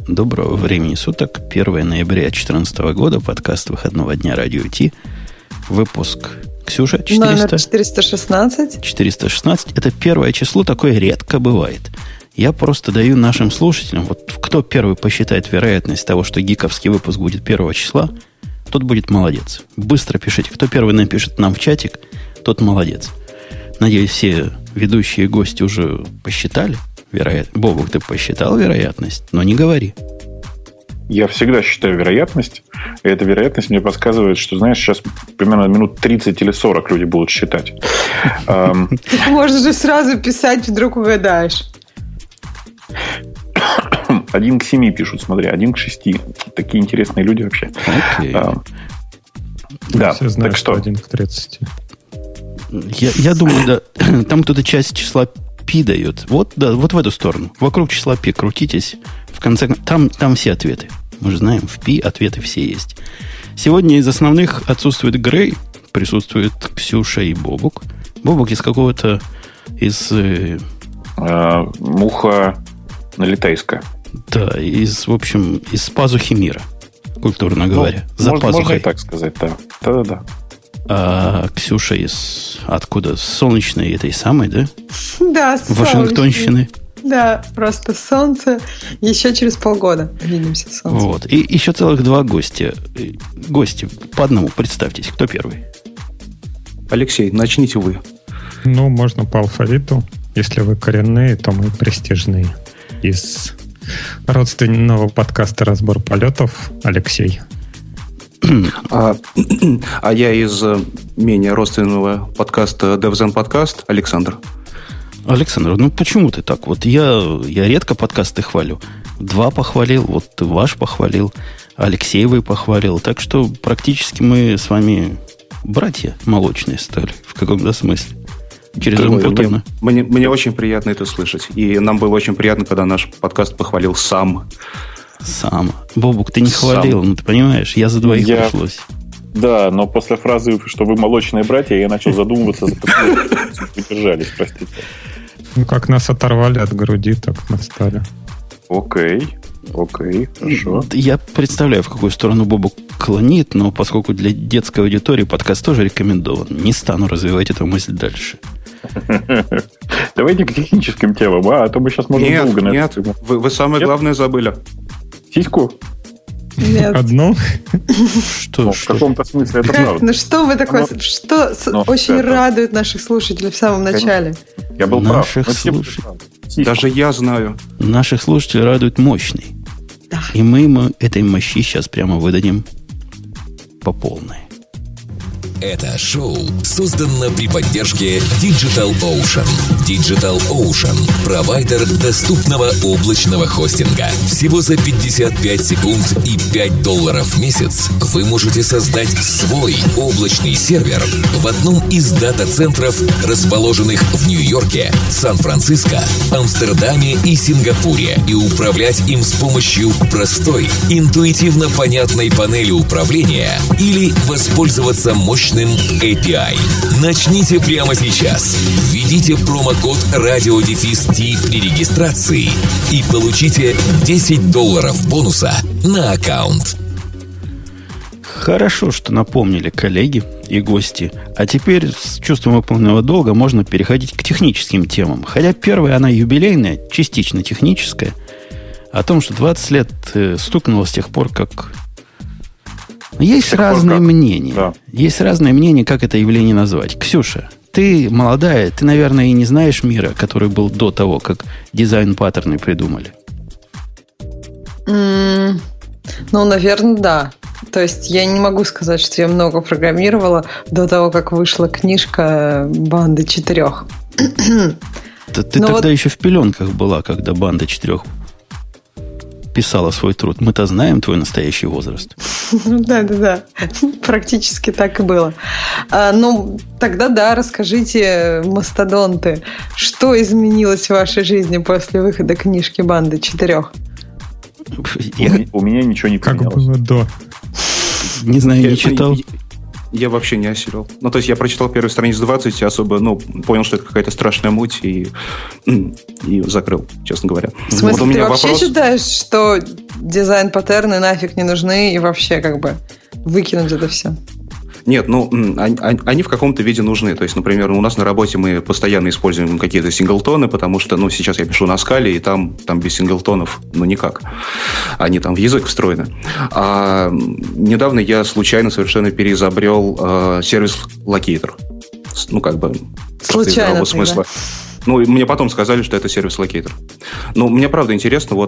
Доброго времени суток. 1 ноября 2014 года. Подкаст выходного дня Радио Ти. Выпуск, Ксюша, 400? Номер 416. 416. Это первое число, такое редко бывает. Я просто даю нашим слушателям, вот кто первый посчитает вероятность того, что гиковский выпуск будет 1 числа, тот будет молодец. Быстро пишите. Кто первый напишет нам в чатик, тот молодец. Надеюсь, все ведущие и гости уже посчитали вероятность. Бобук, ты посчитал вероятность, но не говори. Я всегда считаю вероятность. И эта вероятность мне подсказывает, что, знаешь, сейчас примерно минут 30 или 40 люди будут считать. Можно же сразу писать, вдруг угадаешь. 1 к 7 пишут, смотри, 1 к 6. Такие интересные люди вообще. Да, все знают, что 1 к 30. Я думаю, да, там кто-то часть числа π дает. Вот, да, вот в эту сторону. Вокруг числа π крутитесь. В конце там все ответы. Мы же знаем, в π ответы все есть. Сегодня из основных отсутствует Грей, присутствует Ксюша и Бобук. Бобук из какого-то Муха налетайская. Да, в общем, из пазухи мира, культурно говоря. За можно пазухой. и так сказать, да. Да-да-да. А Ксюша откуда? С солнечной этой самой, да? Да, с Вашингтонщины. Да, просто солнце. Еще через полгода увидимся солнце. Вот. И еще целых 2 гостя. Гости по одному. Представьтесь, кто первый? Алексей, начните вы. Ну, можно по алфавиту. Если вы коренные, то мы престижные. Из родственного подкаста «Разбор полетов» Алексей. А я из менее родственного подкаста «Девзен подкаст» Александр. Александр, ну почему ты так? Вот я редко подкасты хвалю. 2 похвалил, вот ты ваш похвалил, Алексеевый похвалил. Так что практически мы с вами братья молочные стали в каком-то смысле. Через Умпутона. Мне очень приятно это слышать. И нам было очень приятно, когда наш подкаст похвалил сам. Сам. Бобук, ты не хвалил, ну ты понимаешь, я за 2 пришлось. Да, но после фразы, что вы молочные братья, я начал задумываться, за какую вы держались, простите. Ну, как нас оторвали от груди, так мы стали. Окей, хорошо. Я представляю, в какую сторону Бобук клонит, но поскольку для детской аудитории подкаст тоже рекомендован, не стану развивать эту мысль дальше. Давайте к техническим темам, а то мы сейчас можем долго на это. Нет, вы самое главное забыли. Сиську? Нет. Одну? Что? В каком-то смысле это правда. Ну что вы такое? Что очень радует наших слушателей в самом начале? Я был прав. Даже я знаю. Наших слушателей радует мощный. Да. И мы ему этой мощи сейчас прямо выдадим по полной. Это шоу создано при поддержке DigitalOcean. DigitalOcean – провайдер доступного облачного хостинга. Всего за 55 секунд и $5 в месяц вы можете создать свой облачный сервер в одном из дата-центров, расположенных в Нью-Йорке, Сан-Франциско, Амстердаме и Сингапуре, и управлять им с помощью простой, интуитивно понятной панели управления или воспользоваться мощным API. Начните прямо сейчас. Введите промокод RadioDefist при регистрации и получите $10 бонуса на аккаунт. Хорошо, что напомнили коллеги и гости. А теперь с чувством выполненного долга можно переходить к техническим темам. Хотя первая, она юбилейная, частично техническая. О том, что 20 лет стукнуло с тех пор, как... Есть разные мнения. Да. Есть разные мнения, как это явление назвать. Ксюша, ты молодая, ты, наверное, и не знаешь мира, который был до того, как дизайн-паттерны придумали. Ну, наверное, да. То есть я не могу сказать, что я много программировала до того, как вышла книжка «Банды 4». Ты тогда еще в пеленках была, когда «Банда 4» писала свой труд. Мы-то знаем твой настоящий возраст. Да. Практически так и было. Ну, тогда да, расскажите, мастодонты, что изменилось в вашей жизни после выхода книжки «Банды 4»? У меня ничего не поменялось. Как было до. Не знаю, не читал. Я вообще не осилил. Ну, то есть я прочитал первую страницу 20 и особо, понял, что это какая-то страшная муть и закрыл, честно говоря. В смысле, ты вообще считаешь, что дизайн-паттерны нафиг не нужны и вообще как бы выкинуть это все. Нет, они в каком-то виде нужны. То есть, например, у нас на работе мы постоянно используем какие-то синглтоны, потому что, сейчас я пишу на скале, и там без синглтонов, никак. Они там в язык встроены. А недавно я случайно совершенно переизобрел сервис Locator. Случайно смысла. Мне потом сказали, что это сервис Locator. Мне правда интересно,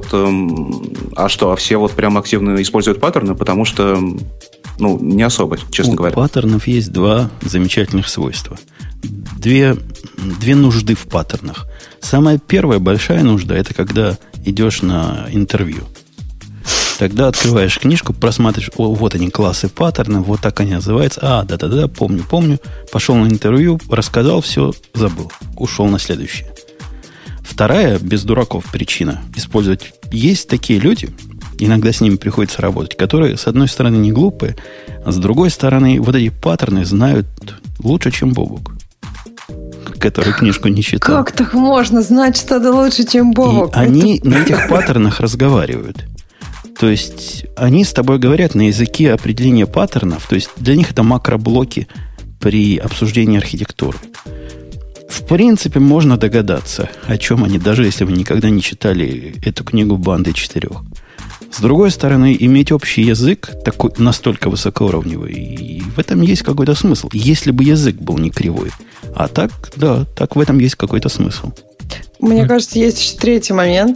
а все прям активно используют паттерны, потому что не особо, честно говоря. У паттернов есть два замечательных свойства. Две нужды в паттернах. Самая первая большая нужда – это когда идешь на интервью. Тогда открываешь книжку, просматриваешь, вот они, классы паттернов, вот так они называются. Да, помню. Пошел на интервью, рассказал все, забыл. Ушел на следующее. Вторая, без дураков, причина использовать. Есть такие люди, иногда с ними приходится работать, которые, с одной стороны, не глупые, а с другой стороны, вот эти паттерны знают лучше, чем Бобук, который книжку не читал. Как так можно знать что-то лучше, чем Бобук? И они на этих паттернах разговаривают. То есть, они с тобой говорят на языке определения паттернов, то есть, для них это макроблоки при обсуждении архитектуры. В принципе, можно догадаться, о чем они, даже если вы никогда не читали эту книгу «Банды четырех». С другой стороны, иметь общий язык такой настолько высокоуровневый, и в этом есть какой-то смысл, если бы язык был не кривой. А так, да, так в этом есть какой-то смысл. Мне кажется, есть еще третий момент.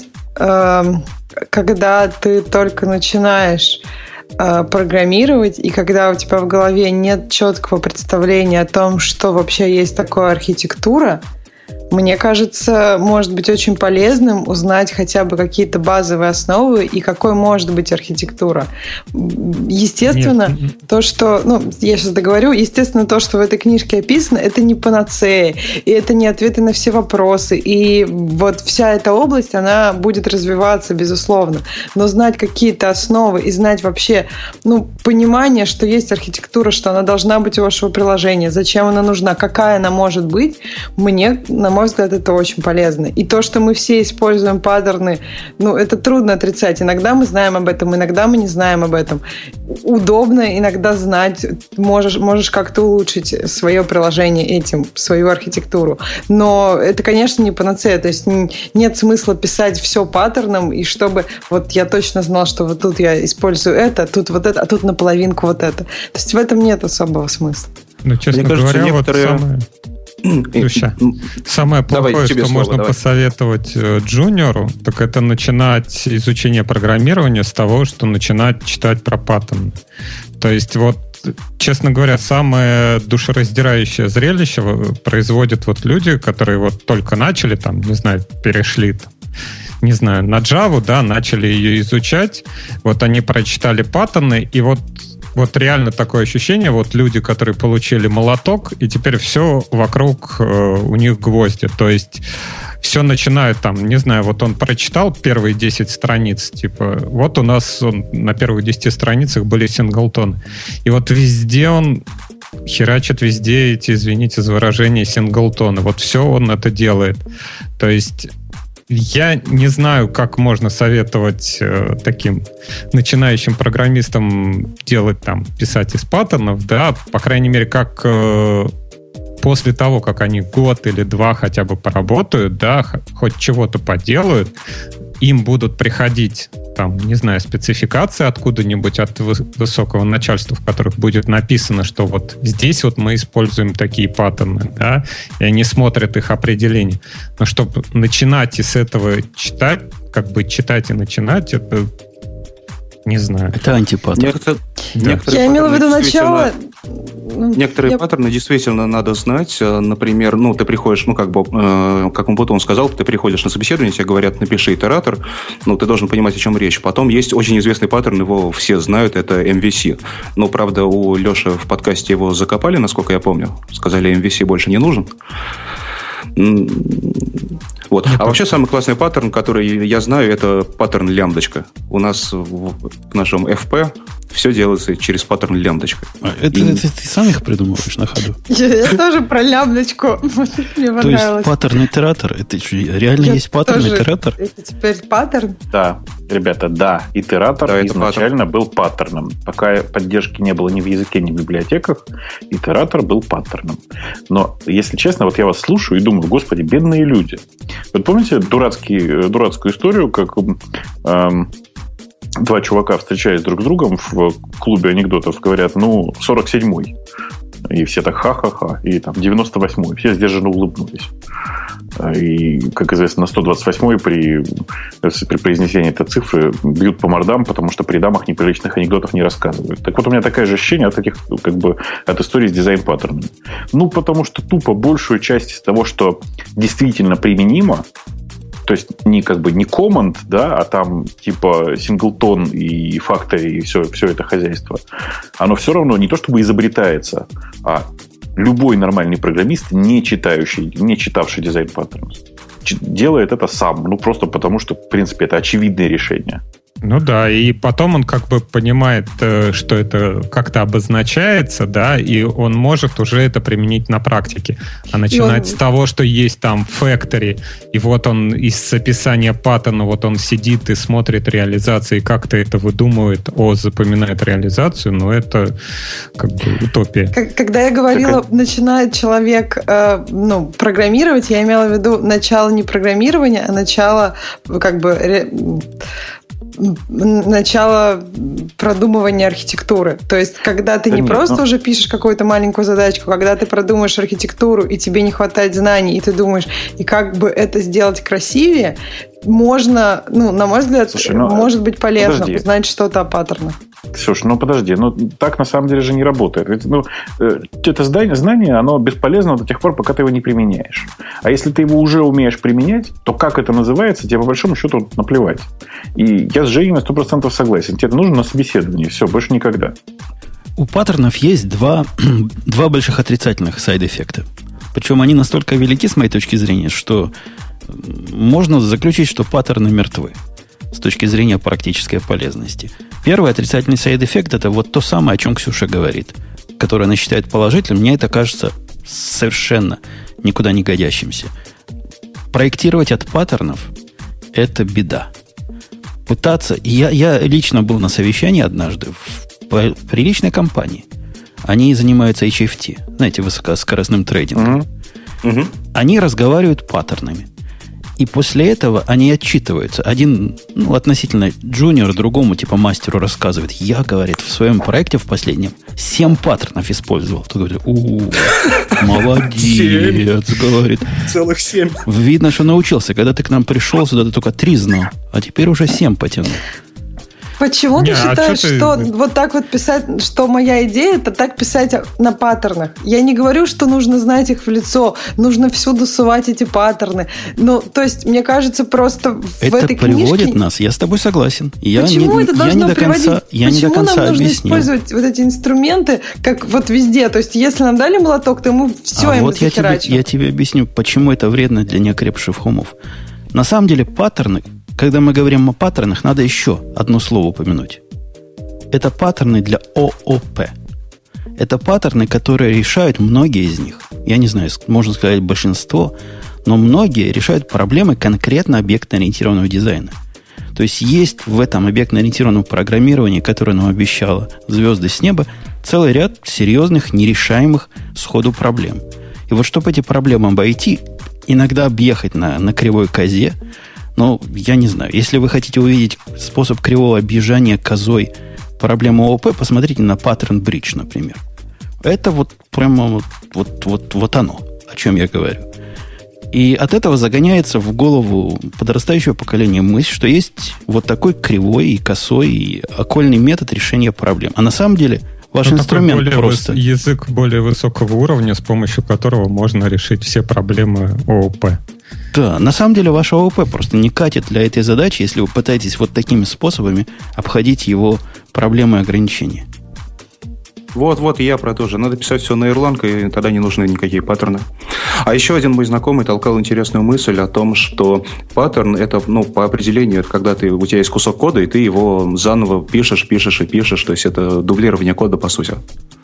Когда ты только начинаешь программировать, и когда у тебя в голове нет четкого представления о том, что вообще есть такое архитектура, мне кажется, может быть очень полезным узнать хотя бы какие-то базовые основы и какой может быть архитектура. Естественно, то, что... я сейчас договорю. Естественно, то, что в этой книжке описано, это не панацея, и это не ответы на все вопросы. И вот вся эта область, она будет развиваться, безусловно. Но знать какие-то основы и знать вообще, понимание, что есть архитектура, что она должна быть у вашего приложения, зачем она нужна, какая она может быть, мне, на мой взгляд, это очень полезно. И то, что мы все используем паттерны, это трудно отрицать. Иногда мы знаем об этом, иногда мы не знаем об этом. Удобно иногда знать, можешь как-то улучшить свое приложение этим, свою архитектуру. Но это, конечно, не панацея. То есть нет смысла писать все паттерном, и чтобы я точно знал, что вот тут я использую это, тут вот это, а тут наполовинку вот это. То есть в этом нет особого смысла. Честно говоря, некоторые... Самое плохое, что можно посоветовать джуниору, так это начинать изучение программирования с того, что начинать читать про паттерны. То есть честно говоря, самое душераздирающее зрелище производят люди, которые только начали, перешли на Java, начали ее изучать, они прочитали паттерны, и реально такое ощущение, люди, которые получили молоток, и теперь все вокруг у них гвозди. То есть все начинает он прочитал первые 10 страниц, у нас на первых 10 страницах были синглтоны. И везде он херачит везде эти, извините за выражение, синглтоны. Все он это делает. То есть я не знаю, как можно советовать таким начинающим программистам писать из паттернов, по крайней мере, как после того, как они год или два хотя бы поработают, хоть чего-то поделают, им будут приходить спецификации откуда-нибудь от высокого начальства, в которых будет написано, что здесь мы используем такие паттерны, и они смотрят их определение. Но чтобы начинать и с этого читать, читать и начинать, это не знаю. Это антипаттern. Я имела в виду начало... Некоторые паттерны действительно надо знать. Например, ты приходишь, как он сказал, ты приходишь на собеседование, тебе говорят, напиши итератор, ты должен понимать, о чем речь. Потом есть очень известный паттерн, его все знают, это MVC. Правда, у Леши в подкасте его закопали, насколько я помню. Сказали, MVC больше не нужен. А вообще самый классный паттерн, который я знаю, это паттерн лямбдочка. У нас в нашем FP все делается через паттерн лямбдочка. Это ты сам их придумываешь на ходу? Я тоже про лямбдочку. Мне понравилось. То есть паттерн-итератор, это реально есть паттерн-итератор? Это теперь паттерн? Да. Ребята, да, итератор изначально был паттерном. Пока поддержки не было ни в языке, ни в библиотеках, итератор был паттерном. Но, если честно, вот я вас слушаю и думаю, господи, бедные люди. Вот помните дурацкую историю, как два чувака, встречаясь друг с другом в клубе анекдотов, говорят, 47-й. И все так ха-ха-ха. И там 98-й. Все сдержанно улыбнулись. И, как известно, на 128-й при произнесении этой цифры бьют по мордам, потому что при дамах неприличных анекдотов не рассказывают. Так вот, у меня такое же ощущение от истории с дизайн-паттернами. Потому что тупо большую часть из того, что действительно применимо, то есть не command, да, а там типа синглтон и factory и все это хозяйство, оно все равно не то чтобы изобретается, а любой нормальный программист, не читавший дизайн паттерн, делает это сам. Просто потому, что, в принципе, это очевидное решение. Ну да, и потом он понимает, что это как-то обозначается, да, и он может уже это применить на практике. А начинать с того, что есть там factory, и вот он из описания паттерна, вот он сидит и смотрит реализации, как-то это выдумывает, запоминает реализацию, это утопия. Когда я говорила, начинает человек программировать, я имела в виду начало не программирования, а начало начало продумывания архитектуры. То есть, когда ты просто уже пишешь какую-то маленькую задачку, когда ты продумаешь архитектуру, и тебе не хватает знаний, и ты думаешь, и как бы это сделать красивее, можно, на мой взгляд, может быть полезно узнать что-то о паттернах. Ксюш, подожди, так на самом деле же не работает. Это знание, оно бесполезно до тех пор, пока ты его не применяешь. А если ты его уже умеешь применять, то как это называется, тебе по большому счету наплевать. И я с Женей на 100% согласен. Тебе это нужно на собеседовании. Все, больше никогда. У паттернов есть два больших отрицательных сайд-эффекта. Причем они настолько велики, с моей точки зрения, что можно заключить, что паттерны мертвы с точки зрения практической полезности. Первый отрицательный сайд-эффект – это вот то самое, о чем Ксюша говорит, которое она считает положительным. Мне это кажется совершенно никуда не годящимся. Проектировать от паттернов – это беда. Пытаться... Я лично был на совещании однажды в приличной компании. Они занимаются HFT, знаете, высокоскоростным трейдингом. Они разговаривают паттернами. И после этого они отчитываются. Один, относительно джуниор, другому, типа мастеру, рассказывает. Я, говорит, в своем проекте в последнем 7 паттернов использовал. Тот говорит, молодец, говорит. Целых 7. Видно, что научился. Когда ты к нам пришел сюда, ты только 3 знал. А теперь уже 7 потянул. Почему ты считаешь, что вот так вот писать, что моя идея, это так писать на паттернах? Я не говорю, что нужно знать их в лицо, нужно всюду сувать эти паттерны. То есть, мне кажется, просто в этой книжке... Это приводит нас, я с тобой согласен. Почему это должно приводить? Почему нам нужно использовать вот эти инструменты, как вот везде? То есть, если нам дали молоток, то мы все им захерачим. Я тебе объясню, почему это вредно для неокрепших умов. На самом деле, паттерны... Когда мы говорим о паттернах, надо еще одно слово упомянуть. Это паттерны для ООП. Это паттерны, которые решают многие из них. Я не знаю, можно сказать большинство, но многие решают проблемы конкретно объектно-ориентированного дизайна. То есть в этом объектно-ориентированном программировании, которое нам обещало звезды с неба, целый ряд серьезных, нерешаемых сходу проблем. И вот чтобы эти проблемы обойти, иногда объехать на кривой козе, я не знаю. Если вы хотите увидеть способ кривого объезжания козой проблему ООП, посмотрите на паттерн бридж, например. Это прямо вот оно, о чем я говорю. И от этого загоняется в голову подрастающего поколения мысль, что есть вот такой кривой и косой и окольный метод решения проблем. А на самом деле ваш инструмент просто... Язык более высокого уровня, с помощью которого можно решить все проблемы ООП. Да, на самом деле ваш ООП просто не катит для этой задачи, если вы пытаетесь вот такими способами обходить его проблемы и ограничения. Вот, я про то же. Надо писать все на Erlang, и тогда не нужны никакие паттерны. А еще один мой знакомый толкал интересную мысль о том, что паттерн – это, по определению, это когда у тебя есть кусок кода, и ты его заново пишешь. То есть, это дублирование кода, по сути.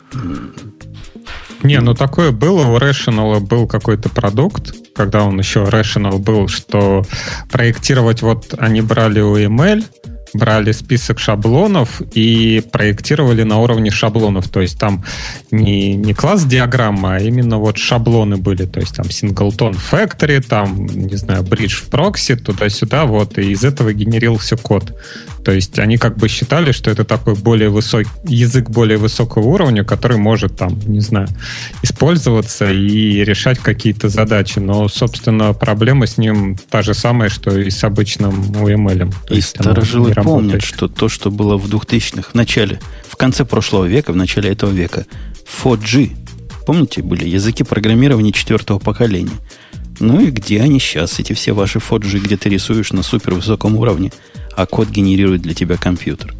Такое было. У Rational был какой-то продукт, когда он еще Rational был, что проектировать они брали UML, брали список шаблонов и проектировали на уровне шаблонов. То есть там не класс диаграмма, а именно вот шаблоны были. То есть там Singleton Factory, там, не знаю, Bridge в прокси, туда-сюда, вот. И из этого генерился код. То есть они как бы считали, что это такой язык более высокого уровня, который может там, не знаю, использоваться и решать какие-то задачи. Но, собственно, проблема с ним та же самая, что и с обычным UML. И старожилы помнят, что то, что было в 2000-х, в конце прошлого века, в начале этого века, 4G, помните, были языки программирования 4-го поколения. Ну и где они сейчас, эти все ваши 4G, где ты рисуешь на супервысоком уровне, а код генерирует для тебя компьютер?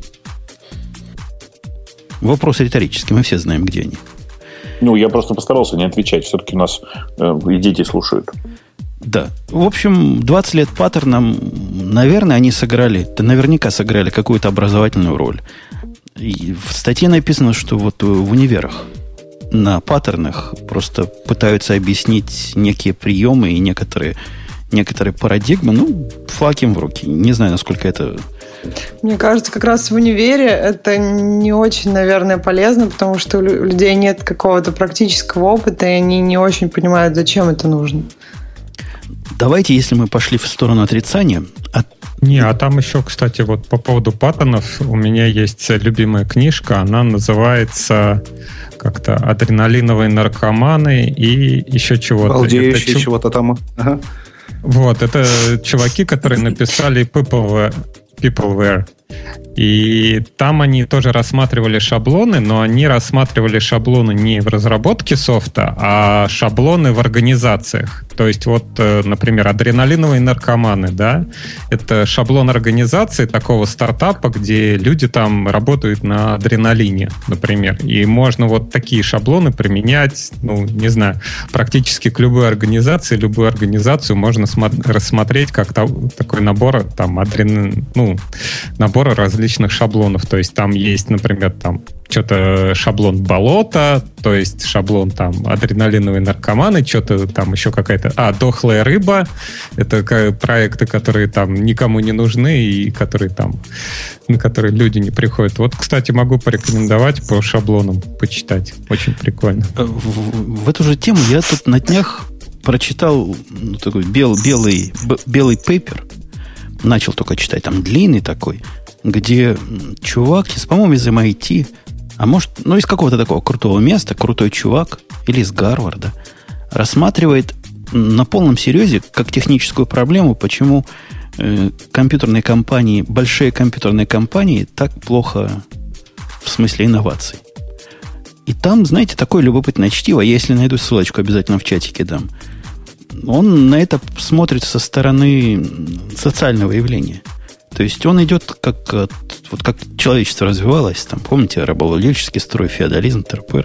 Вопрос риторический, мы все знаем, где они. Ну, я просто постарался не отвечать. Все-таки у нас и дети слушают. Да. В общем, 20 лет паттернам, наверное, они наверняка сыграли какую-то образовательную роль. И в статье написано, что вот в универах на паттернах просто пытаются объяснить некие приемы и некоторые парадигмы, флаг им в руки. Не знаю, насколько это... Мне кажется, как раз в универе это не очень, наверное, полезно, потому что у людей нет какого-то практического опыта, и они не очень понимают, зачем это нужно. Давайте, если мы пошли в сторону отрицания... А там еще, кстати, вот по поводу паттернов у меня есть любимая книжка, она называется как-то «Адреналиновые наркоманы» и еще чего-то. Балдеющие чего-то там. Ага. Вот, это чуваки, которые написали Peopleware. И там они тоже рассматривали шаблоны, но они рассматривали шаблоны не в разработке софта, а шаблоны в организациях. То есть вот, например, адреналиновые наркоманы, да, это шаблон организации такого стартапа, где люди там работают на адреналине, например. И можно вот такие шаблоны применять, не знаю, практически к любой организации. Любую организацию можно рассмотреть как такой набор набора различных шаблонов. То есть там есть, например, там что-то шаблон болота, то есть шаблон там адреналиновые наркоманы, что-то там еще какая-то... дохлая рыба. Это проекты, которые там никому не нужны и которые там, на которые люди не приходят. Вот, кстати, могу порекомендовать по шаблонам почитать. Очень прикольно. В эту же тему я тут на днях прочитал такой белый пейпер. Начал только читать, там длинный такой, где чувак, по-моему, из MIT, а может, из какого-то такого крутого места, крутой чувак, или из Гарварда, рассматривает на полном серьезе, как техническую проблему, почему компьютерные компании, большие компьютерные компании так плохо в смысле инноваций. И там, знаете, такое любопытное чтиво, я если найду ссылочку, обязательно в чатике дам. Он на это смотрит со стороны социального явления. То есть он идет как человечество развивалось, там, помните, рабовладельческий строй, феодализм, ТРПР.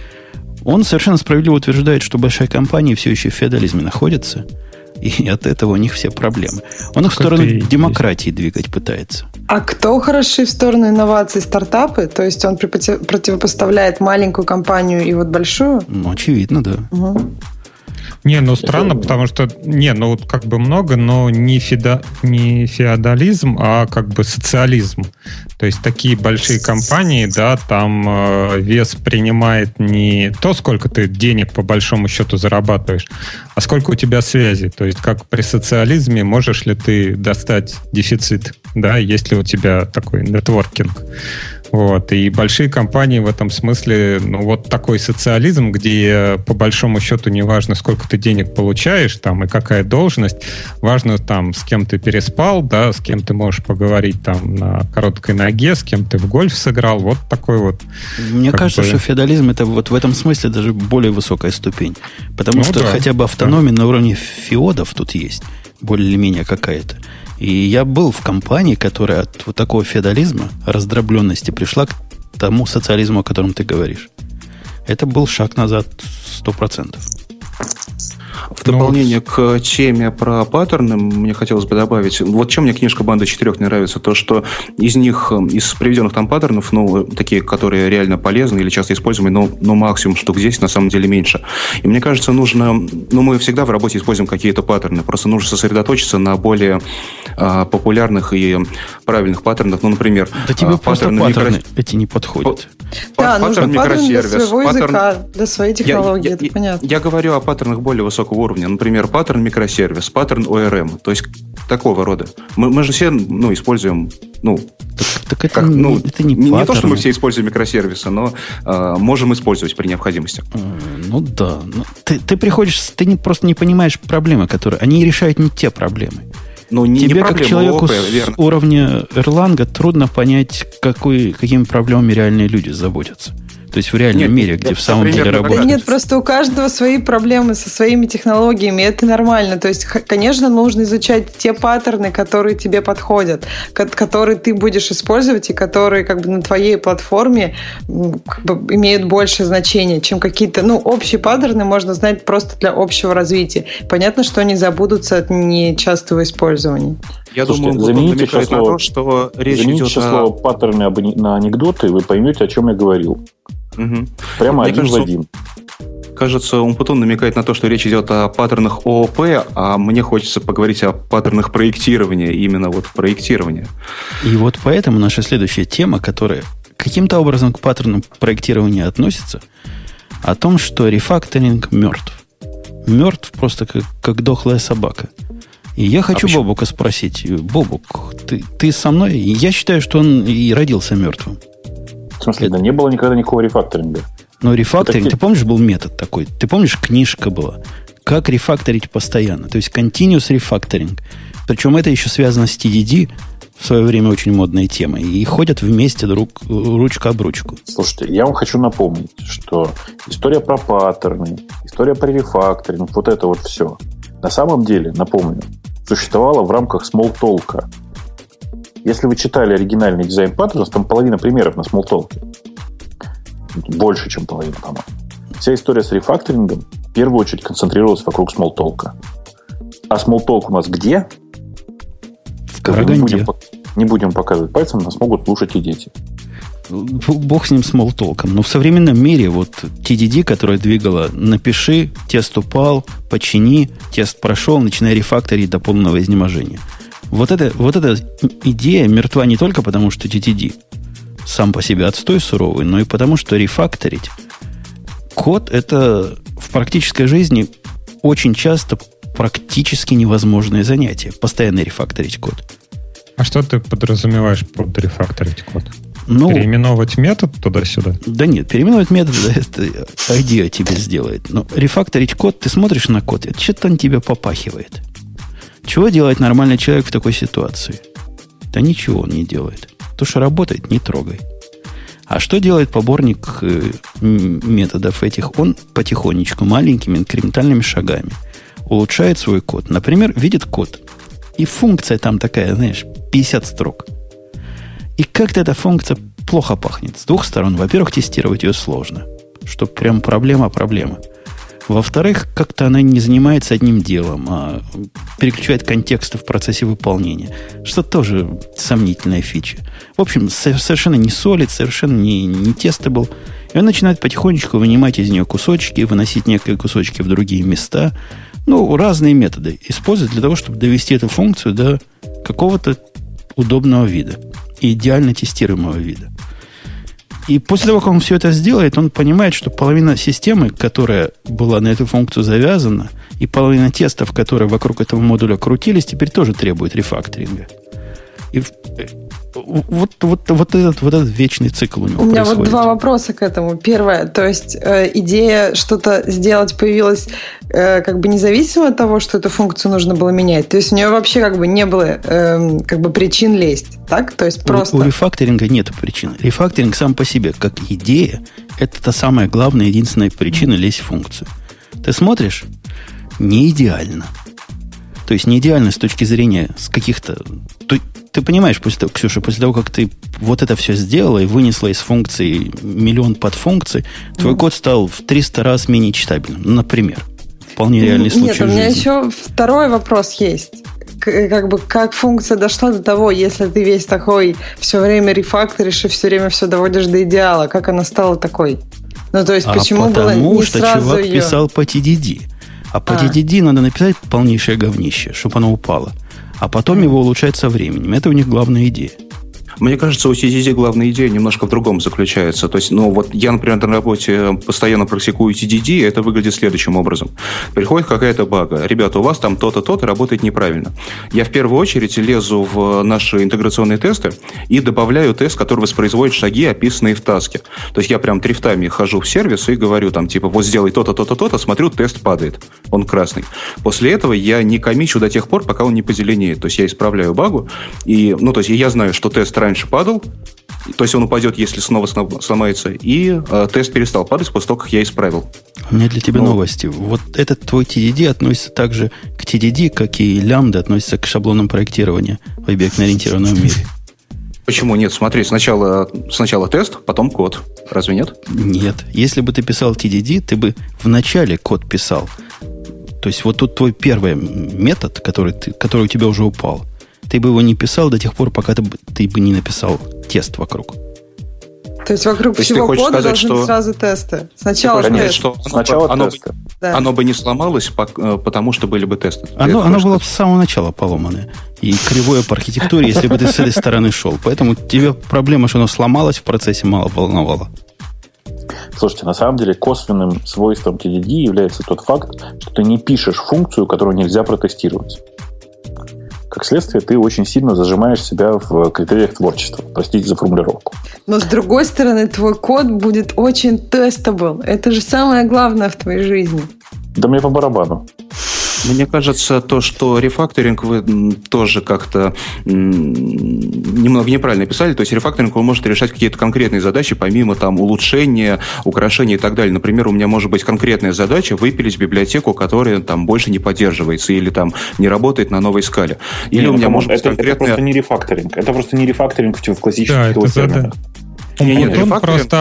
Он совершенно справедливо утверждает, что большие компании все еще в феодализме находятся, и от этого у них все проблемы. Он их в сторону демократии двигать пытается. А кто хороши в сторону инноваций? Стартапы? То есть он противопоставляет маленькую компанию и вот большую? Очевидно, да. Угу. Странно, потому что, как бы много, но не феодализм, а как бы социализм. То есть такие большие компании, да, там вес принимает не то, сколько ты денег по большому счету зарабатываешь, а сколько у тебя связей. То есть как при социализме можешь ли ты достать дефицит, да, есть ли у тебя такой нетворкинг. Вот. И большие компании в этом смысле, вот такой социализм, где по большому счету не важно, сколько ты денег получаешь там, и какая должность, важно там, с кем ты переспал, да, с кем ты можешь поговорить там на короткой ноге, с кем ты в гольф сыграл, вот такой вот. Мне кажется, что феодализм это вот в этом смысле даже более высокая ступень, потому что хотя бы автономия на уровне феодов тут есть, более или менее какая-то. И я был в компании, которая от вот такого феодализма, раздробленности пришла к тому социализму, о котором ты говоришь. Это был шаг назад 100%. В дополнение к теме про паттерны, мне хотелось бы добавить, вот чем мне книжка «Банда 4» не нравится, то, что из них, из приведенных там паттернов, такие, которые реально полезны или часто используемые, максимум штук 10, на самом деле меньше. И мне кажется, нужно, мы всегда в работе используем какие-то паттерны, просто нужно сосредоточиться на более популярных и правильных паттернах, например... Да тебе просто паттерны эти не подходят. Да, нужно паттерн для своего языка, для своей технологии, это понятно. Я говорю о паттернах более высокого уровня. Например, паттерн микросервис, паттерн ORM. То есть такого рода. Мы же все используем... Так это не то, что мы все используем микросервисы, но можем использовать при необходимости. Да. Ты приходишь, ты просто не понимаешь проблемы, которые... Они решают не те проблемы. Тебе, как человеку с уровня Erlang, трудно понять, какими проблемами реальные люди заботятся. То есть в реальном мире, где в самом деле работают. Нет, просто у каждого свои проблемы со своими технологиями, и это нормально. То есть, конечно, нужно изучать те паттерны, которые тебе подходят, которые ты будешь использовать, и которые на твоей платформе имеют большее значение, чем какие-то... общие паттерны можно знать просто для общего развития. Понятно, что они забудутся от нечастого использования. Я думаю, замените слово паттерны на анекдоты, и вы поймете, о чем я говорил. Угу. Прямо один в один. Кажется, Умпутун намекает на то, что речь идет о паттернах ООП, а мне хочется поговорить о паттернах проектирования, именно проектирования. И вот поэтому наша следующая тема, которая каким-то образом к паттернам проектирования относится, о том, что рефакторинг мертв. Мертв просто как дохлая собака. И я хочу Бобука спросить. Бобук, ты со мной? Я считаю, что он и родился мертвым. В смысле, не было никогда никакого рефакторинга. Но рефакторинг, ты помнишь, был метод такой? Ты помнишь, книжка была? Как рефакторить постоянно? То есть continuous refactoring. Причем это еще связано с TDD, в свое время очень модная тема. И ходят вместе ручка об ручку. Слушайте, я вам хочу напомнить, что история про паттерны, история про рефакторинг, вот это вот все. На самом деле, напомню, существовало в рамках Smalltalk. Если вы читали оригинальный дизайн Patterns, там половина примеров на Smalltalk. Больше, чем половина, по-моему. Вся история с рефакторингом в первую очередь концентрировалась вокруг Smalltalk. А Smalltalk у нас где? В Караганде. Не будем показывать пальцем, нас могут слушать и дети. Бог с ним Smalltalk. Но в современном мире TDD, которая двигала напиши, тест упал, почини, тест прошел, начинай рефакторить до полного изнеможения. Вот эта идея мертва не только потому, что TDD сам по себе отстой суровый, но и потому, что рефакторить код – это в практической жизни очень часто практически невозможное занятие. Постоянно рефакторить код. А что ты подразумеваешь под рефакторить код? Переименовывать метод туда-сюда? Да нет, переименовать метод – это IDEA тебе сделает. Но рефакторить код, ты смотришь на код, и что-то он тебе попахивает. Чего делает нормальный человек в такой ситуации? Да ничего он не делает. То, что работает, не трогай. А что делает поборник методов этих? Он потихонечку, маленькими инкрементальными шагами улучшает свой код. Например, видит код. И функция там такая, 50 строк. И как-то эта функция плохо пахнет. С двух сторон. Во-первых, тестировать ее сложно. Что прям проблема. Во-вторых, как-то она не занимается одним делом, а переключает контексты в процессе выполнения. Что тоже сомнительная фича. В общем, совершенно не solid, совершенно не testable. И он начинает потихонечку вынимать из нее кусочки, выносить некие кусочки в другие места. Разные методы используют для того, чтобы довести эту функцию до какого-то удобного вида. И идеально тестируемого вида. И после того, как он все это сделает, он понимает, что половина системы, которая была на эту функцию завязана, и половина тестов, которые вокруг этого модуля крутились, теперь тоже требует рефакторинга. И вот этот вечный цикл у него происходит. У меня два вопроса к этому. Первое, то есть идея что-то сделать появилась независимо от того, что эту функцию нужно было менять. То есть у нее вообще не было причин лезть, так? То есть просто... У рефакторинга нет причин. Рефакторинг сам по себе, как идея, это та самая главная, единственная причина лезть в функцию. Ты смотришь, не идеально. То есть не идеально с точки зрения с каких-то... Ты понимаешь, Ксюша, после того, как ты вот это все сделала и вынесла из функции миллион подфункций, твой код стал в 300 раз менее читабельным, например. вполне реальный случай. Нет, у меня еще второй вопрос есть. Как функция дошла до того, если ты весь такой все время рефакторишь и все время все доводишь до идеала, как она стала такой? Ну, то есть, почему было не сразу потому что чувак ее... писал по TDD. А по TDD надо написать полнейшее говнище, чтобы оно упало. А потом его улучшать со временем. Это у них главная идея. Мне кажется, у TDD главная идея немножко в другом заключается. То есть, вот я, например, на работе постоянно практикую TDD, и это выглядит следующим образом. Приходит какая-то бага. Ребята, у вас там то-то, то-то работает неправильно. Я в первую очередь лезу в наши интеграционные тесты и добавляю тест, который воспроизводит шаги, описанные в таске. То есть, я прям трифтами хожу в сервис и говорю там, типа, вот сделай то-то, то-то, то-то, смотрю, тест падает. Он красный. После этого я не коммичу до тех пор, пока он не позеленеет. То есть, я исправляю багу, и, то есть, я знаю, что тест раньше падал, то есть он упадет, если снова сломается, и тест перестал падать после того, как я исправил. У меня для тебя новости. Вот этот твой TDD относится также к TDD, как и лямбда относится к шаблонам проектирования в объектно-ориентированном мире. Почему нет? Смотри, сначала тест, потом код. Разве нет? Нет. Если бы ты писал TDD, ты бы вначале код писал. То есть вот тут твой первый метод, который у тебя уже упал. Ты бы его не писал до тех пор, пока ты бы не написал тест вокруг. То есть вокруг всего кода должны быть сразу тесты. Сначала тест. Оно бы не сломалось, потому что были бы тесты. Оно было с самого начала поломанное. И кривое по архитектуре, если бы ты с этой стороны шел. Поэтому тебе проблема, что оно сломалось в процессе, мало волновала. Слушайте, на самом деле косвенным свойством TDD является тот факт, что ты не пишешь функцию, которую нельзя протестировать. Как следствие, ты очень сильно зажимаешь себя в критериях творчества. Простите за формулировку. Но, с другой стороны, твой код будет очень тестабл. Это же самое главное в твоей жизни. Да мне по барабану. Мне кажется, то, что рефакторинг вы тоже как-то немного неправильно писали. То есть рефакторинг вы можете решать какие-то конкретные задачи, помимо там улучшения, украшения и так далее. Например, у меня может быть конкретная задача выпилить библиотеку, которая там больше не поддерживается или там не работает на новой скале. Или у меня может быть конкретная... Это просто не рефакторинг. Это просто не рефакторинг в классических терминах. Умпутун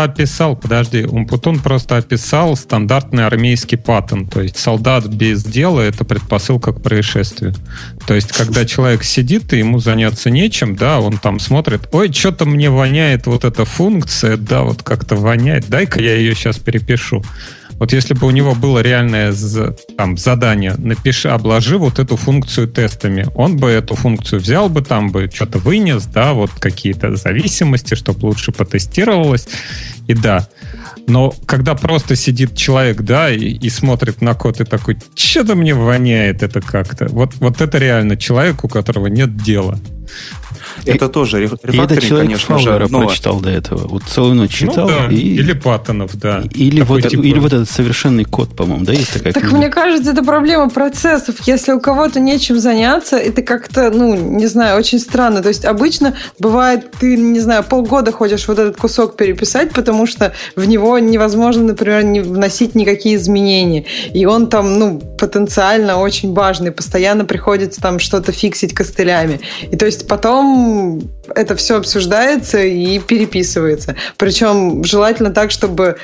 просто описал стандартный армейский паттern. То есть солдат без дела — это предпосылка к происшествию. То есть когда человек сидит, и ему заняться нечем, да, он там смотрит, ой, что-то мне воняет вот эта функция, да, вот как-то воняет, дай-ка я ее сейчас перепишу. Вот если бы у него было реальное задание, обложи вот эту функцию тестами, он бы эту функцию взял бы, там бы что-то вынес, да, вот какие-то зависимости, чтобы лучше потестировалось, и да. Но когда просто сидит человек, да, и смотрит на код и такой, что-то мне воняет это как-то. Вот это реально человек, у которого нет дела. Это тоже рефакторинг, и этот человек конечно Фауэра прочитал до этого. Вот целую ночь читал. Да. Или Паттонов, да. Или вот этот совершенный код, по-моему, да, есть такая так книга? Мне кажется, это проблема процессов. Если у кого-то нечем заняться, это как-то, не знаю, очень странно. То есть обычно бывает, ты, не знаю, полгода хочешь вот этот кусок переписать, потому что в него невозможно, например, не вносить никакие изменения. И он там, потенциально очень важный. Постоянно приходится там что-то фиксить костылями. И то есть потом это все обсуждается и переписывается. Причем желательно так, чтобы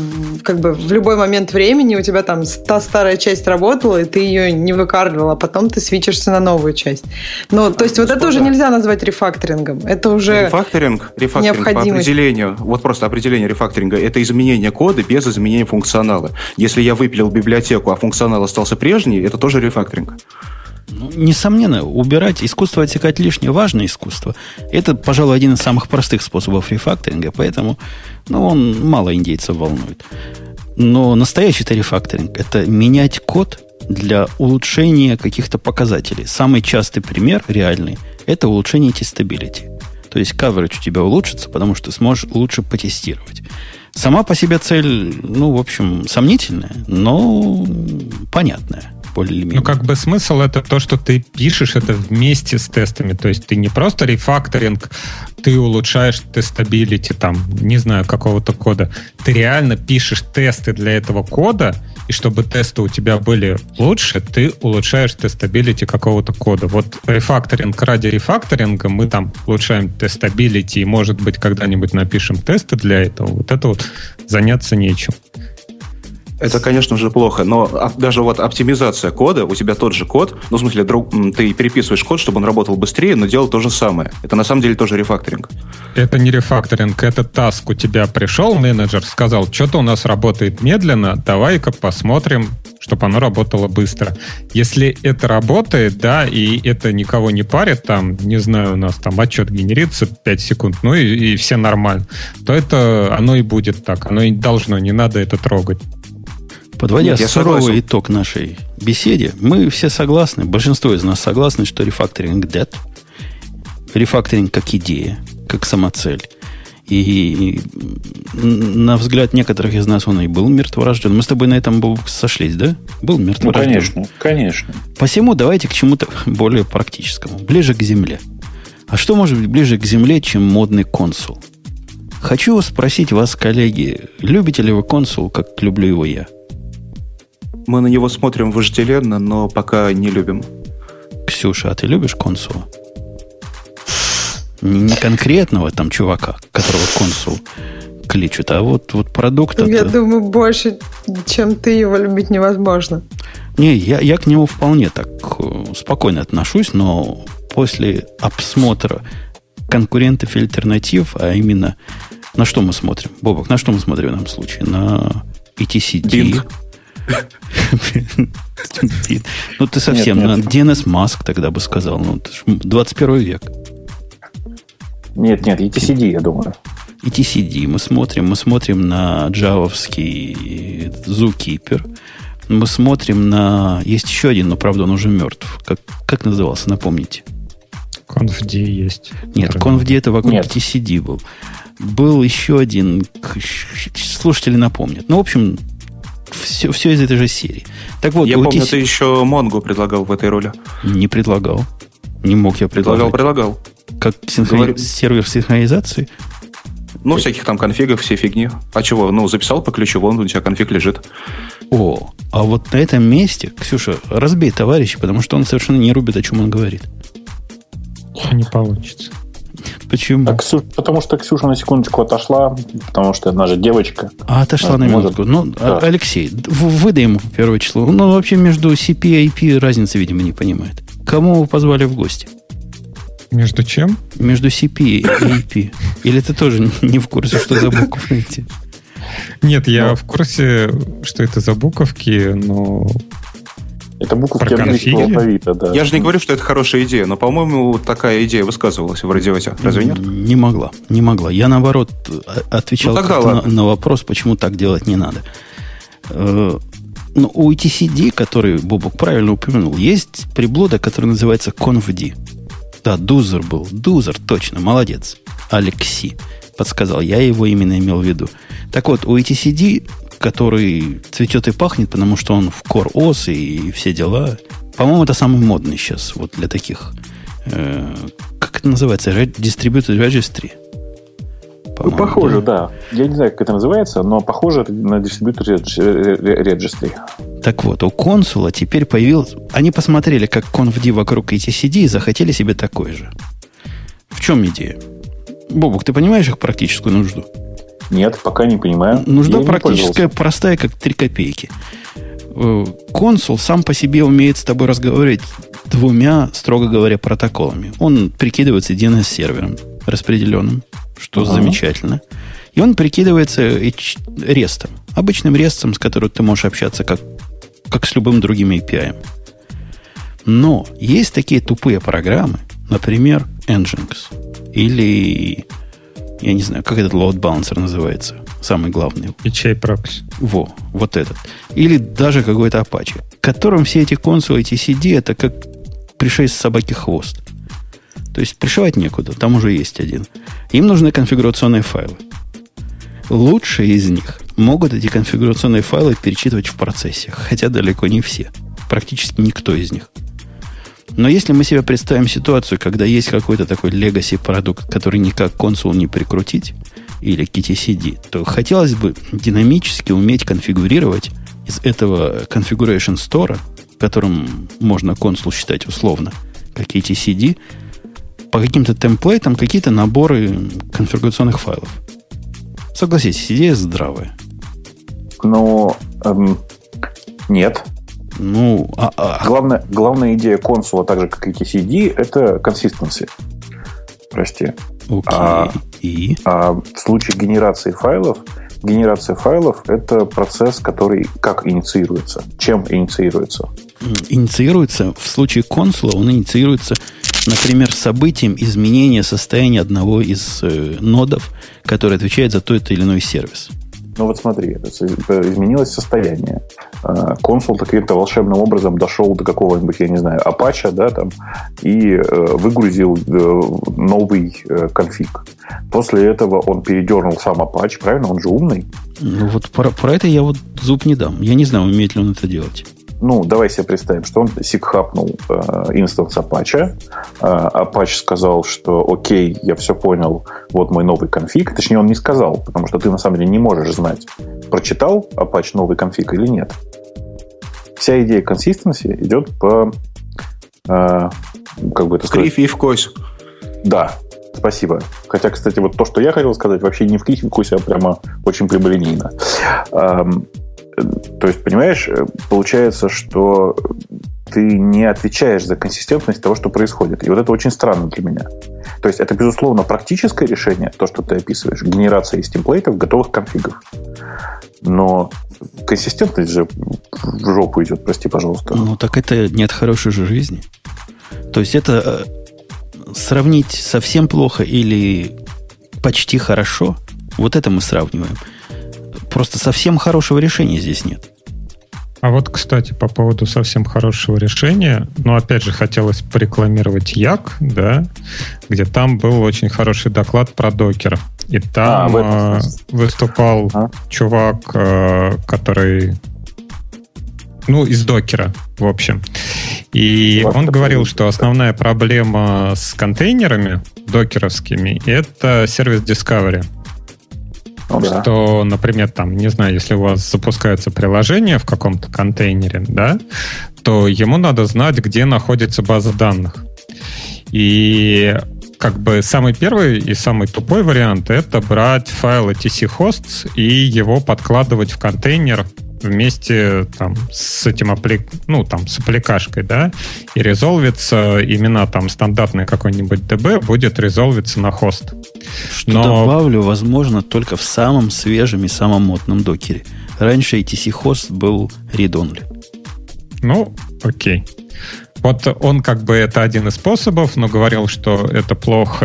в любой момент времени у тебя там та старая часть работала, и ты ее не выкармливал, а потом ты свитчишься на новую часть. То есть вот это уже нельзя назвать рефакторингом. Это уже рефакторинг по определению, вот просто определение рефакторинга, это изменение кода без изменения функционала. Если я выпилил библиотеку, а функционал остался прежний, это тоже рефакторинг. Несомненно, убирать искусство, отсекать лишнее, важное искусство. Это, пожалуй, один из самых простых способов рефакторинга, поэтому он мало индейцев волнует. Но настоящий-то рефакторинг – это менять код для улучшения каких-то показателей. Самый частый пример, реальный, это улучшение тестабилити. То есть coverage у тебя улучшится, потому что ты сможешь лучше потестировать. Сама по себе цель, в общем, сомнительная, но понятная. Более-менее. Смысл это то, что ты пишешь это вместе с тестами. То есть ты не просто рефакторинг, ты улучшаешь тестабилити, не знаю, какого-то кода. Ты реально пишешь тесты для этого кода, и чтобы тесты у тебя были лучше, ты улучшаешь тестабилити какого-то кода. Вот рефакторинг ради рефакторинга, мы улучшаем тестабилити, и, может быть, когда-нибудь напишем тесты для этого. Вот это заняться нечем. Это, конечно же, плохо, но даже вот оптимизация кода, у тебя тот же код, ну, в смысле, ты переписываешь код, чтобы он работал быстрее, но делал то же самое. Это на самом деле тоже рефакторинг. Это не рефакторинг, это таск. У тебя пришел менеджер, сказал, что-то у нас работает медленно, давай-ка посмотрим, чтобы оно работало быстро. Если это работает, да, и это никого не парит, там, не знаю, у нас там отчет генерится 5 секунд, ну и все нормально, то это оно и будет так, оно и должно, не надо это трогать. Подводя суровый итог нашей беседе, мы все согласны, большинство из нас согласны, что рефакторинг dead. Рефакторинг как идея, как самоцель. И на взгляд некоторых из нас он и был мертворожден. Мы с тобой на этом сошлись, да? Был мертворожден. Ну, конечно. Посему давайте к чему-то более практическому. Ближе к земле. А что может быть ближе к земле, чем модный консул? Хочу спросить вас, коллеги, любите ли вы консул, как люблю его я? Мы на него смотрим вожделенно, но пока не любим. Ксюша, а ты любишь консула? Не конкретного там чувака, которого консул кличут, а вот продукт. Я думаю, больше, чем ты, его любить невозможно. Не, я к нему вполне так спокойно отношусь, но после обсмотра конкурентов и альтернатив, а именно на что мы смотрим? Бобок, на что мы смотрим в данном случае? На etcd. Ну, ты совсем на DNS Mask тогда бы сказал. Ну, 21 век. Нет, etcd, я думаю. etcd мы смотрим на джавовский Zookeeper. Мы смотрим на... Есть еще один, но, правда, он уже мертв. Как назывался, напомните? Conf-D есть. Нет, Conf-D это вокруг etcd был. Был еще один, слушатели напомнят. Ну, в общем, все из этой же серии. Так вот, я помню, ты еще Mongo предлагал в этой роли. Не предлагал. Не мог я предлагать. Предлагал. Как сервер синхронизации? Ну, всяких там конфигов, все фигни. А чего? Ну, записал по ключу, вон у тебя конфиг лежит. О, а вот на этом месте, Ксюша, разбей товарища, потому что он совершенно не рубит, о чем он говорит. Не получится. Почему? Потому что Ксюша на секундочку отошла, потому что она же девочка. А отошла на минутку. Ну, да. Алексей, выдай ему первое число. Ну, вообще между CP и IP разницы, видимо, не понимает. Кому вы позвали в гости? Между чем? Между CP и IP. Или ты тоже не в курсе, что за буковки эти? Нет, я в курсе, что это за буковки, но... Это буковки английского алфавита, да. Я же не говорю, что это хорошая идея, но, по-моему, такая идея высказывалась в радиоте. Разве нет? Не могла. Я, наоборот, отвечал на вопрос, почему так делать не надо. Но у etcd, который Бобок правильно упомянул, есть приблуда, которая называется conf-d. Да, Дузер был. Дузер, точно, молодец. Алексей подсказал. Я его именно имел в виду. Так вот, у etcd, который цветет и пахнет, потому что он в Core OS и все дела. По-моему, это самый модный сейчас вот для таких... как это называется? Distributed Registry. Ну, похоже, да. Я не знаю, как это называется, но похоже на Distributed Registry. Так вот, у консула теперь появился... Они посмотрели, как conf-d вокруг etcd и захотели себе такой же. В чем идея? Бобук, ты понимаешь их практическую нужду? Нет, пока не понимаю. Нужда практическая, простая, как 3 копейки. Консул сам по себе умеет с тобой разговаривать 2, строго говоря, протоколами. Он прикидывается DNS-сервером распределенным, что замечательно. И он прикидывается рестом. Обычным рестом, с которым ты можешь общаться как с любым другим API. Но есть такие тупые программы, например, Nginx. Или, я не знаю, как этот load balancer называется, самый главный. PHA Proxy. Вот этот. Или даже какой-то Apache, которым все эти консулы, etcd, это как пришесть с собаки хвост. То есть пришивать некуда, там уже есть один. Им нужны конфигурационные файлы. Лучшие из них могут эти конфигурационные файлы перечитывать в процессе, хотя далеко не все. Практически никто из них. Но если мы себе представим ситуацию, когда есть какой-то такой legacy продукт, который никак консул не прикрутить, или к etcd, то хотелось бы динамически уметь конфигурировать из этого configuration store, которым можно консул считать условно, как etcd, по каким-то темплейтам какие-то наборы конфигурационных файлов. Согласитесь, идея здравая. Но Нет. Главная идея консула, так же, как и TCD, это consistency. Прости. Окей. А в случае генерация файлов – это процесс, который как инициируется? Чем инициируется? Инициируется, в случае консула, он инициируется, например, событием изменения состояния одного из нодов, который отвечает за тот или иной сервис. Ну вот смотри, изменилось состояние. Консул каким-то волшебным образом дошел до какого-нибудь, я не знаю, Apache, да, там, и выгрузил новый конфиг. После этого он передернул сам Apache, правильно? Он же умный. Ну вот про это я вот зуб не дам. Я не знаю, умеет ли он это делать. Ну, давай себе представим, что он сикхапнул инстанс Apache. Apache сказал, что окей, я все понял, вот мой новый конфиг. Точнее, он не сказал, потому что ты на самом деле не можешь знать, прочитал Apache новый конфиг или нет. Вся идея консистенции идет по... как бы это сказать? В крифе и в косе. Да, спасибо. Хотя, кстати, вот то, что я хотел сказать, вообще не в крифе и в косе, а прямо очень прямолинейно. То есть, понимаешь, получается, что ты не отвечаешь за консистентность того, что происходит. И вот это очень странно для меня. То есть, это, безусловно, практическое решение, то, что ты описываешь, генерация из темплейтов готовых конфигов. Но консистентность же в жопу идет, прости, пожалуйста. Ну, так это не от хорошей же жизни. То есть, это сравнить совсем плохо или почти хорошо, вот это мы сравниваем. Просто совсем хорошего решения здесь нет. А вот, кстати, по поводу совсем хорошего решения, ну, опять же, хотелось порекламировать Як, да, где там был очень хороший доклад про докер. И там выступал чувак, который... Ну, из докера, в общем. И он говорил, что основная проблема с контейнерами докеровскими – это сервис Discovery. Что, например, там, не знаю, если у вас запускается приложение в каком-то контейнере, да, то ему надо знать, где находится база данных. И как бы самый первый и самый тупой вариант — это брать файл etc-hosts и его подкладывать в контейнер вместе там, с этим с аппликашкой, да, и резолвится именно там стандартный какой-нибудь DB будет резолвиться на хост. Что добавлю, возможно, только в самом свежем и самом модном докере. Раньше etc-host был read-only. Ну, окей. Вот он как бы это один из способов, но говорил, что это плохо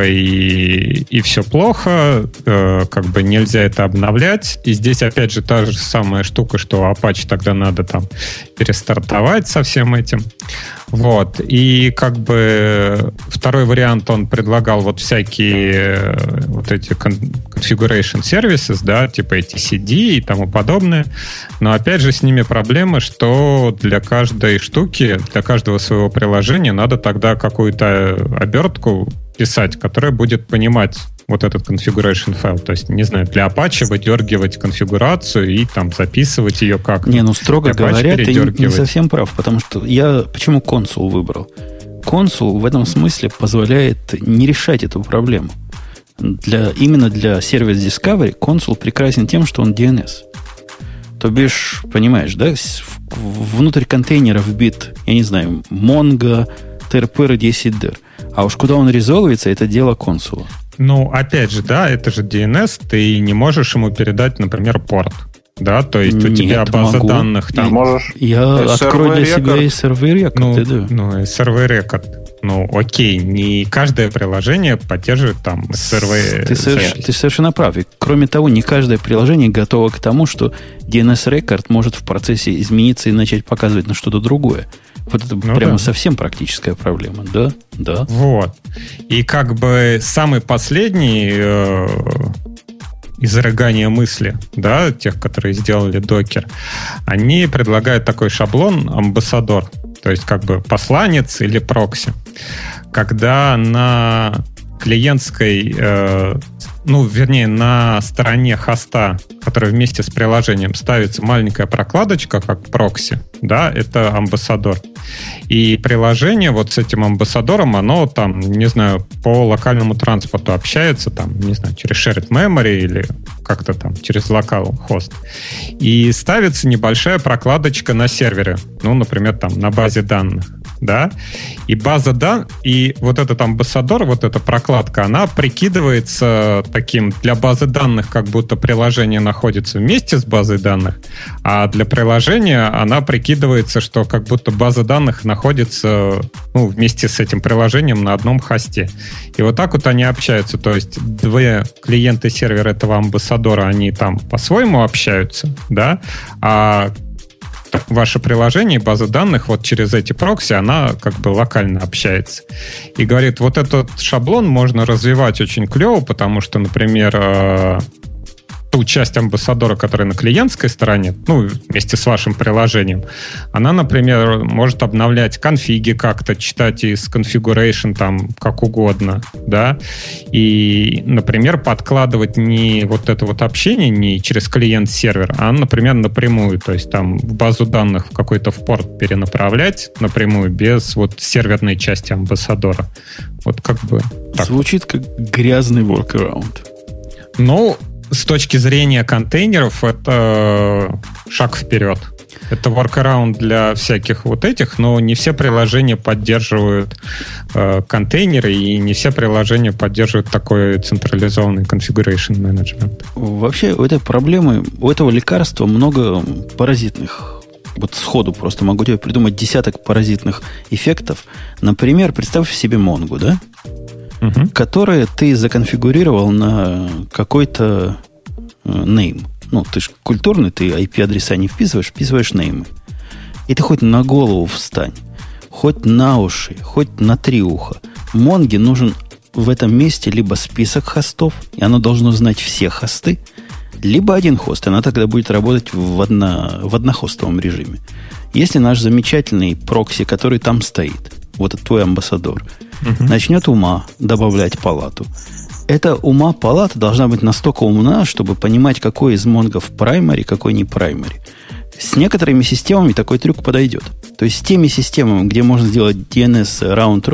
и все плохо, как бы нельзя это обновлять. И здесь опять же та же самая штука, что Apache тогда надо там перестартовать со всем этим. Вот. И как бы второй вариант он предлагал вот всякие вот эти configuration services, да, типа etcd и тому подобное. Но опять же с ними проблема, что для каждой штуки, для каждого своего приложения надо тогда какую-то обертку писать, которая будет понимать вот этот configuration файл. То есть, не знаю, для Apache выдергивать конфигурацию и там записывать ее как. Не, ну строго говоря, ты не совсем прав, потому что я почему консул выбрал? Консул в этом смысле позволяет не решать эту проблему. Именно для сервис Discovery консул прекрасен тем, что он DNS. То бишь, понимаешь, да, внутрь контейнера вбит, я не знаю, Mongo, TRP, 10dir. А уж куда он резолвится, это дело консула. Ну, опять же, да, это же DNS, ты не можешь ему передать, например, порт. Да, то есть у тебя база данных там. Можешь. Я открою для себя и сервер рекорд. Ну, и сервер рекорд. Ну, окей, не каждое приложение поддерживает там сервер. Ты совершенно прав. И, кроме того, не каждое приложение готово к тому, что DNS рекорд может в процессе измениться и начать показывать на что-то другое. Вот это прямо совсем практическая проблема, да? Да. Вот. И как бы самый последний изрыгание мысли, да, тех, которые сделали докер, они предлагают такой шаблон амбассадор, то есть как бы посланец или прокси. Когда на клиентской, на стороне хоста, которая вместе с приложением ставится маленькая прокладочка, как прокси, да, это амбассадор. И приложение вот с этим амбассадором, оно там, не знаю, по локальному транспорту общается, там, не знаю, через shared memory или как-то там через localhost. И ставится небольшая прокладочка на сервере. Ну, например, там на базе данных. Да? И база данных, и вот этот амбассадор, вот эта прокладка, она прикидывается таким для базы данных, как будто приложение находится вместе с базой данных, а для приложения она прикидывается, что как будто база данных находится вместе с этим приложением на одном хосте. И вот так вот они общаются. То есть две клиенты сервера этого амбассадора, они там по-своему общаются, да, а ваше приложение, база данных вот через эти прокси, она как бы локально общается. И говорит, вот этот шаблон можно развивать очень клево, потому что, например, ту часть амбассадора, которая на клиентской стороне, вместе с вашим приложением, она, например, может обновлять конфиги как-то, читать из configuration там как угодно, да, и, например, подкладывать не вот это вот общение не через клиент-сервер, а, например, напрямую, то есть там в базу данных в какой-то в порт перенаправлять напрямую без вот серверной части амбассадора. Вот как бы так. Звучит как грязный workaround. С точки зрения контейнеров это шаг вперед. Это workaround для всяких вот этих, но не все приложения поддерживают контейнеры, и не все приложения поддерживают такой централизованный configuration management. Вообще у этой проблемы, у этого лекарства много паразитных. Вот сходу просто могу тебе придумать десяток паразитных эффектов. Например, представь себе Mongo, да? Которые ты законфигурировал на какой-то name. Ты же культурный, ты IP-адреса не вписываешь неймы. И ты хоть на голову встань, хоть на уши, хоть на 3 уха. Монге нужен в этом месте либо список хостов, и оно должно знать все хосты, либо один хост, и она тогда будет работать в однохостовом режиме. Если наш замечательный прокси, который там стоит, вот этот твой амбассадор, начнет ума добавлять палату. Эта ума палата должна быть настолько умна, чтобы понимать, какой из монгов праймари, какой не праймари. С некоторыми системами такой трюк подойдет. То есть с теми системами, где можно сделать DNS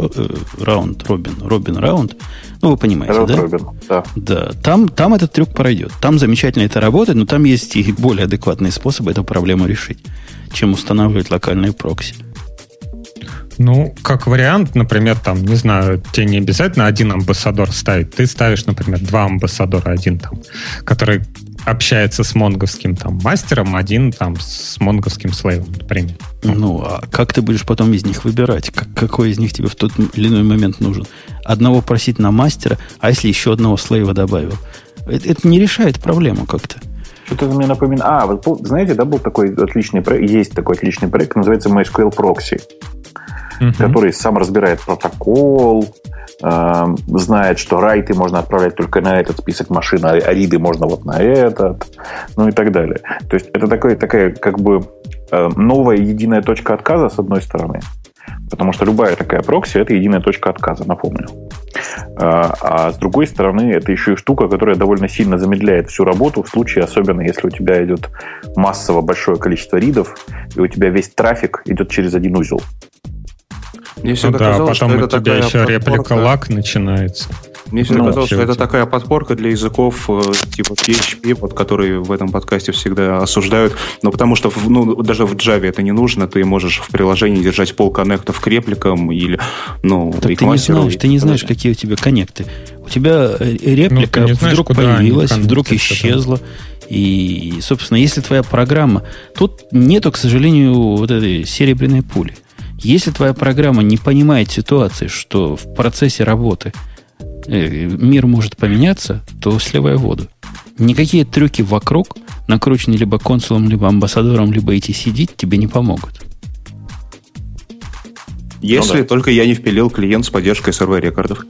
Robin, вы понимаете, да? Robin, да. Там этот трюк пройдет. Там замечательно это работает, но там есть и более адекватные способы эту проблему решить, чем устанавливать локальные прокси. Как вариант, например, там, не знаю, тебе не обязательно один амбассадор ставить. Ты ставишь, например, 2 амбассадора. Один там, который общается с монговским там мастером, один там с монговским слейвом, например. А как ты будешь потом из них выбирать? Какой из них тебе в тот или иной момент нужен? Одного просить на мастера, а если еще одного слейва добавил? Это не решает проблему как-то. Что-то мне напоминает. Знаете, да, был такой отличный проект, есть такой отличный проект, называется MySQL Proxy, который сам разбирает протокол, знает, что райты можно отправлять только на этот список машин, а риды можно вот на этот, и так далее. То есть это такая как бы новая единая точка отказа, с одной стороны, потому что любая такая прокси – это единая точка отказа, напомню. А с другой стороны, это еще и штука, которая довольно сильно замедляет всю работу в случае, особенно если у тебя идет массово большое количество ридов, и у тебя весь трафик идет через один узел. Мне всегда казалось, потом что у тебя еще реплика лак начинается. Мне всегда казалось, что это такая подпорка для языков типа PHP, вот, которые в этом подкасте всегда осуждают. Но потому что даже в Java это не нужно. Ты можешь в приложении держать пол коннектов к репликам или так ты не знаешь, какие у тебя коннекты. У тебя реплика вдруг появилась, вдруг исчезла. И, собственно, если твоя программа... Тут нету, к сожалению, вот этой серебряной пули. Если твоя программа не понимает ситуации, что в процессе работы мир может поменяться, то сливай воду. Никакие трюки вокруг, накрученные либо консулом, либо амбассадором, либо etcd, тебе не помогут. Если только я не впилил клиент с поддержкой сервер-рекордов.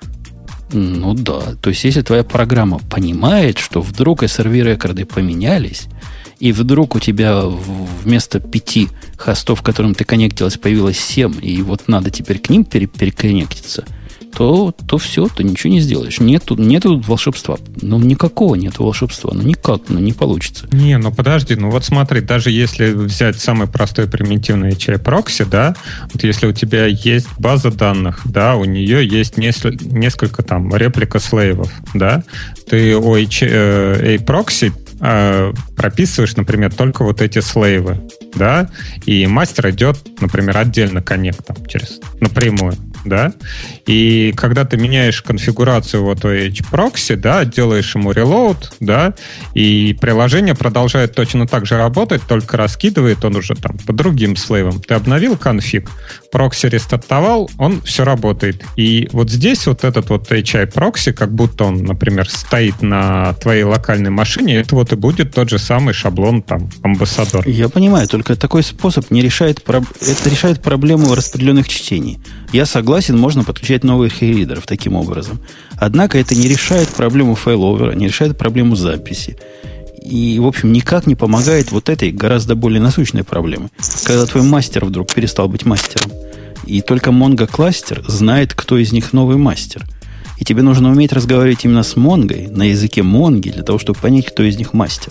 То есть, если твоя программа понимает, что вдруг SRV-рекорды поменялись, и вдруг у тебя вместо 5 хостов, к которым ты коннектилась, появилось 7, и вот надо теперь к ним переконнектиться, то все, ты ничего не сделаешь. Нету волшебства. Ну, никакого нету волшебства. Ну, никак, не получится. Не, подожди, вот смотри, даже если взять самый простой примитивный HA-прокси, да, вот если у тебя есть база данных, да, у нее есть несколько там реплика слейвов, да, ты у HA-прокси прописываешь, например, только вот эти слейвы, да, и мастер идет, например, отдельно коннектом напрямую, да, и когда ты меняешь конфигурацию вот у HProxy, да, делаешь ему reload, да, и приложение продолжает точно так же работать, только раскидывает он уже там по другим слейвам. Ты обновил конфиг, прокси рестартовал, он все работает. И вот здесь вот этот вот HI-прокси, как будто он, например, стоит на твоей локальной машине, это вот и будет тот же самый шаблон там Ambassador. Я понимаю, только такой способ не решает, это решает проблему распределенных чтений. Я согласен, можно подключать новых ридеров таким образом. Однако это не решает проблему файловера, не решает проблему записи. И, в общем, никак не помогает вот этой гораздо более насущной проблеме. Когда твой мастер вдруг перестал быть мастером, и только Mongo кластер знает, кто из них новый мастер. И тебе нужно уметь разговаривать именно с Монгой, на языке Монги, для того, чтобы понять, кто из них мастер.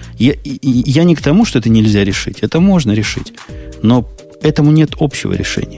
Я не к тому, что это нельзя решить. Это можно решить. Но этому нет общего решения.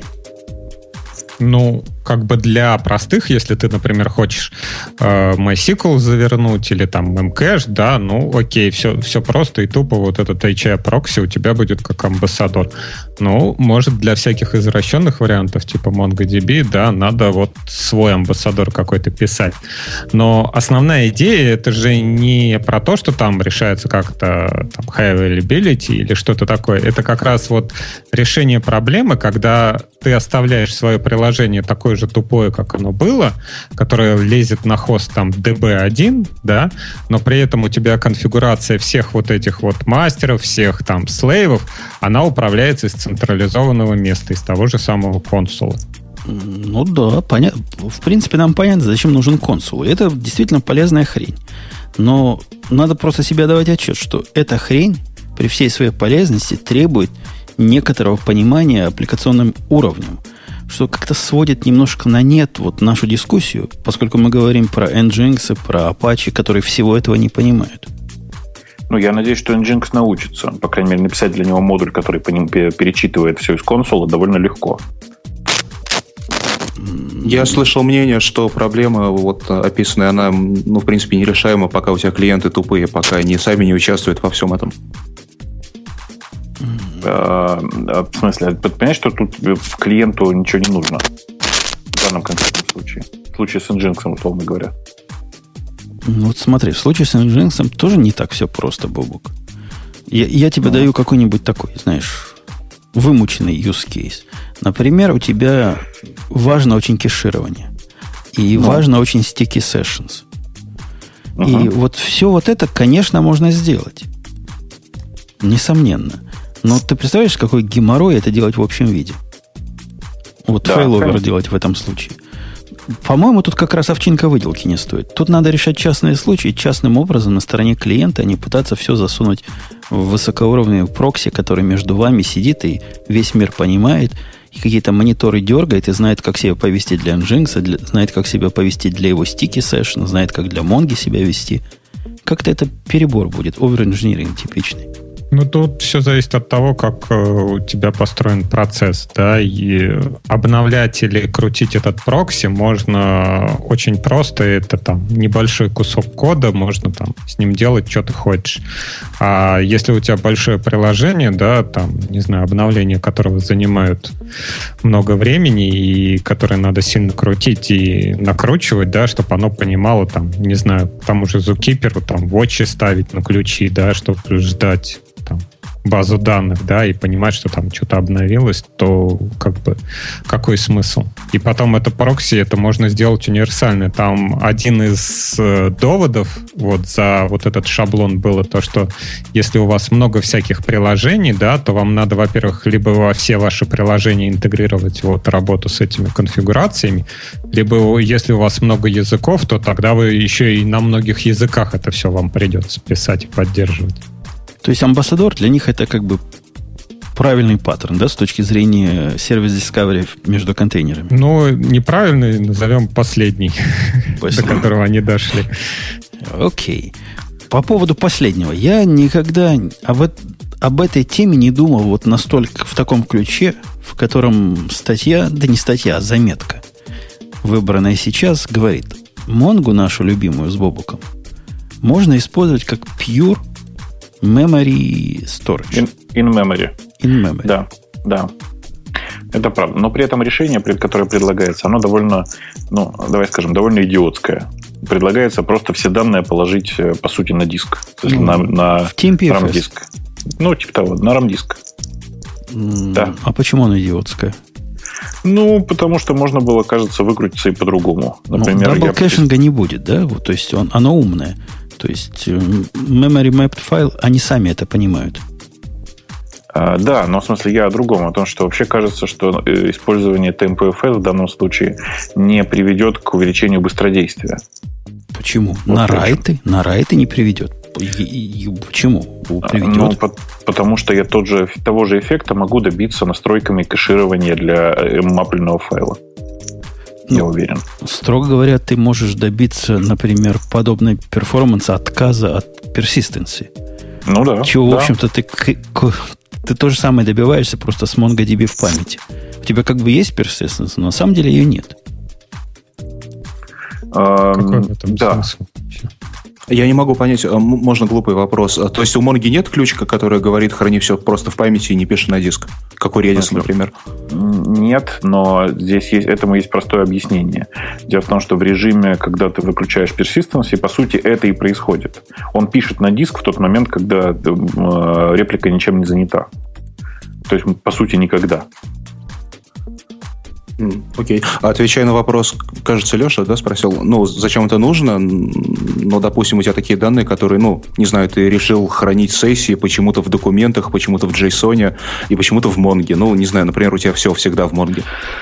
Ну, как бы для простых, если ты, например, хочешь MySQL завернуть или там Memcache, да, ну, окей, все просто и тупо, вот этот HI-прокси у тебя будет как амбассадор. Ну, может, для всяких извращенных вариантов, типа MongoDB, да, надо вот свой амбассадор какой-то писать. Но основная идея, это же не про то, что там решается как-то там, high availability или что-то такое. Это как раз вот решение проблемы, когда ты оставляешь свое приложение такое же тупое, как оно было, которое лезет на хост там DB1, да, но при этом у тебя конфигурация всех вот этих вот мастеров, всех там слейвов, она управляется из централизованного места, из того же самого консула. Ну да, понятно. В принципе, нам понятно, зачем нужен консул. И это действительно полезная хрень. Но надо просто себе давать отчет, что эта хрень при всей своей полезности требует некоторого понимания аппликационным уровнем, что как-то сводит немножко на нет вот нашу дискуссию, поскольку мы говорим про Nginx, про Apache, которые всего этого не понимают. Ну, я надеюсь, что Nginx научится. По крайней мере, написать для него модуль, который перечитывает все из консола, довольно легко. Я слышал мнение, что проблема вот описанная, она, ну, в принципе, нерешаема, пока у тебя клиенты тупые, пока они сами не участвуют во всем этом. В смысле, ты понимаешь, что тут в клиенту ничего не нужно в данном конкретном случае? В случае с Nginx, условно говоря. Ну вот смотри, в случае с Nginx тоже не так все просто, Бобук. Я тебе даю какой-нибудь такой, знаешь, вымученный use case. Например, у тебя важно очень кеширование. И важно очень sticky sessions. И вот все вот это, конечно, можно сделать. Несомненно. Но ты представляешь, какой геморрой это делать в общем виде? Вот да, файловер делать в этом случае. По-моему, тут как раз овчинка выделки не стоит. Тут надо решать частные случаи частным образом на стороне клиента, а не пытаться все засунуть в высокоуровневый прокси, который между вами сидит и весь мир понимает, и какие-то мониторы дергает и знает, как себя повести для Nginx, знает, как себя повести для его sticky session, знает, как для Mongo себя вести. Как-то это перебор будет, оверинжиниринг типичный. Ну, тут все зависит от того, как у тебя построен процесс, да, и обновлять или крутить этот прокси можно очень просто, это там небольшой кусок кода, можно там с ним делать, что ты хочешь. А если у тебя большое приложение, да, там, не знаю, обновления которого занимают много времени и которые надо сильно крутить и накручивать, да, чтобы оно понимало, там, не знаю, тому же Zookeeper, там, watch ставить на ключи, да, чтобы ждать там, базу данных, да, и понимать, что там что-то обновилось, то как бы какой смысл? И потом это прокси, это можно сделать универсально. Там один из доводов вот за вот этот шаблон было то, что если у вас много всяких приложений, да, то вам надо, во-первых, либо во все ваши приложения интегрировать вот работу с этими конфигурациями, либо если у вас много языков, то тогда вы еще и на многих языках это все вам придется писать и поддерживать. То есть амбассадор для них это как бы правильный паттерн, да, с точки зрения сервис Discovery между контейнерами? Ну, неправильный, назовем последний, до которого они дошли. Окей. По поводу последнего. Я никогда об этой теме не думал вот настолько в таком ключе, в котором статья, да не статья, а заметка, выбранная сейчас, говорит, Монгу, нашу любимую с Бобуком, можно использовать как pure memory storage. In memory. In memory. Да. Это правда. Но при этом решение, которое предлагается, оно довольно, довольно идиотское. Предлагается просто все данные положить, по сути, на диск. На RAM-диск. Ну, типа того, на RAM-диск. Да. А почему оно идиотское? Ну, потому что можно было, кажется, выкрутиться и по-другому. Например, дабл-кэшинга не будет, да? Вот, то есть оно умное. То есть memory mapped файл, они сами это понимают. Да, но в смысле я о другом, о том, что вообще кажется, что использование TMPFS в данном случае не приведет к увеличению быстродействия. Почему? Вот на райты не приведет. Почему? Приведет? Ну, потому что я того же эффекта могу добиться настройками кэширования для мапленного файла. Я уверен. Строго говоря, ты можешь добиться, например, подобной перформанса отказа от персистенции. Ну да. Чего, в общем-то, ты то же самое добиваешься просто с MongoDB в памяти. У тебя как бы есть persistence, но на самом деле ее нет. Какой в этом смысл? Я не могу понять, можно глупый вопрос. То есть у Монги нет ключика, который говорит, храни все просто в памяти и не пиши на диск? Как у Redis, например. Нет, но здесь этому есть простое объяснение. Дело в том, что в режиме, когда ты выключаешь persistence, по сути, это и происходит. Он пишет на диск в тот момент, когда реплика ничем не занята. То есть, по сути, никогда. Окей. Отвечая на вопрос, кажется, Леша, да, спросил, зачем это нужно? Допустим, у тебя такие данные, которые, не знаю, ты решил хранить сессии почему-то в документах, почему-то в JSON и почему-то в Монге. Не знаю, например, у тебя все всегда в Монге.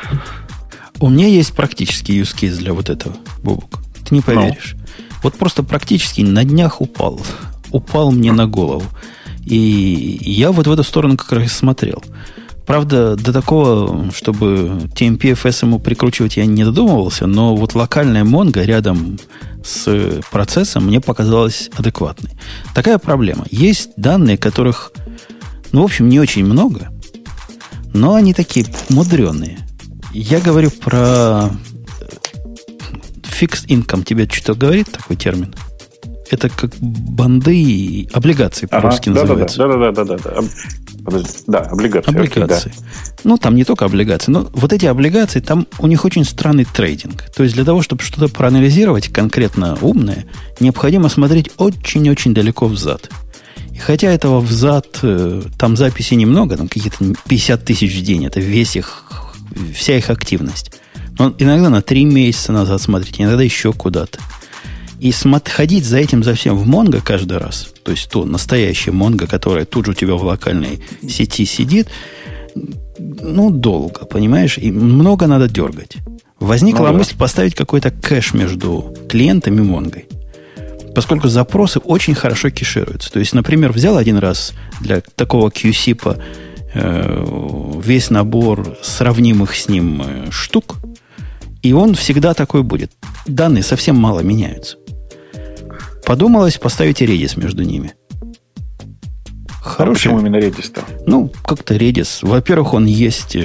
У меня есть практический use case для вот этого, Бобук. Ты не поверишь. Вот просто практически на днях упал. Упал мне на голову. И я вот в эту сторону как раз смотрел. Правда, до такого, чтобы TMPFS ему прикручивать, я не додумывался, но вот локальная Mongo рядом с процессом мне показалась адекватной. Такая проблема. Есть данные, которых, в общем, не очень много, но они такие мудреные. Я говорю про fixed income. Тебе что-то говорит такой термин? Это как банды и облигации по-русски называются. Да. Подожди. Да, облигации. Облигации. Да. Там не только облигации, но вот эти облигации, там у них очень странный трейдинг. То есть для того, чтобы что-то проанализировать конкретно умное, необходимо смотреть очень-очень далеко взад. И хотя этого взад, там записей немного, там какие-то 50 тысяч в день, это вся их активность. Но иногда на 3 месяца назад смотрите, иногда еще куда-то. И ходить за всем в Mongo каждый раз, то есть то настоящее Mongo, которое тут же у тебя в локальной сети сидит, долго, понимаешь? И много надо дергать. Возникла мысль поставить какой-то кэш между клиентом и Mongo. Поскольку запросы очень хорошо кешируются. То есть, например, взял один раз для такого QSIP весь набор сравнимых с ним штук, и он всегда такой будет. Данные совсем мало меняются. Подумалось поставить Redis между ними. Хороший. А почему именно Redis-то? Как-то Redis. Во-первых, он есть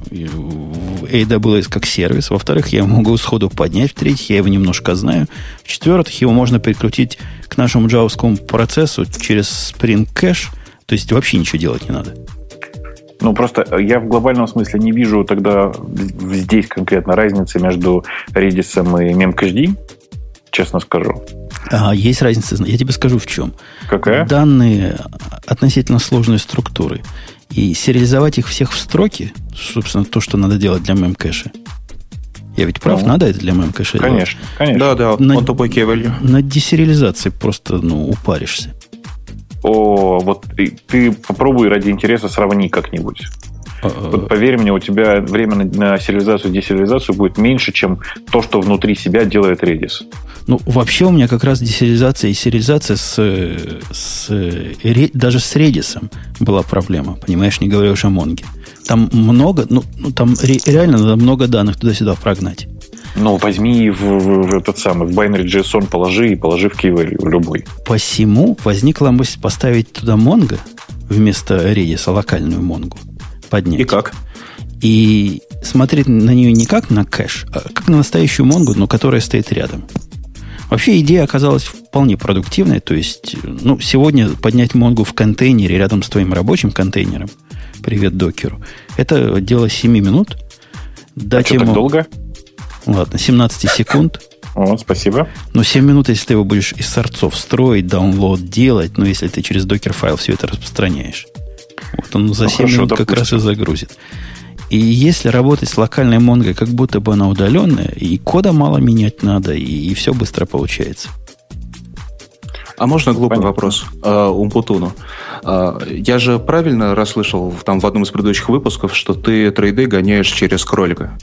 в AWS как сервис. Во-вторых, я могу сходу поднять. В-третьих, я его немножко знаю. В-четвертых, его можно прикрутить к нашему джавовскому процессу через Spring Cache. То есть вообще ничего делать не надо. Просто я в глобальном смысле не вижу тогда здесь конкретно разницы между Redis и memcached, честно скажу. Есть разница. Я тебе скажу в чем. Какая? Данные относительно сложной структуры. И сериализовать их всех в строки, собственно, то, что надо делать для memcache. Я ведь прав, надо это для memcache делать? Конечно. Да, он тупой key value. На десериализации просто, упаришься. Вот ты попробуй ради интереса сравни как-нибудь. Вот поверь мне, у тебя время на сериализацию и десериализацию будет меньше, чем то, что внутри себя делает Redis. Ну, вообще у меня как раз десериализация и сериализация даже с Redis была проблема. Понимаешь, не говоря уж о Монге. Там много, там реально надо много данных туда-сюда прогнать. Ну, возьми в этот самый, в binary JSON положи в key-value, в любой. Посему возникла мысль поставить туда Mongo вместо Redis, локальную Монгу поднять. И как? И смотреть на нее не как на кэш, а как на настоящую Монгу, но которая стоит рядом. Вообще идея оказалась вполне продуктивной. То есть, сегодня поднять Монгу в контейнере рядом с твоим рабочим контейнером, привет докеру, это дело 7 минут. Дать ему... так долго? Ладно, 17 секунд. Вот, спасибо. Но 7 минут, если ты его будешь из сорцов строить, download делать, если ты через докер-файл все это распространяешь. Вот он за 7 минут как раз и загрузит. И если работать с локальной Монгой, как будто бы она удаленная, и кода мало менять надо, и все быстро получается. А можно глупый вопрос Умпутуну? Я же правильно расслышал там в одном из предыдущих выпусков, что ты трейды гоняешь через кролика?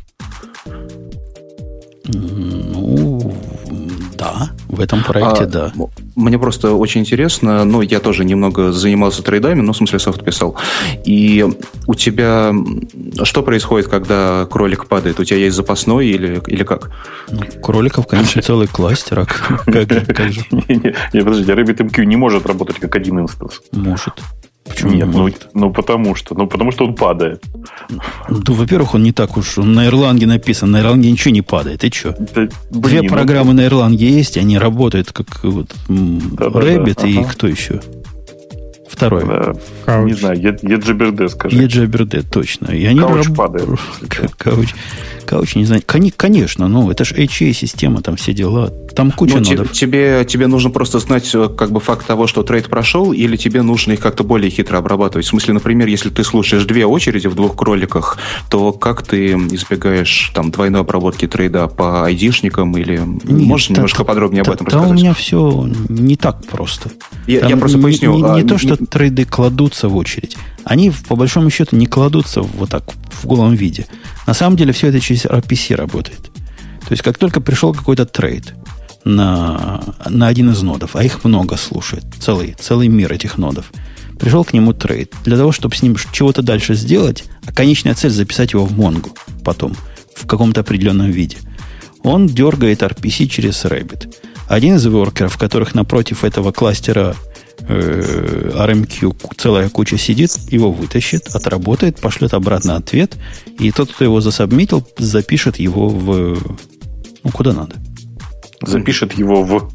Ну, да, в этом проекте да. Мне просто очень интересно, я тоже немного занимался трейдами, в смысле софт писал. И у тебя что происходит, когда кролик падает? У тебя есть запасной или как? Кроликов, конечно, целый кластер. Как же? Не, подожди, RabbitMQ не может работать как один инстанс. Может. Почему нет? Потому что он падает. Ну, во-первых, он не так уж. Он на Erlang написан. На Erlang ничего не падает. Ты что? Две программы на Erlang есть, они работают как Rabbit и кто еще? Второй. Не знаю, EJBRD, скажи. EJBRD, точно. И они падает. Кауч, не знаю. Конечно, это же HA-система, там все дела. Там куча нодов. Тебе нужно просто знать факт того, что трейд прошел, или тебе нужно их как-то более хитро обрабатывать? В смысле, например, если ты слушаешь две очереди в двух кроликах, то как ты избегаешь двойной обработки трейда по айдишникам? Или можешь немножко подробнее об этом рассказать? У меня все не так просто. Я просто поясню. Не то, что трейды кладутся в очередь. Они, по большому счету, не кладутся вот так в голом виде. На самом деле, все это через RPC работает. То есть, как только пришел какой-то трейд на один из нодов, а их много слушает, целый мир этих нодов, пришел к нему трейд. Для того, чтобы с ним чего-то дальше сделать, а конечная цель записать его в Монгу потом, в каком-то определенном виде, он дергает RPC через Rabbit. Один из воркеров, которых напротив этого кластера RMQ целая куча сидит, его вытащит, отработает, пошлет обратно ответ, и тот, кто его засабмитил, запишет его куда надо. Запишет его в...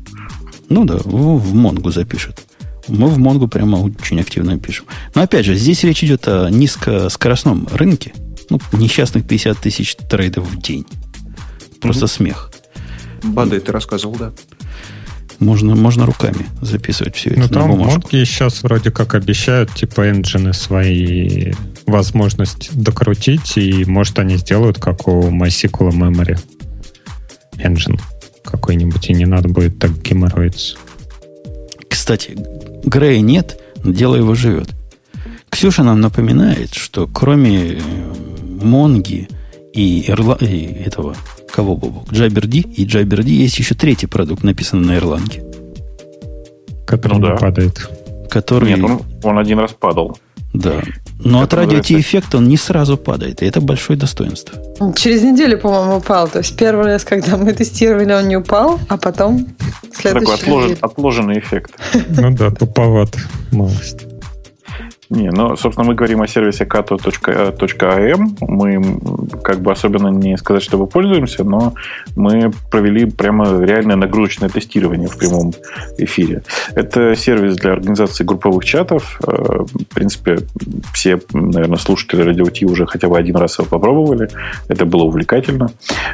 в Монгу запишет. Мы в Монгу прямо очень активно пишем. Но опять же, здесь речь идет о низкоскоростном рынке. Несчастных 50 тысяч трейдов в день. Просто смех. Бады ты рассказывал, да. Можно руками записывать все это там на бумажку. Монги сейчас вроде как обещают, энджины свои возможность докрутить, и может они сделают, как у MySQL Memory engine какой-нибудь, и не надо будет так геморроиться. Кстати, Грея нет, но дело его живет. Ксюша нам напоминает, что кроме Монги и этого... Кого, Бобок? JBRD есть еще третий продукт, написанный на Erlang. Который не падает. Нет, он один раз падал. Да. Но от радио-эффекта он не сразу падает, и это большое достоинство. Через неделю, по-моему, упал. То есть первый раз, когда мы тестировали, он не упал, а потом следующий. Такой отложенный эффект. Туповат. Малость. Собственно, мы говорим о сервисе kato.am. Мы особенно не сказать, что мы пользуемся, но мы провели прямо реальное нагрузочное тестирование в прямом эфире. Это сервис для организации групповых чатов. В принципе, все, наверное, слушатели Radio T уже хотя бы один раз его попробовали. Это было увлекательно.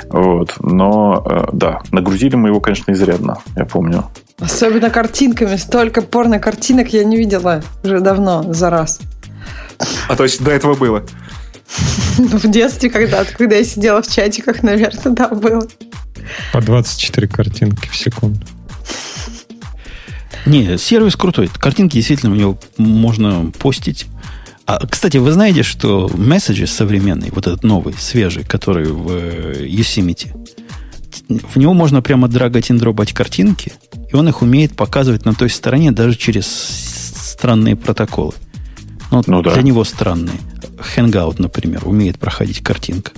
Но, да, нагрузили мы его, конечно, изрядно, я помню. Особенно картинками. Столько порно-картинок я не видела уже давно, за раз. А то есть до этого было? В детстве когда я сидела в чатиках, наверное, да, было. По 24 картинки в секунду. Не, сервис крутой. Картинки действительно у него можно постить. Кстати, вы знаете, что Messages современный, вот этот новый, свежий, который в Yosemite, в него можно прямо драгать и дробать картинки, и он их умеет показывать на той стороне даже через странные протоколы. Ну, для него странные. Hangout, например, умеет проходить картинка.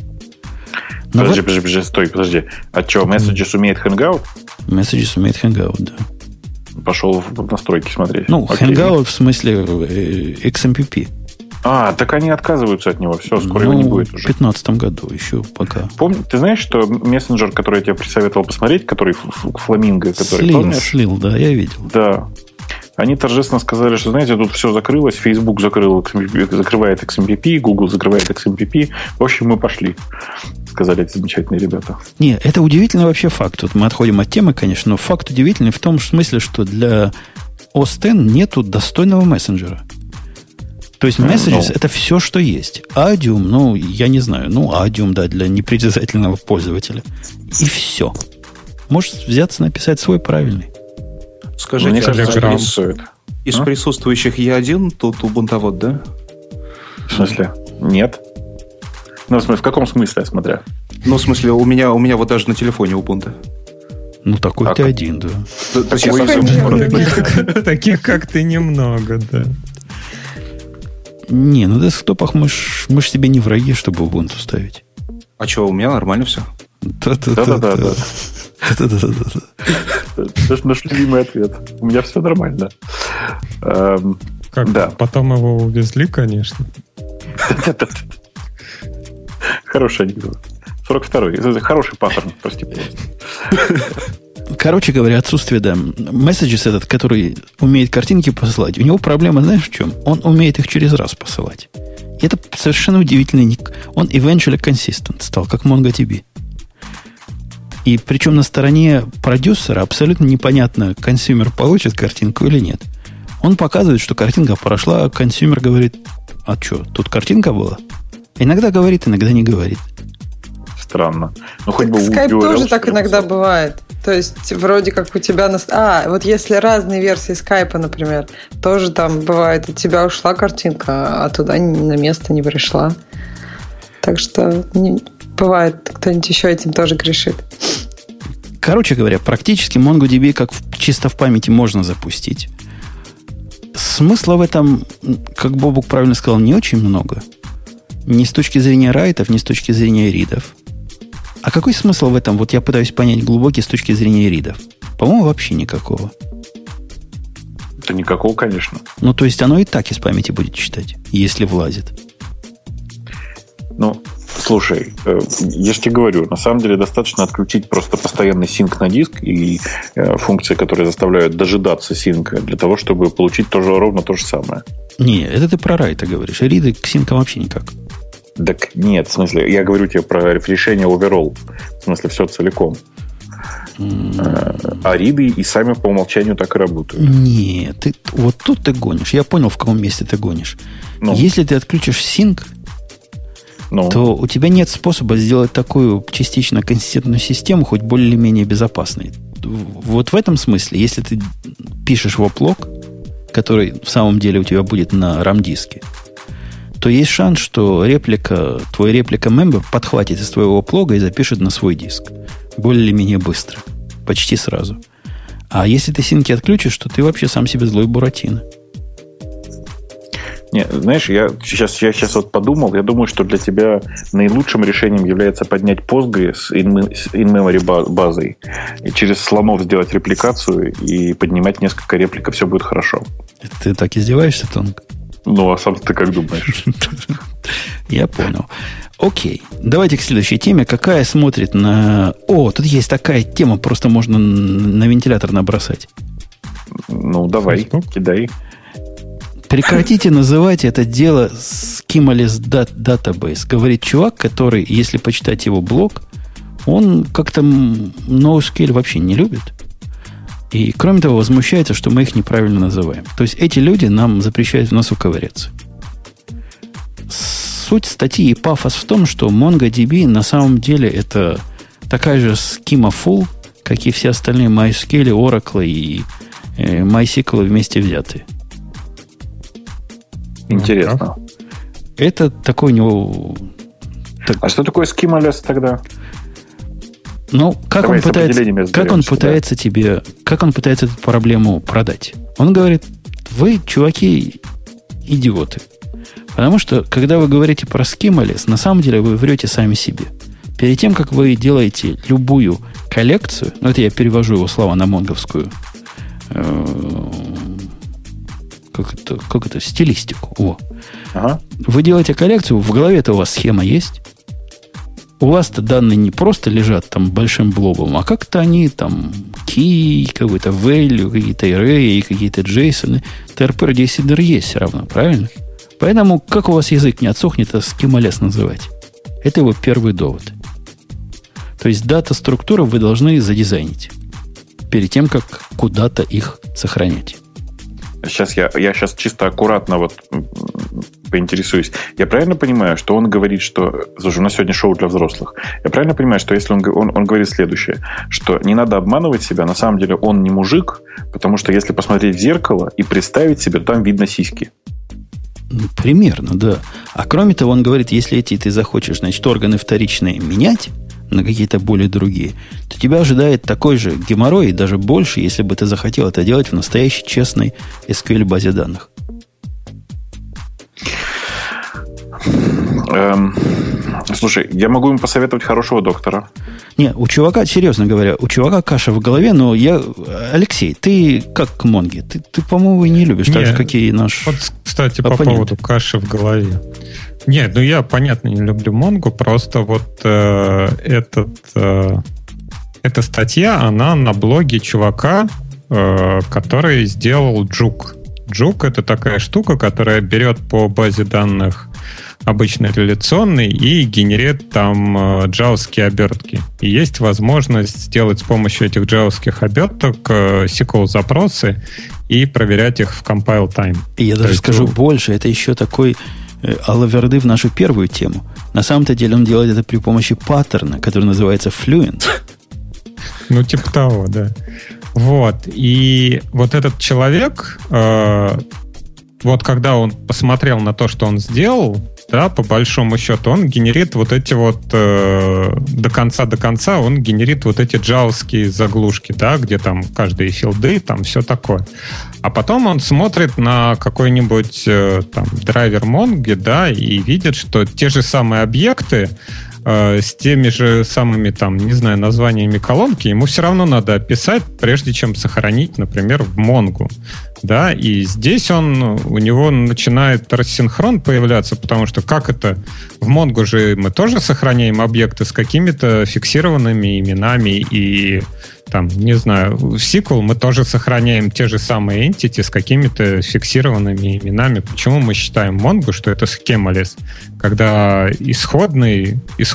Подожди. А что, Messages умеет Hangout? Messages умеет Hangout, да. Пошел в настройки смотреть. Ну, Hangout в смысле XMPP. Так они отказываются от него. Все, скоро его не будет уже. В 2015 году еще пока. Ты знаешь, что мессенджер, который я тебе присоветовал посмотреть, который Фламинго, который слил, да, я видел. Да. Они торжественно сказали, что, знаете, тут все закрылось, Facebook закрывает XMPP, Google закрывает XMPP. В общем, мы пошли, сказали эти замечательные ребята. Не, это удивительный вообще факт. Тут мы отходим от темы, конечно, но факт удивительный в том смысле, что для OS X нету достойного мессенджера. То есть Messages это все, что есть. Adium, я не знаю. Adium, да, для непритязательного пользователя. И все. Можешь взяться написать свой правильный. Скажите, из присутствующих я один, тут убунтовод, да? В смысле? Нет. В смысле, в каком смысле, смотря? В смысле, у меня вот даже на телефоне Ubuntu. Такой ты один, да. Таких, как ты, немного, да. Не, на десктопах мы ж себе не враги, чтобы Ubuntu ставить. А что, у меня нормально все? Да. Это наш любимый ответ. У меня все нормально. Да. Потом его увезли, конечно. Хороший анекдот. 42-й. Хороший паттерн, прости, пожалуйста. Короче говоря, отсутствие, да. Messages этот, который умеет картинки посылать, у него проблема, знаешь, в чем? Он умеет их через раз посылать. И это совершенно удивительный ник. Он eventually consistent стал, как MongoDB. И причем на стороне продюсера абсолютно непонятно, консюмер получит картинку или нет. Он показывает, что картинка прошла, а консюмер говорит, а что, тут картинка была? Иногда говорит, иногда не говорит. Странно. Хоть бы Skype тоже так иногда бывает. То есть, вроде как у тебя... вот если разные версии Skype, например, тоже там бывает, у тебя ушла картинка, а туда на место не пришла. Так что бывает, кто-нибудь еще этим тоже грешит. Короче говоря, практически MongoDB как чисто в памяти можно запустить. Смысла в этом, как Бобук правильно сказал, не очень много. Ни с точки зрения райтов, ни с точки зрения ридов. А какой смысл в этом? Вот я пытаюсь понять глубокий с точки зрения ридов. По-моему, вообще никакого. Да никакого, конечно. То есть оно и так из памяти будет читать, если влазит. Слушай, я же тебе говорю, на самом деле достаточно отключить просто постоянный синк на диск и функции, которые заставляют дожидаться синка, для того, чтобы получить ровно то же самое. Не, это ты про райта говоришь. Риды к синкам вообще никак. Так нет, в смысле, я говорю тебе про решение overall. В смысле, все целиком. А риды и сами по умолчанию так и работают. Нет, вот тут ты гонишь. Я понял, в каком месте ты гонишь. Если ты отключишь синк, то у тебя нет способа сделать такую частично консистентную систему, хоть более-менее безопасной. Вот в этом смысле, если ты пишешь воплог, который в самом деле у тебя будет на RAM-диске, то есть шанс, что твой реплика member подхватит из твоего воплога и запишет на свой диск. Более-менее быстро. Почти сразу. А если ты синки отключишь, то ты вообще сам себе злой Буратино. Не, знаешь, я сейчас вот подумал, я думаю, что для тебя наилучшим решением является поднять Postgre с in-memory базой и через слонов сделать репликацию и поднимать несколько реплик, все будет хорошо. Ты так издеваешься, Тонг? А сам ты как думаешь? Я понял. Окей, давайте к следующей теме. Какая смотрит на... тут есть такая тема, просто можно на вентилятор набросать. Давай, кидай. Прекратите называть это дело Schemaless Database. Говорит чувак, который, если почитать его блог, он как-то NoSQL вообще не любит. И, кроме того, возмущается, что мы их неправильно называем. То есть эти люди нам запрещают в носу ковыряться. Суть статьи и пафос в том, что MongoDB на самом деле это такая же schema full, как и все остальные MySQL, Oracle и MySQL вместе взятые. Интересно. Это такой у него... А что такое schemaless тогда? Ну, как он пытается эту проблему продать? Он говорит, вы, чуваки, идиоты. Потому что, когда вы говорите про Skimales, на самом деле вы врете сами себе. Перед тем, как вы делаете любую коллекцию, ну, это я перевожу его слова на монговскую, как это, стилистику. Ага. Вы делаете коллекцию, в голове-то у вас схема есть. У вас-то данные не просто лежат там большим блобом, а как-то они там key, какой-то value, какие-то array, какие-то JSON. TRP Decider есть все равно, правильно? Поэтому, как у вас язык не отсохнет, это Skimales называть. Это его первый довод. То есть дата-структуру вы должны задизайнить перед тем, как куда-то их сохранять. Сейчас я сейчас чисто аккуратно поинтересуюсь. Я правильно понимаю, что он говорит, что... Слушай, у нас сегодня шоу для взрослых. Я правильно понимаю, что если он говорит следующее, что не надо обманывать себя, на самом деле он не мужик, потому что если посмотреть в зеркало и представить себе, то там видно сиськи. Примерно, да. А кроме того, он говорит, если ты захочешь, значит, органы вторичные менять на какие-то более другие, то тебя ожидает такой же геморрой, и даже больше, если бы ты захотел это делать в настоящей честной SQL базе данных. Слушай, я могу им посоветовать хорошего доктора. Не, у чувака, серьезно говоря, у чувака каша в голове, но Алексей, ты как к Монге? Ты по-моему, не любишь, так же, как и наш Вот, кстати, оппонент. По поводу каши в голове. Нет, я, понятно, не люблю Монгу, просто вот эта статья, она на блоге чувака, который сделал Juke. Juke — это такая штука, которая берет по базе данных обычно реляционный и генерирует там джавовские обертки. И есть возможность сделать с помощью этих джавовских оберток SQL-запросы и проверять их в compile time. И я даже скажу больше, это еще такой алаверды в нашу первую тему. На самом-то деле он делает это при помощи паттерна, который называется Fluent. Ну, типа того, да. Вот. И вот этот человек, вот когда он посмотрел на то, что он сделал, да, по большому счету, он генерит вот эти вот до конца он генерит вот эти джавовские заглушки, да, где там каждые филды, там все такое. А потом он смотрит на какой-нибудь там драйвер Mongo, да, и видит, что те же самые объекты с теми же самыми, там, не знаю, названиями колонки ему все равно надо описать, прежде чем сохранить, например, в Mongo. Да, и здесь у него начинает рассинхрон появляться, потому что как это? В Mongo же мы тоже сохраняем объекты с какими-то фиксированными именами, и там, не знаю, в SQL мы тоже сохраняем те же самые entity с какими-то фиксированными именами. Почему мы считаем Mongo, что это Skimales, когда исходная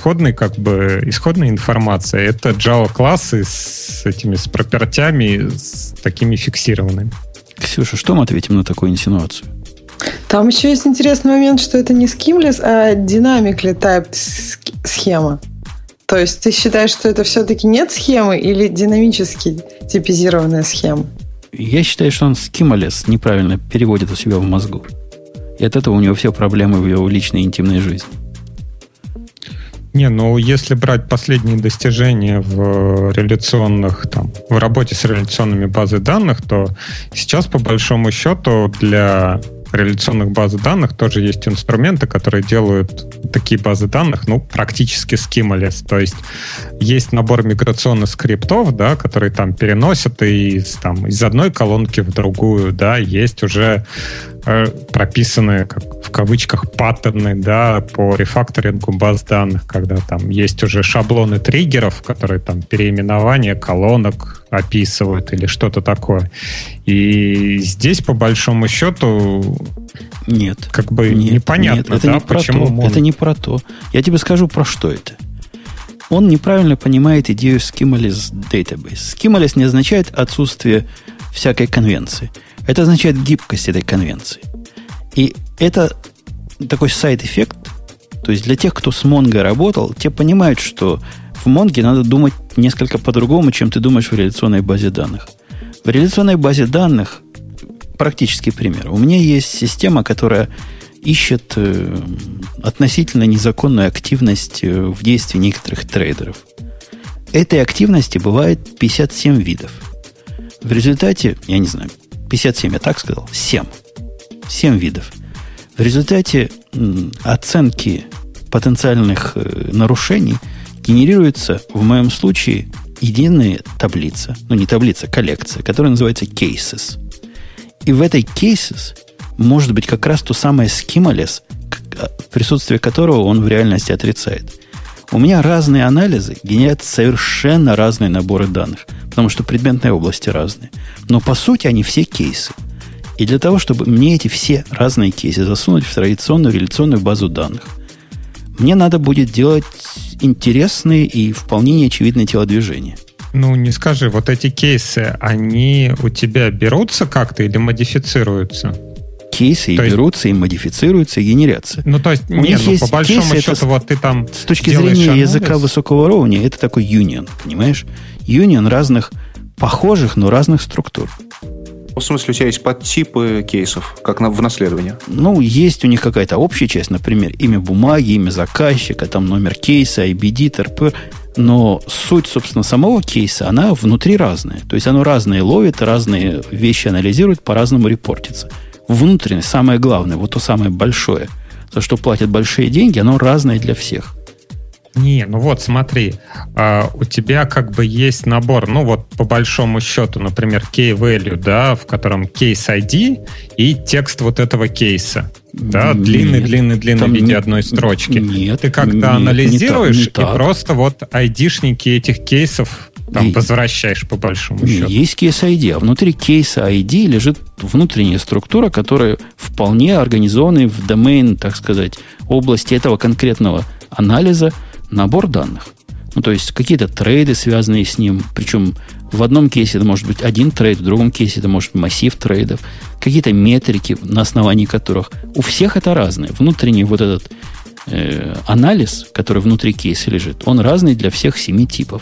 информация — это Java-классы с пропертями, с такими фиксированными. Ксюша, что мы ответим на такую инсинуацию? Там еще есть интересный момент, что это не Skimless, а dynamically typed схема. То есть ты считаешь, что это все-таки нет схемы или динамически типизированная схема? Я считаю, что он Skimales неправильно переводит у себя в мозгу. И от этого у него все проблемы в его личной интимной жизни. Не, если брать последние достижения в реляционных, там, в работе с реляционными базами данных, то сейчас, по большому счету, для реляционных баз данных тоже есть инструменты, которые делают такие базы данных, практически Skimales. То есть набор миграционных скриптов, да, которые там переносят из одной колонки в другую, да, есть уже прописанные, как в кавычках, паттерны, да, по рефакторингу баз данных, когда там есть уже шаблоны триггеров, которые там переименование колонок описывают или что-то такое. И здесь, по большому счету, нет, непонятно, это да, не про почему то, это не про то. Я тебе скажу, про что это. Он неправильно понимает идею Skimales Database. Skimales не означает отсутствие всякой конвенции. Это означает гибкость этой конвенции. И это такой сайд-эффект. То есть для тех, кто с Mongo работал, те понимают, что в Mongo надо думать несколько по-другому, чем ты думаешь в реляционной базе данных. В реляционной базе данных практический пример. У меня есть система, которая ищет относительно незаконную активность в действии некоторых трейдеров. этой активности бывает 57 видов. В результате, я не знаю, 57, я так сказал, 7 видов. В результате оценки потенциальных нарушений генерируется, в моем случае, единая таблица. Ну, не таблица, коллекция, которая называется cases. И в этой cases может быть как раз то самое schema-less, присутствие которого он в реальности отрицает. У меня разные анализы генерят совершенно разные наборы данных, потому что предметные области разные. Но по сути они все кейсы. И для того, чтобы мне эти все разные кейсы засунуть в традиционную реляционную базу данных, мне надо будет делать интересные и вполне неочевидные телодвижения. Ну, не скажи, вот эти кейсы, они у тебя берутся как-то или модифицируются? Кейсы и берутся, и модифицируются, и генерятся. Ну, то есть, нет, ну, по большому кейсы, счету, вот ты там с точки зрения анализ языка высокого уровня, это такой union, понимаешь? Union разных похожих, но разных структур. В смысле, у тебя есть подтипы кейсов, как в наследовании? Ну, есть у них какая-то общая часть, например, имя бумаги, имя заказчика, там номер кейса, IBD, ТРП. Но суть, собственно, самого кейса, она внутри разная. То есть оно разные ловит, разные вещи анализирует, по-разному репортится. Внутренность, самое главное, вот то самое большое, за что платят большие деньги, оно разное для всех. Не, ну вот смотри, у тебя как бы есть набор, ну вот по большому счету, например, key-value, да, в котором case-ID и текст вот этого кейса, да, длинный в виде одной строчки. Нет, ты как-то анализируешь не так. И просто вот ID-шники этих кейсов там возвращаешь по большому счету. Есть case-ID, а внутри кейса ID лежит внутренняя структура, которая вполне организованная в домен, так сказать, области этого конкретного анализа, набор данных. Ну, то есть какие-то трейды, связанные с ним. Причем в одном кейсе это может быть один трейд, в другом кейсе это может быть массив трейдов. Какие-то метрики, на основании которых у всех это разное. Внутренний вот этот анализ, который внутри кейса лежит, он разный для всех 7 типов.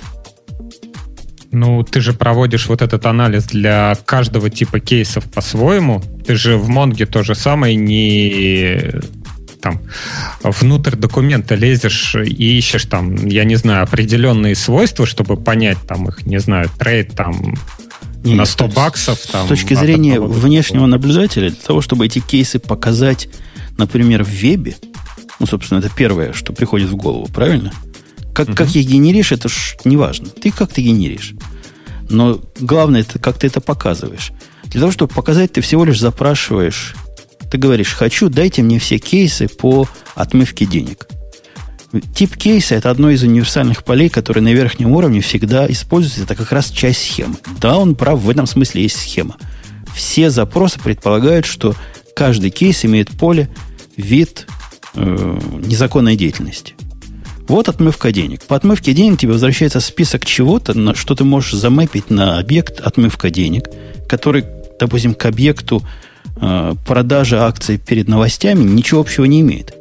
Ну, ты же проводишь вот этот анализ для каждого типа кейсов по-своему. Ты же в Монге то же самое не... там, внутрь документа лезешь и ищешь там, я не знаю, определенные свойства, чтобы понять там их, не знаю, трейд там на $100. Там, с точки зрения внешнего наблюдателя, для того, чтобы эти кейсы показать, например, в вебе, ну, собственно, это первое, что приходит в голову, правильно? Как их генеришь, это ж не важно. Ты как ты генеришь. Но главное, это как ты это показываешь. Для того, чтобы показать, ты всего лишь запрашиваешь. Ты говоришь, дайте мне все кейсы по отмывке денег. Тип кейса – это одно из универсальных полей, которые на верхнем уровне всегда используются. Это как раз часть схемы. Да, он прав, в этом смысле есть схема. Все запросы предполагают, что каждый кейс имеет поле, вид незаконной деятельности. Вот отмывка денег. По отмывке денег тебе возвращается список чего-то, на что ты можешь замэпить на объект отмывка денег, который, допустим, к объекту продажи акций перед новостями ничего общего не имеет.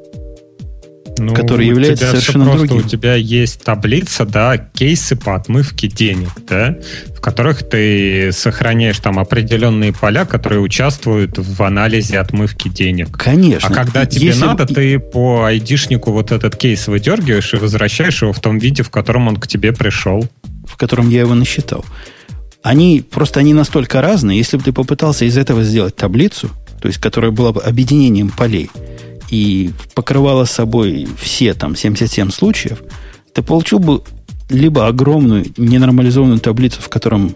Ну, который является совершенно другим. У тебя есть таблица, да, кейсы по отмывке денег, да, в которых ты сохраняешь там определенные поля, которые участвуют в анализе отмывки денег. Конечно. А когда тебе надо, ты по айдишнику вот этот кейс выдергиваешь и возвращаешь его в том виде, в котором он к тебе пришел. В котором я его насчитал. Они настолько разные, если бы ты попытался из этого сделать таблицу, то есть которая была бы объединением полей, и покрывала собой все там 77 случаев, ты получил бы либо огромную ненормализованную таблицу, в котором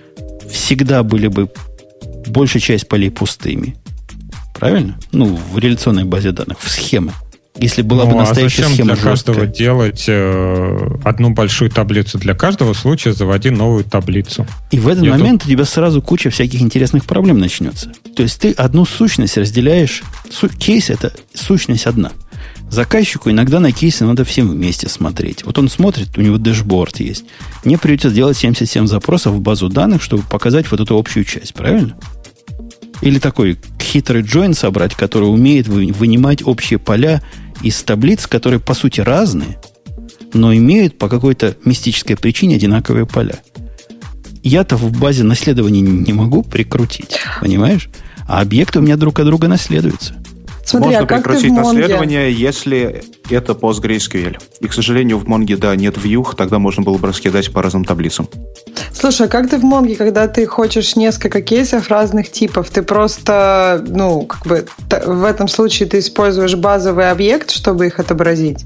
всегда были бы большая часть полей пустыми. Правильно? Ну, в реляционной базе данных, в схеме. Если была бы настоящая схема для каждого делать одну большую таблицу? Для каждого случая заводи новую таблицу. И в этот момент у тебя сразу куча всяких интересных проблем начнется. То есть ты одну сущность разделяешь. Кейс – это сущность одна. Заказчику иногда на кейсы надо всем вместе смотреть. Вот он смотрит, у него дэшборд есть. Мне придется сделать 77 запросов в базу данных, чтобы показать вот эту общую часть. Правильно? Или такой хитрый join собрать, который умеет вынимать общие поля из таблиц, которые по сути разные, но имеют по какой-то мистической причине одинаковые поля. Я-то в базе наследования не могу прикрутить, понимаешь? А объекты у меня друг от друга наследуются. Смотри, можно как прекратить наследование, если это PostgreSQL. И, к сожалению, в Mongo, да, нет view, тогда можно было бы раскидать по разным таблицам. Слушай, а как ты в Mongo, когда ты хочешь несколько кейсов разных типов, ты просто, в этом случае ты используешь базовый объект, чтобы их отобразить?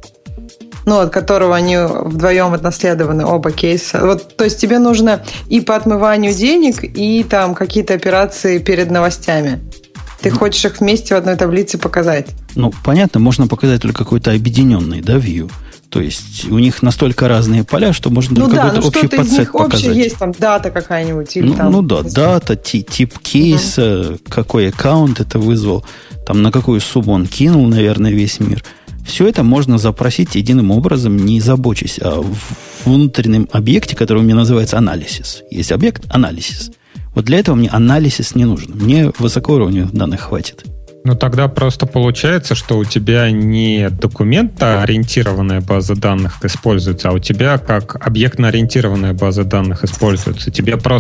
От которого они вдвоем отнаследованы, оба кейса. То есть тебе нужно и по отмыванию денег, и там какие-то операции перед новостями. Ты хочешь их вместе в одной таблице показать. Понятно, можно показать только какой-то объединенный, view. То есть у них настолько разные поля, что можно только какой-то общий подсет показать. Общий есть там дата какая-нибудь. Или дата, тип кейса, какой аккаунт это вызвал, там на какую сумму он кинул, наверное, весь мир. Все это можно запросить единым образом, не забочись о внутреннем объекте, который у меня называется анализис. Есть объект анализис. Вот для этого мне анализис не нужен. Мне высокоуровневых данных хватит. Тогда просто получается, что у тебя не документоориентированная база данных используется, а у тебя как объектно-ориентированная база данных используется.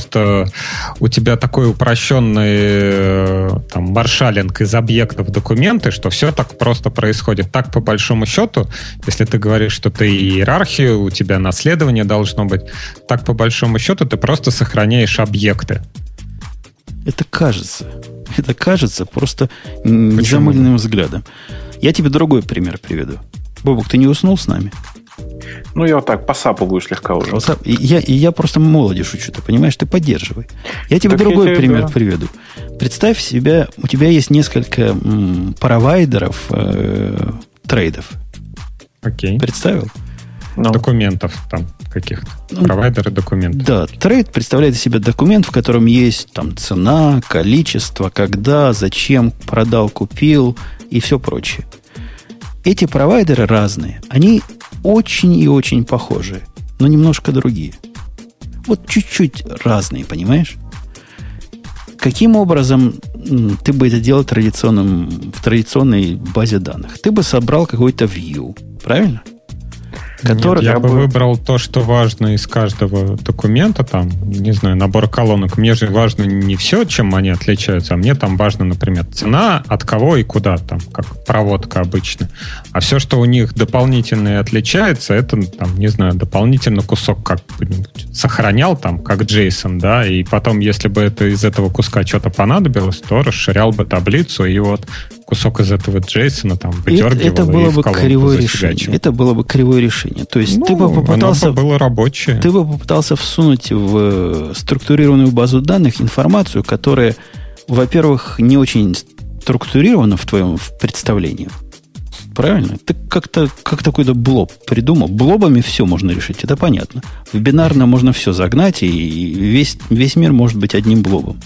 У тебя такой упрощенный маршалинг из объектов документы, что все так просто происходит. Так, по большому счету, если ты говоришь, что ты иерархию, у тебя наследование должно быть, так, по большому счету, ты просто сохраняешь объекты. Это кажется просто незамыленным взглядом. Я тебе другой пример приведу. Бобук, ты не уснул с нами? Я вот так посапываю слегка уже. Я просто молоде шучу, ты понимаешь? Ты поддерживай. Я тебе другой пример приведу. Представь себе, у тебя есть несколько провайдеров трейдов. Окей. Представил? Документов там каких-то. Провайдеры документов. Да, трейд представляет из себя документ, в котором есть там цена, количество, когда, зачем, продал, купил и все прочее. Эти провайдеры разные. Они очень и очень похожие, но немножко другие. Вот чуть-чуть разные, понимаешь? Каким образом ты бы это делал в традиционной базе данных? Ты бы собрал какой-то view, правильно? Я бы выбрал то, что важно из каждого документа, набор колонок. Мне же важно не все, чем они отличаются, а мне там важно, например, цена, от кого и куда, как проводка обычно. А все, что у них дополнительно отличается, это, дополнительно кусок как-нибудь сохранял как JSON, да, и потом, если бы из этого куска что-то понадобилось, то расширял бы таблицу, и кусок из этого JSON выдергивал это было и бы кривое решение. Это было бы кривое решение. То есть ты бы попытался... было рабочее. Ты бы попытался всунуть в структурированную базу данных информацию, которая, во-первых, не очень структурирована в твоем представлении. Правильно? Ты как-то какой-то блоб придумал. Блобами все можно решить, это понятно. В бинарно можно все загнать, и весь мир может быть одним блобом.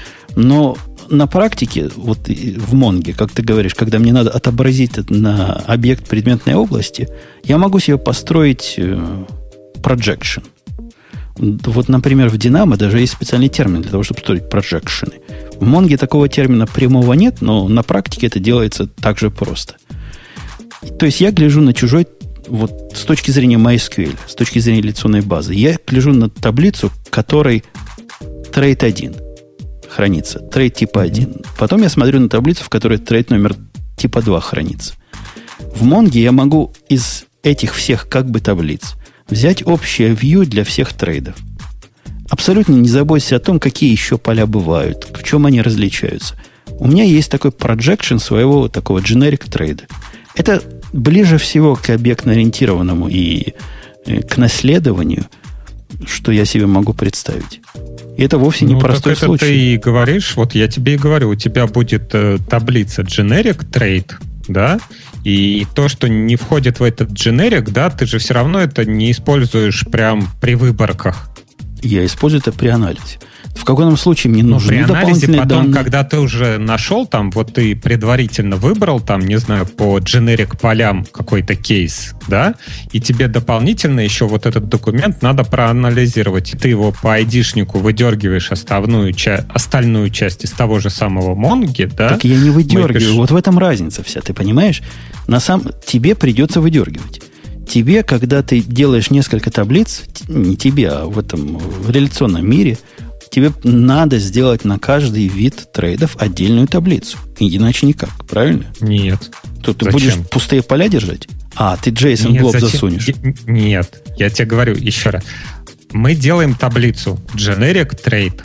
Но на практике, вот в Mongo, как ты говоришь, когда мне надо отобразить это на объект предметной области, я могу себе построить projection. Вот, например, в Dynamo даже есть специальный термин для того, чтобы строить projection. В Mongo такого термина прямого нет, но на практике это делается так же просто. То есть я гляжу на чужой, вот с точки зрения MySQL, с точки зрения реляционной базы, я гляжу на таблицу, которой трейд 1 хранится, трейд типа 1. Потом я смотрю на таблицу, в которой трейд номер типа 2 хранится. В Mongo я могу из этих всех как бы таблиц взять общее view для всех трейдов. Абсолютно не заботься о том, какие еще поля бывают, в чем они различаются. У меня есть такой projection своего такого generic трейда. Это ближе всего к объектно-ориентированному и к наследованию, что я себе могу представить. И это вовсе не простой случай. Ты и говоришь, вот я тебе и говорю, у тебя будет таблица generic trade, да, и то, что не входит в этот generic, да, ты же все равно это не используешь прям при выборках. Я использую это при анализе. В каком случае мне нужны при анализе дополнительные потом, данные? Когда ты уже нашел там, вот ты предварительно выбрал там, не знаю, по generic полям какой-то кейс, да, и тебе дополнительно еще вот этот документ надо проанализировать. И ты его по айдишнику выдергиваешь остальную часть из того же самого Mongo, да. Так я не выдергиваю. Вот в этом разница вся, ты понимаешь? Тебе придется выдергивать. Тебе, когда ты делаешь несколько таблиц, не тебе, а в реляционном мире, тебе надо сделать на каждый вид трейдов отдельную таблицу. Иначе никак, правильно? Нет. Тут ты будешь пустые поля держать? Ты JSON блок засунешь? Нет, я тебе говорю еще раз. Мы делаем таблицу Generic Trade,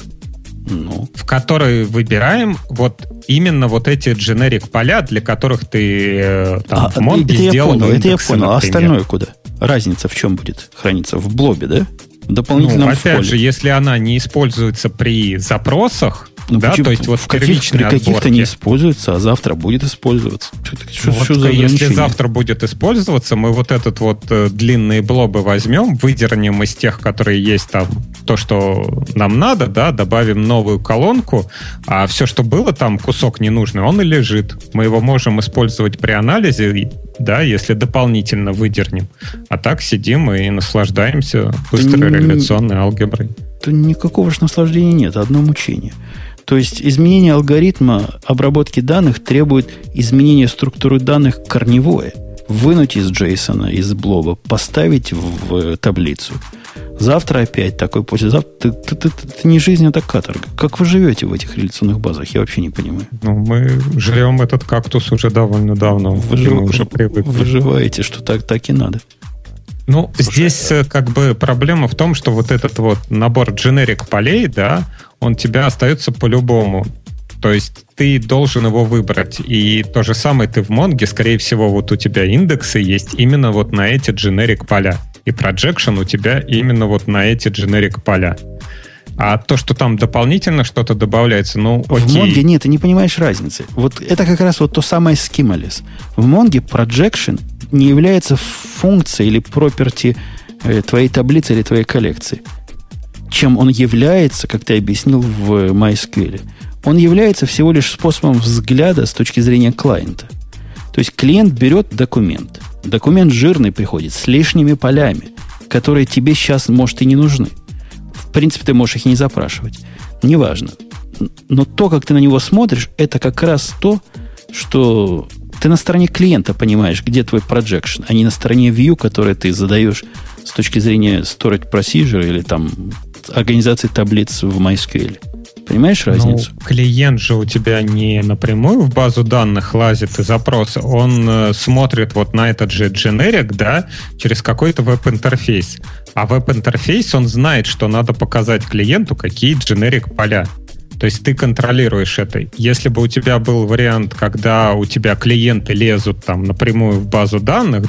в которой выбираем вот именно вот эти generic поля, для которых ты в Монге сделал индексы, это я понял. А остальное куда? Разница в чем будет храниться? В блобе, да? В дополнительном опять же, если она не используется при запросах, почему? То есть вот в первичной отборке. При каких-то не используется, а завтра будет использоваться. Что за если завтра будет использоваться, мы вот этот вот длинные блобы возьмем, выдернем из тех, которые есть там, то, что нам надо, добавим новую колонку, а все, что было там, кусок ненужный, он и лежит. Мы его можем использовать при анализе, если дополнительно выдернем. А так сидим и наслаждаемся быстрой реляционной алгеброй. То никакого же наслаждения нет, одно мучение. То есть изменение алгоритма обработки данных требует изменения структуры данных корневое. Вынуть из JSON, из блоба, поставить в таблицу. Завтра опять такой, послезавтра. Это не жизнь, это каторга. Как вы живете в этих реляционных базах? Я вообще не понимаю. Мы жрем этот кактус уже довольно давно. Мы уже привыкли. Выживаете, что так и надо. Здесь как бы проблема в том, что вот этот вот набор generic полей, он у тебя остается по-любому. То есть ты должен его выбрать. И то же самое ты в Монге, скорее всего, вот у тебя индексы есть именно вот на эти generic поля. И projection у тебя именно вот на эти generic поля. А то, что там дополнительно что-то добавляется, окей. В Монге нет, ты не понимаешь разницы. Вот это как раз вот то самое schemaless. В Монге projection не является функцией или property твоей таблицы или твоей коллекции. Чем он является, как ты объяснил в MySQL. Он является всего лишь способом взгляда с точки зрения клиента. То есть клиент берет документ. Документ жирный приходит с лишними полями, которые тебе сейчас, может, и не нужны. В принципе, ты можешь их и не запрашивать. Неважно. Но то, как ты на него смотришь, это как раз то, что ты на стороне клиента понимаешь, где твой projection, а не на стороне view, который ты задаешь с точки зрения storage procedure или там организации таблиц в MySQL. Понимаешь разницу? Клиент же у тебя не напрямую в базу данных лазит и запросы. Он смотрит вот на этот же generic, через какой-то веб-интерфейс. А веб-интерфейс, он знает, что надо показать клиенту, какие generic поля. То есть ты контролируешь это. Если бы у тебя был вариант, когда у тебя клиенты лезут там напрямую в базу данных,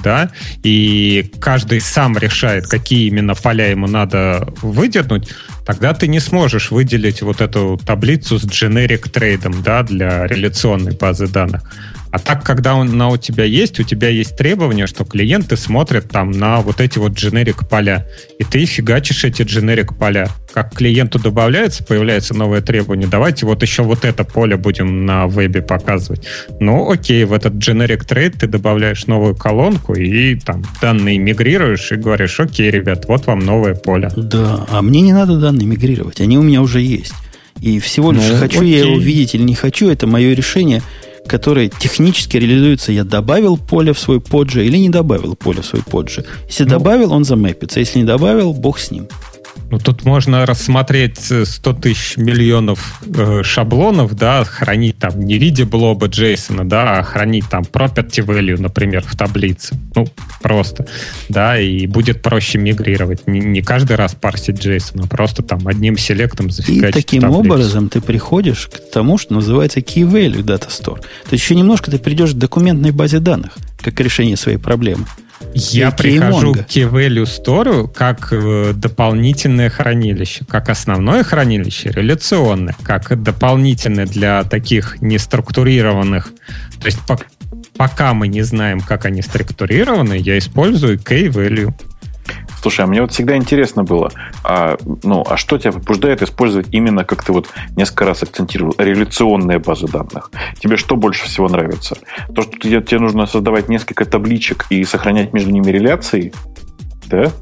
и каждый сам решает, какие именно поля ему надо выдернуть, тогда ты не сможешь выделить вот эту таблицу с generic трейдом, для реляционной базы данных. А так, когда она у тебя есть требования, что клиенты смотрят там на вот эти вот generic поля. И ты фигачишь эти generic поля. Как клиенту добавляется, появляется новое требование. Давайте вот еще вот это поле будем на вебе показывать. Окей, в этот generic trade ты добавляешь новую колонку и там данные мигрируешь и говоришь: окей, ребят, вот вам новое поле. Да, а мне не надо данные мигрировать. Они у меня уже есть. И всего лишь хочу я его видеть или не хочу, это мое решение, которое технически реализуется. Я добавил поле в свой поджи или не добавил поле в свой поджи. Если добавил, он замэпится. Если не добавил, бог с ним. Тут можно рассмотреть 100 тысяч миллионов шаблонов, хранить там не в виде блоба JSON, а хранить там property value, например, в таблице. Просто. И будет проще мигрировать. Не каждый раз парсить JSON, а просто там одним селектом зафигачить. И таким образом ты приходишь к тому, что называется key value data store. То есть еще немножко ты придешь к документной базе данных, как решение своей проблемы. Я прихожу к Key Value Store как дополнительное хранилище, как основное хранилище реляционное, как дополнительное для таких неструктурированных. То есть пока мы не знаем, как они структурированы, я использую Key Value. Слушай, а мне вот всегда интересно было, а что тебя побуждает использовать именно, как ты вот несколько раз акцентировал, реляционные базы данных? Тебе что больше всего нравится? То, что тебе нужно создавать несколько табличек и сохранять между ними реляции? Да?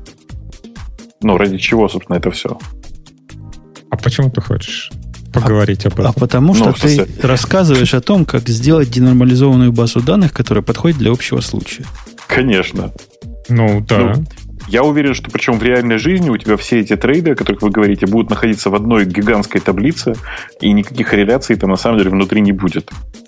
Ради чего, собственно, это все? А почему ты хочешь поговорить об этом? А потому что ты рассказываешь о том, как сделать денормализованную базу данных, которая подходит для общего случая. Конечно. Да. Я уверен, что причем в реальной жизни у тебя все эти трейды, о которых вы говорите, будут находиться в одной гигантской таблице, и никаких реляций там на самом деле внутри не будет.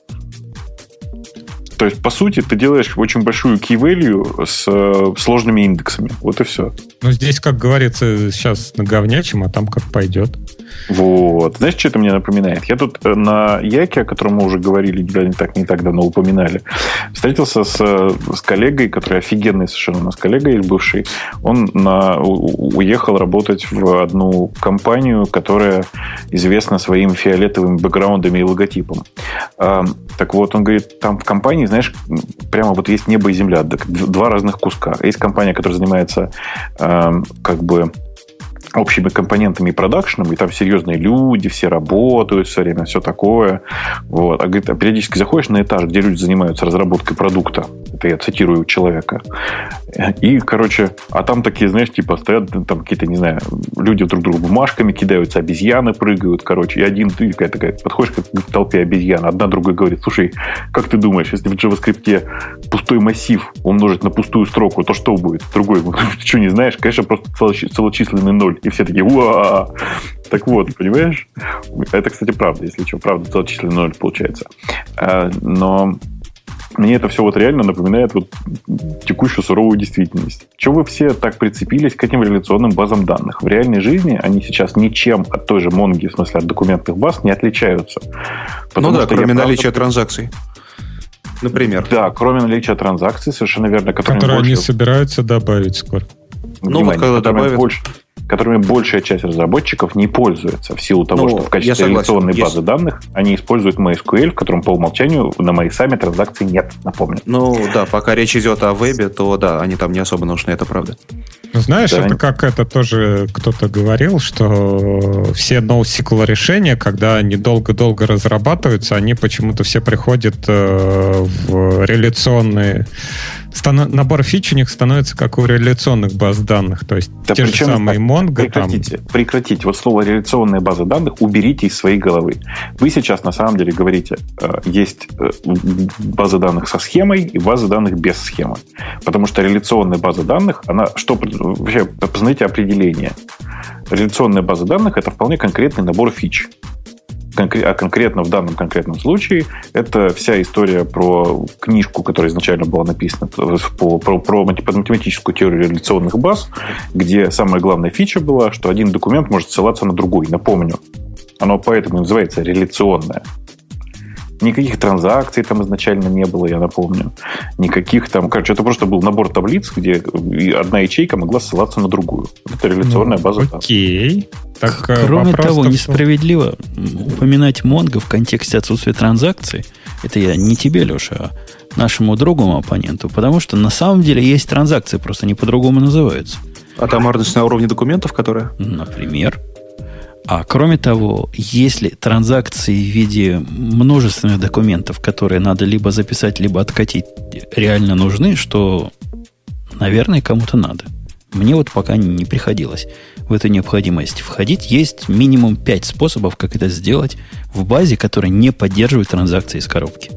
То есть, по сути, ты делаешь очень большую key value с сложными индексами. Вот и все. Ну, здесь, как говорится, сейчас наговнячим, а там как пойдет. Вот. Знаешь, что это мне напоминает? Я тут на Яке, о котором мы уже говорили не так давно упоминали, встретился с коллегой, который офигенный совершенно у нас коллега бывший. Он уехал работать в одну компанию, которая известна своим фиолетовым бэкграундом и логотипом. Так вот, он говорит, там в компании, знаешь, прямо вот есть небо и земля, два разных куска. Есть компания, которая занимается общими компонентами и продакшеном, и там серьезные люди, все работают все время, все такое. Вот. А говорит, периодически заходишь на этаж, где люди занимаются разработкой продукта. Это я цитирую человека. И, а там такие, знаешь, типа стоят там какие-то, не знаю, люди друг другу бумажками кидаются, обезьяны прыгают, и один, ты такая подходишь к толпе обезьян, одна другая говорит, слушай, как ты думаешь, если в JavaScript пустой массив умножить на пустую строку, то что будет? Другой, ты что, не знаешь? Конечно, просто целочисленный ноль. И все такие, уа! Так вот, понимаешь? Это, кстати, правда, если что, правда, целочисленный ноль получается. Но мне это все вот реально напоминает вот текущую суровую действительность. Чего вы все так прицепились к этим реляционным базам данных? В реальной жизни они сейчас ничем от той же Монги, в смысле от документных баз, не отличаются. Кроме наличия транзакций. Например. Да, кроме наличия транзакций, совершенно верно. Которые они собираются добавить скоро. Когда добавят... которыми большая часть разработчиков не пользуется в силу того, что в качестве реляционной базы данных они используют MySQL, в котором по умолчанию на MySame транзакций нет, напомню. Пока речь идет о вебе, то да, они там не особо нужны, это правда. Знаешь, да, это как это тоже кто-то говорил, что все NoSQL решения, когда они долго-долго разрабатываются, они почему-то все приходят в реляционные... Набор фич у них становится как у реляционных баз данных. То есть те же самые Mongo. Прекратите. Вот слово реляционная база данных уберите из своей головы. Вы сейчас на самом деле говорите, есть база данных со схемой и база данных без схемы. Потому что реляционная база данных, она что вообще, посмотрите определение. Реляционная база данных — это вполне конкретный набор фич. А конкретно в данном конкретном случае это вся история про книжку, которая изначально была написана про математическую теорию реляционных баз, где самая главная фича была, что один документ может ссылаться на другой. Напомню, оно поэтому называется реляционное. Никаких транзакций там изначально не было, я напомню. Никаких там... это просто был набор таблиц, где одна ячейка могла ссылаться на другую. Это реляционная база данных. Окей. Кроме того, несправедливо упоминать Mongo в контексте отсутствия транзакций. Это я не тебе, Леша, а нашему другому оппоненту. Потому что на самом деле есть транзакции, просто они по-другому называются. Атомарность на уровне документов, которые? Например. А кроме того, если транзакции в виде множественных документов, которые надо либо записать, либо откатить, реально нужны, что, наверное, кому-то надо. Мне вот пока не приходилось в эту необходимость входить. Есть минимум 5 способов, как это сделать в базе, которая не поддерживает транзакции из коробки.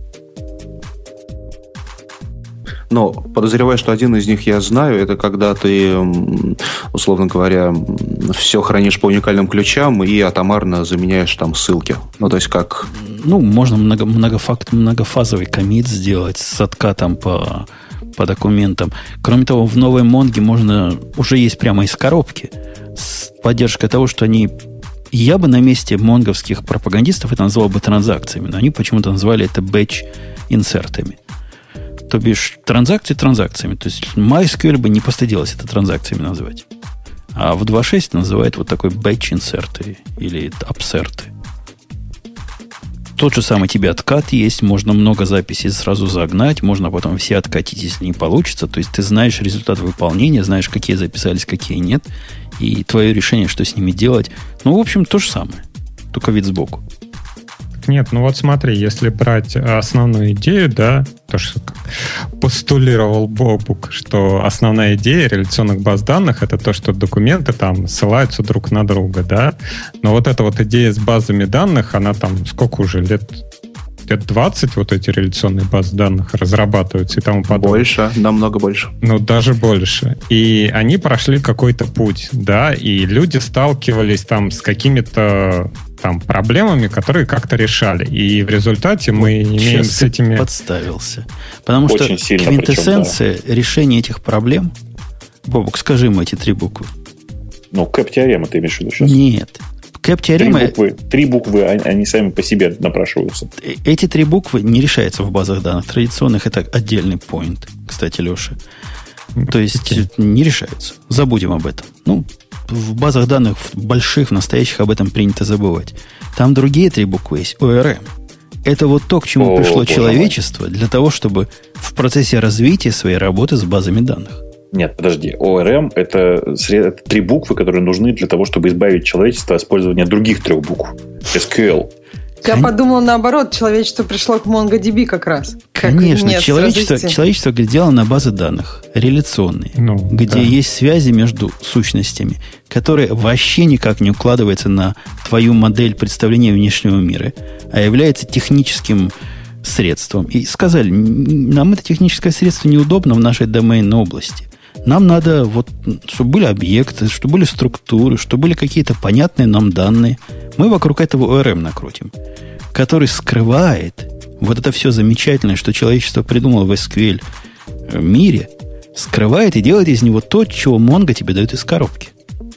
Но подозреваю, что один из них я знаю. Это когда ты, условно говоря, все хранишь по уникальным ключам и атомарно заменяешь там ссылки. То есть как... можно многофазовый коммит сделать с откатом по документам. Кроме того, в новой Монге уже есть прямо из коробки с поддержкой того, что они... Я бы на месте монговских пропагандистов это назвал бы транзакциями, но они почему-то назвали это batch-инсертами. То бишь, транзакции транзакциями. То есть, MySQL бы не постыдилась это транзакциями назвать. А в 2.6 называют вот такой batch-инсерты или абсерты. Тот же самый тебе откат есть, можно много записей сразу загнать, можно потом все откатить, если не получится. То есть, ты знаешь результат выполнения, знаешь, какие записались, какие нет, и твое решение, что с ними делать. В общем, то же самое, только вид сбоку. Нет, смотри, если брать основную идею, да, то, что постулировал Бобук, что основная идея реляционных баз данных — это то, что документы там ссылаются друг на друга, да, но вот эта вот идея с базами данных, она там сколько уже лет лет 20 вот эти реляционные базы данных разрабатываются и тому подобное. Больше, намного больше. Ну, даже больше. И они прошли какой-то путь, да, и люди сталкивались там с какими-то там проблемами, которые как-то решали. И в результате мы имеем с этими... подставился. Потому очень что квинтэссенция решения этих проблем... Бобук, скажи ему эти 3 буквы. Ну, кэп-теорема ты имеешь в виду сейчас? Нет. Кэп-теорема... 3 буквы, они сами по себе напрашиваются. Эти 3 буквы не решаются в базах данных традиционных. Это отдельный поинт, кстати, Леша. То есть не решаются. Забудем об этом. Ну, в базах данных больших, в настоящих об этом принято забывать. Там другие 3 буквы есть. ORM. Это вот то, к чему пришло человечество для того, чтобы в процессе развития своей работы с базами данных. Нет, подожди. ORM – это 3 буквы, которые нужны для того, чтобы избавить человечество от использования других 3 букв. SQL. Я подумала, наоборот, человечество пришло к MongoDB как раз. Конечно, человечество глядело на базы данных реляционные, где есть связи между сущностями, которые вообще никак не укладываются на твою модель представления внешнего мира, а является техническим средством. И сказали, нам это техническое средство неудобно в нашей домейнной области. Нам надо, вот, чтобы были объекты, чтобы были структуры, чтобы были какие-то понятные нам данные. Мы вокруг этого ORM накрутим, который скрывает вот это все замечательное, что человечество придумало в SQL мире, скрывает и делает из него то, чего Mongo тебе дает из коробки.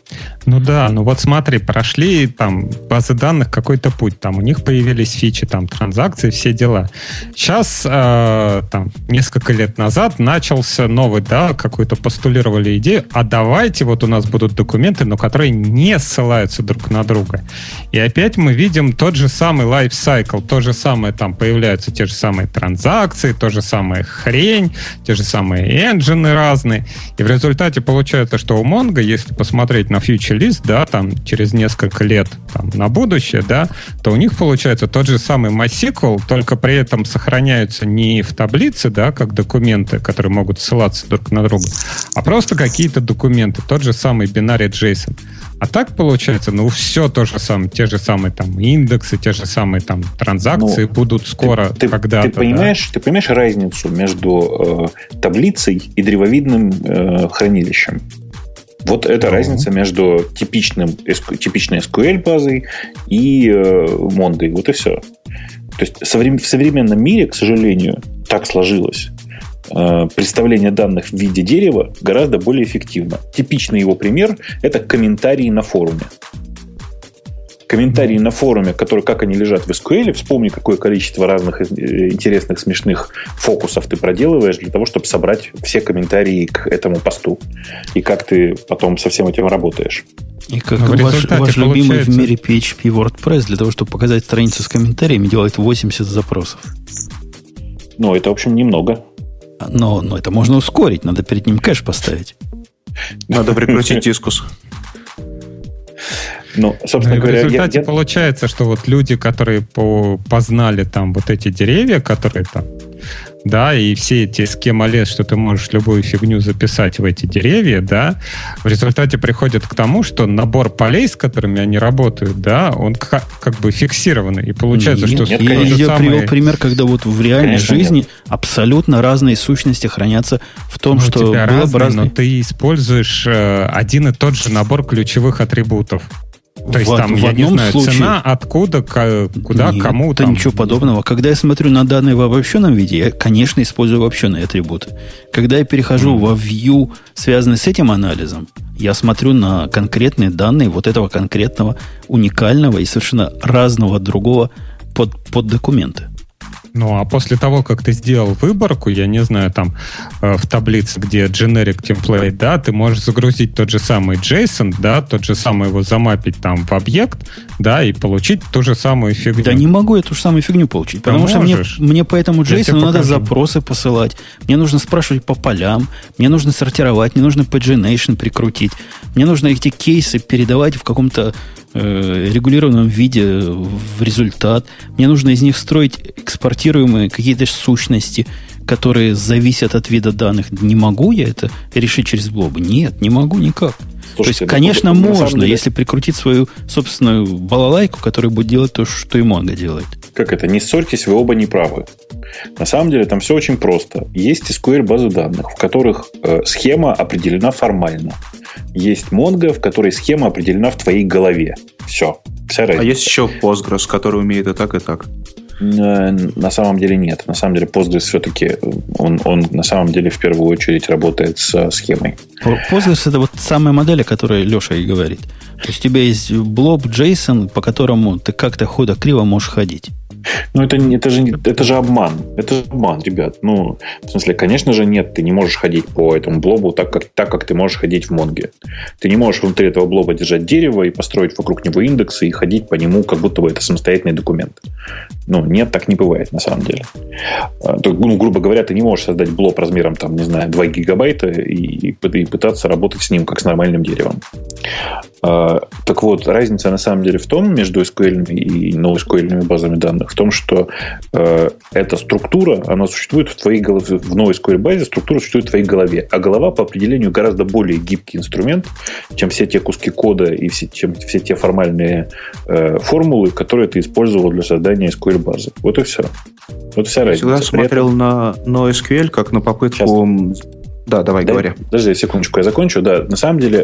Ну да, ну вот смотри, прошли там базы данных какой-то путь, там у них появились фичи, там транзакции, все дела. Сейчас, там, несколько лет назад начался новый, да, какую-то постулировали идею, а давайте вот у нас будут документы, но которые не ссылаются друг на друга. И опять мы видим тот же самый lifecycle, то же самое, там появляются те же самые транзакции, то же самое хрень, те же самые энджины разные. И в результате получается, что у Mongo, если посмотреть на future list, да, там через несколько лет там, на будущее, да, то у них получается тот же самый MySQL, только при этом сохраняются не в таблице, да, как документы, которые могут ссылаться друг на друга, а просто какие-то документы, тот же самый бинарий JSON. А так получается, ну, все то же самое, те же самые там индексы, те же самые там транзакции будут скоро когда-то. Ты понимаешь разницу между таблицей и древовидным хранилищем? Вот это разница между типичной SQL-базой и Mongo. Вот и все. То есть в современном мире, к сожалению, так сложилось. Представление данных в виде дерева гораздо более эффективно. Типичный его пример – это комментарии на форуме. Комментарии на форуме, которые, как они лежат в SQL, вспомни, какое количество разных интересных, смешных фокусов ты проделываешь для того, чтобы собрать все комментарии к этому посту. И как ты потом со всем этим работаешь. И как ваш любимый в мире PHP WordPress для того, чтобы показать страницу с комментариями, делает 80 запросов. Ну, это, в общем, немного. Но это можно ускорить. Надо перед ним кэш поставить. Надо прикрутить дискус. Ну, собственно говоря, в результате получается, что вот люди, которые познали там вот эти деревья, которые там, да, и все эти схемы, что ты можешь любую фигню записать в эти деревья, да, в результате приходят к тому, что набор полей, с которыми они работают, да, он как бы фиксированный. И получается, что... Я привел пример, когда вот в реальной жизни абсолютно разные сущности хранятся в том, что было бы разные. Но ты используешь один и тот же набор ключевых атрибутов. То есть там, я не знаю, случае... цена, откуда, куда, нет, кому. Это ничего подобного. Когда я смотрю на данные в обобщенном виде, я, конечно, использую обобщенные атрибуты. Когда я перехожу во view, связанный с этим анализом, я смотрю на конкретные данные вот этого конкретного, уникального и совершенно разного другого под документы. Ну, а после того, как ты сделал выборку, я не знаю, там в таблице, где generic template, да, ты можешь загрузить тот же самый JSON, да, тот же самый его замапить там в объект, да, и получить ту же самую фигню. Да не могу я ту же самую фигню получить, потому что мне по этому JSON надо запросы посылать, мне нужно спрашивать по полям, мне нужно сортировать, мне нужно pagination прикрутить, мне нужно эти кейсы передавать в каком-то регулированном виде в результат. Мне нужно из них строить экспортируемые какие-то сущности, которые зависят от вида данных. Не могу я это решить через блобы? Нет, не могу никак. Слушайте, то есть, конечно, можно, если прикрутить свою собственную балалайку, которая будет делать то, что и Mongo делает. как это, не ссорьтесь, вы оба не правы. На самом деле там все очень просто. Есть SQL базы данных, в которых схема определена формально. Есть Mongo, в которой схема определена в твоей голове. Все. Вся разница. А есть еще Postgres, который умеет и так, и так. На самом деле нет. На самом деле Postgres все-таки он на самом деле в первую очередь работает с схемой. Postgres это вот самая модель, о которой Леша и говорит. То есть у тебя есть блоб JSON, по которому ты как-то худо-криво можешь ходить. Ну, это же обман. Это же обман, ребят. Ну, в смысле, конечно же, нет, ты не можешь ходить по этому блобу так, как ты можешь ходить в Монге. Ты не можешь внутри этого блоба держать дерево и построить вокруг него индексы и ходить по нему, как будто бы это самостоятельный документ. Ну, нет, так не бывает, на самом деле. Ну, грубо говоря, ты не можешь создать блоб размером, там, не знаю, 2 гигабайта и пытаться работать с ним, как с нормальным деревом. Так вот, разница на самом деле в том, между SQL и NoSQL базами данных, в том, что эта структура, она существует в твоей голове, в NoSQL базе структура существует в твоей голове, а голова по определению гораздо более гибкий инструмент, чем все те куски кода и чем все те формальные формулы, которые ты использовал для создания SQL базы. Вот и все. Вот вся разница. Я всегда смотрел на NoSQL как на попытку... Сейчас. Да, давай, говори. Подожди секундочку, я закончу. Да, на самом деле,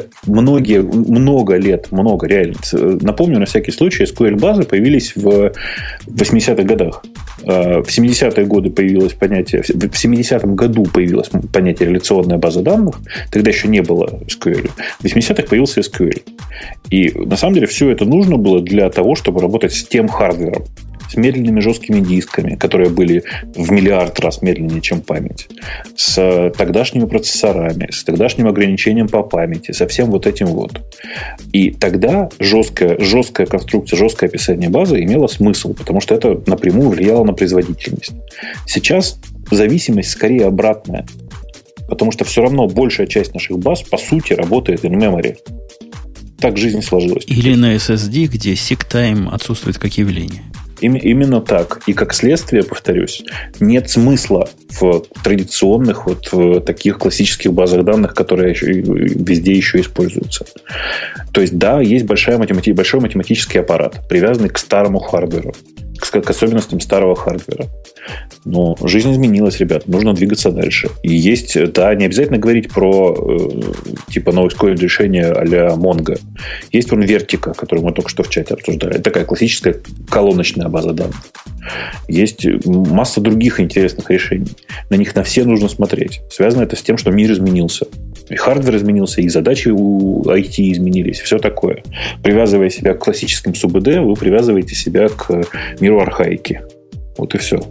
много лет, реально. Напомню, на всякий случай, SQL-базы появились в 80-х годах. В 70-е годы появилось понятие... В 70-м году появилось понятие реляционная база данных. Тогда еще не было SQL. В 80-х появился SQL. И, на самом деле, все это нужно было для того, чтобы работать с тем хардвером, с медленными жесткими дисками, которые были в миллиард раз медленнее, чем память, с тогдашними процессорами, с тогдашним ограничением по памяти, со всем вот этим вот. И тогда жесткая конструкция, жесткое описание базы имело смысл, потому что это напрямую влияло на производительность. Сейчас зависимость скорее обратная, потому что все равно большая часть наших баз, по сути, работает in-memory. Так жизнь сложилась. Или на SSD, где seek-time отсутствует как явление. Именно так. И как следствие, повторюсь, нет смысла в традиционных вот в таких классических базах данных, которые везде еще используются. То есть, да, есть большой математический аппарат, привязанный к старому хардверу, к особенностям старого хардвера. Но жизнь изменилась, ребят. Нужно двигаться дальше. И есть, да, не обязательно говорить про типа NoSQL решение а-ля Mongo. Есть вон Vertica, которую мы только что в чате обсуждали. Это такая классическая колоночная база данных. Есть масса других интересных решений. На них на все нужно смотреть. Связано это с тем, что мир изменился. И хардвер изменился, и задачи у IT изменились. Все такое. Привязывая себя к классическим СУБД, вы привязываете себя к миру архаики. Вот и все.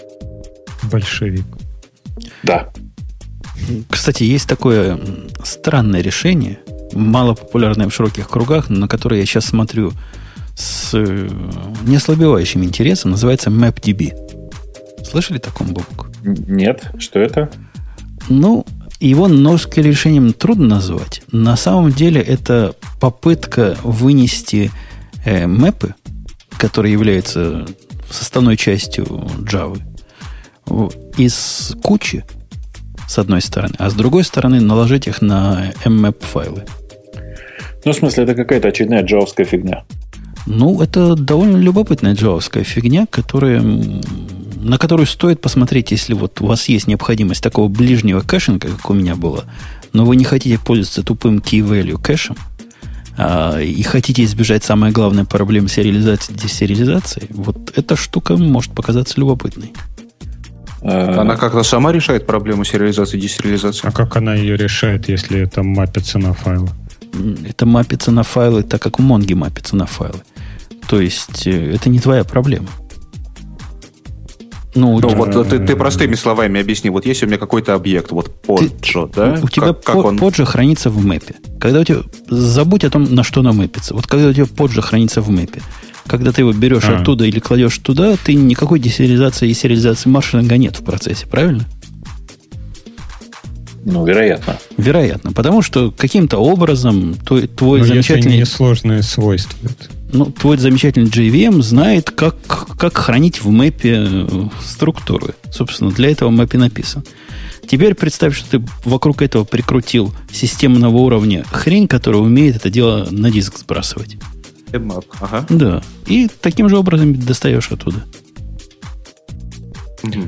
Большевик. Да. Кстати, есть такое странное решение, малопопулярное в широких кругах, на которое я сейчас смотрю с неослабевающим интересом. Называется MapDB. Слышали о таком, Бобук? Нет. Что это? Ну, его NoSQL решением трудно назвать. На самом деле это попытка вынести мэпы, которые являются составной частью Java, из кучи, с одной стороны, а с другой стороны наложить их на mmap файлы. Ну, в смысле, это какая-то очередная джавовская фигня. Ну, это довольно любопытная джавовская фигня, на которую стоит посмотреть, если вот у вас есть необходимость такого ближнего кэшинга, как у меня было, но вы не хотите пользоваться тупым key-value кэшем, и хотите избежать самой главной проблемы сериализации и десериализации, вот эта штука может показаться любопытной. Она как-то сама решает проблему сериализации и десериализации? А как она ее решает, если это мапится на файлы? Это мапится на файлы, так как у Монги мапится на файлы. То есть, это не твоя проблема. Вот ты простыми словами объясни. Вот есть у меня какой-то объект, вот Poджо, да? У тебя Poджо хранится в мэпе. Когда у тебя... Забудь о том, на что она мэпится. Вот когда у тебя Poджо хранится в мэпе, когда ты его берешь оттуда или кладешь туда, ты никакой десериализации и сериализации маршрутинга нет в процессе, правильно? Ну, вероятно. Вероятно, потому что каким-то образом твой замечательный... Если не сложные свойства. Твой замечательный JVM знает, как хранить в мэпе структуры. Собственно, для этого в мэпе написан. Теперь представь, что ты вокруг этого прикрутил системного уровня хрень, которая умеет это дело на диск сбрасывать. Ага. Да. И таким же образом достаешь оттуда.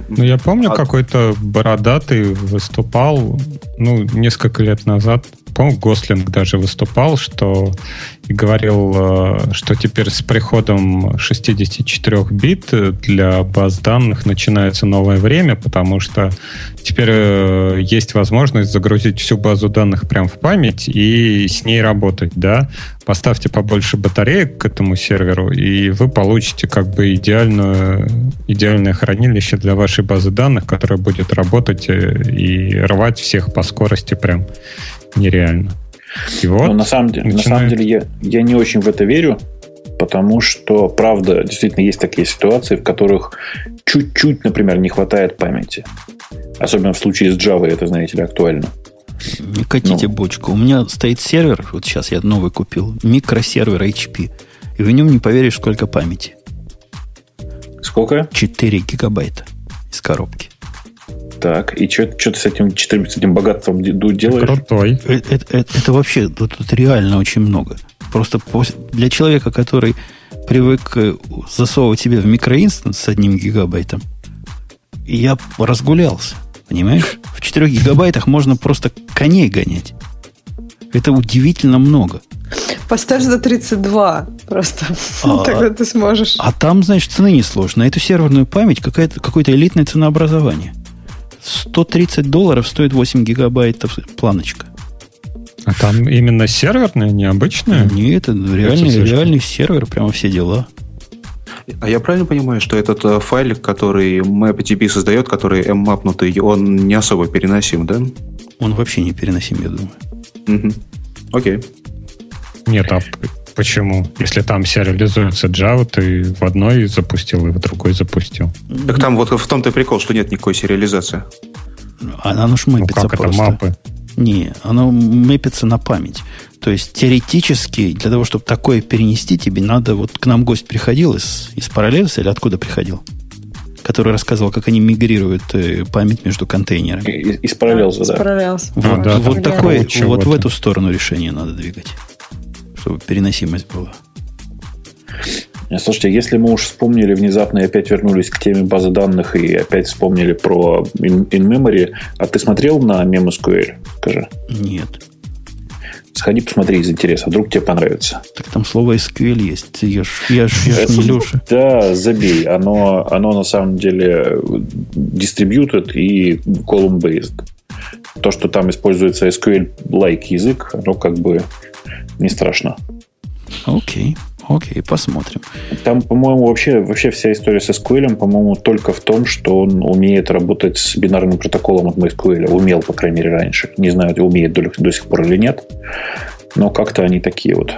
Ну, я помню, какой-то бородатый выступал, несколько лет назад, по-моему, Гослинг даже выступал, и говорил, что теперь с приходом 64 бит для баз данных начинается новое время, потому что теперь есть возможность загрузить всю базу данных прямо в память и с ней работать, да. Поставьте побольше батареек к этому серверу, и вы получите как бы идеальное хранилище для вашей базы данных, которое будет работать и рвать всех по скорости прям нереально. И вот на самом деле я не очень в это верю, потому что, правда, действительно есть такие ситуации, в которых чуть-чуть, например, не хватает памяти. Особенно в случае с Java это, знаете ли, актуально. Не катите бочку. У меня стоит сервер, вот сейчас я новый купил, микросервер HP, и в нем не поверишь, сколько памяти. Сколько? 4 гигабайта из коробки. Так, и что ты с этим богатством делаешь? Крутой. Это вообще тут реально очень много. Просто для человека, который привык засовывать себе в микроинстанс с 1 гигабайтом, я разгулялся. Понимаешь? В 4 гигабайтах можно просто коней гонять. Это удивительно много. Поставь за 32 просто. Тогда ты сможешь. А там, значит, цены не сложно. На эту серверную память какое-то элитное ценообразование. $130 стоит 8 гигабайтов планочка. А там именно серверная, необычная? Нет, это реальный сервер, прямо все дела. А я правильно понимаю, что этот файлик, который MapDB создает, который mmapнутый, он не особо переносим, да? Он вообще не переносим, я думаю. Угу. Окей. Нет, а почему? Если там сериализуется Java, ты в одной запустил и в другой запустил. Так там вот в том-то прикол, что нет никакой сериализации. Оно ж мэпится как просто. Это мапы? Не, оно мэпится на память. То есть теоретически для того, чтобы такое перенести, тебе надо... Вот к нам гость приходил из Parallels или откуда приходил? Который рассказывал, как они мигрируют память между контейнерами. Из Parallels, да. Parallels. Вот такое, вот в эту сторону решение надо двигать, чтобы переносимость была. Слушайте, если мы уж вспомнили внезапно и опять вернулись к теме базы данных и опять вспомнили про in-memory, а ты смотрел на MemSQL? Скажи. Нет. Сходи, посмотри из интереса, вдруг тебе понравится. Так там слово SQL есть. Я ж не Леша. Да, забей. Оно на самом деле distributed и column-based. То, что там используется SQL-like язык, оно как бы не страшно. Окей, посмотрим. Там, по-моему, вообще вся история с SQL, по-моему, только в том, что он умеет работать с бинарным протоколом от MySQL. Умел, по крайней мере, раньше. Не знаю, умеет до сих пор или нет. Но как-то они такие вот.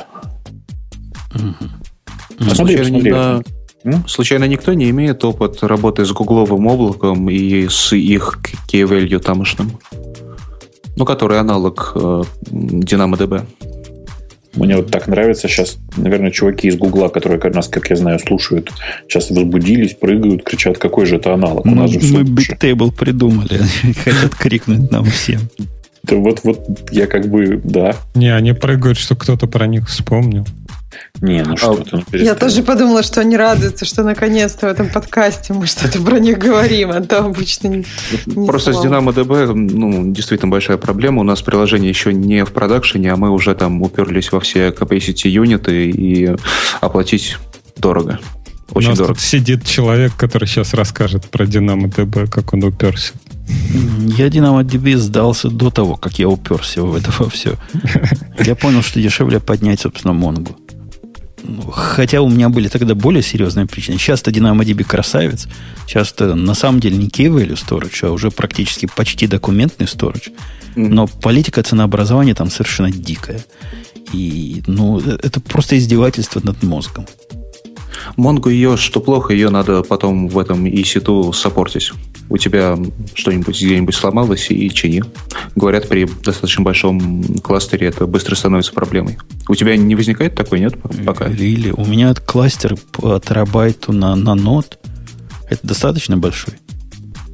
Случайно никто не имеет опыт работы с гугловым облаком и с их key-value тамошным? Который аналог DynamoDB. Мне вот так нравится сейчас, наверное, чуваки из Гугла, которые нас, как я знаю, слушают, сейчас возбудились, прыгают, кричат, какой же это аналог. Мы Bigtable придумали, хотят крикнуть нам всем. Да вот я как бы, да. Не, они прыгают, что кто-то про них вспомнил. Не, что-то. Я тоже подумала, что они радуются, что наконец-то в этом подкасте мы что-то про них говорим, а то обычно не просто с DynamoDB, действительно большая проблема. У нас приложение еще не в продакшене, а мы уже там уперлись во все capacity юниты и оплатить дорого. Очень дорого. Тут сидит человек, который сейчас расскажет про DynamoDB, как он уперся. Я DynamoDB сдался до того, как я уперся в это все. Я понял, что дешевле поднять, собственно, Mongo. Хотя у меня были тогда более серьезные причины. Сейчас-то DynamoDB красавец. Сейчас-то на самом деле не key-value storage, а уже практически почти документный storage. Но политика ценообразования там совершенно дикая. И, это просто издевательство над мозгом. Mongo ее, что плохо, ее надо потом в этом EC2 саппортить. У тебя что-нибудь где-нибудь сломалось и чини. Говорят, при достаточно большом кластере это быстро становится проблемой. У тебя не возникает такой, нет? Пока. Или у меня кластер по терабайту на нод. Это достаточно большой?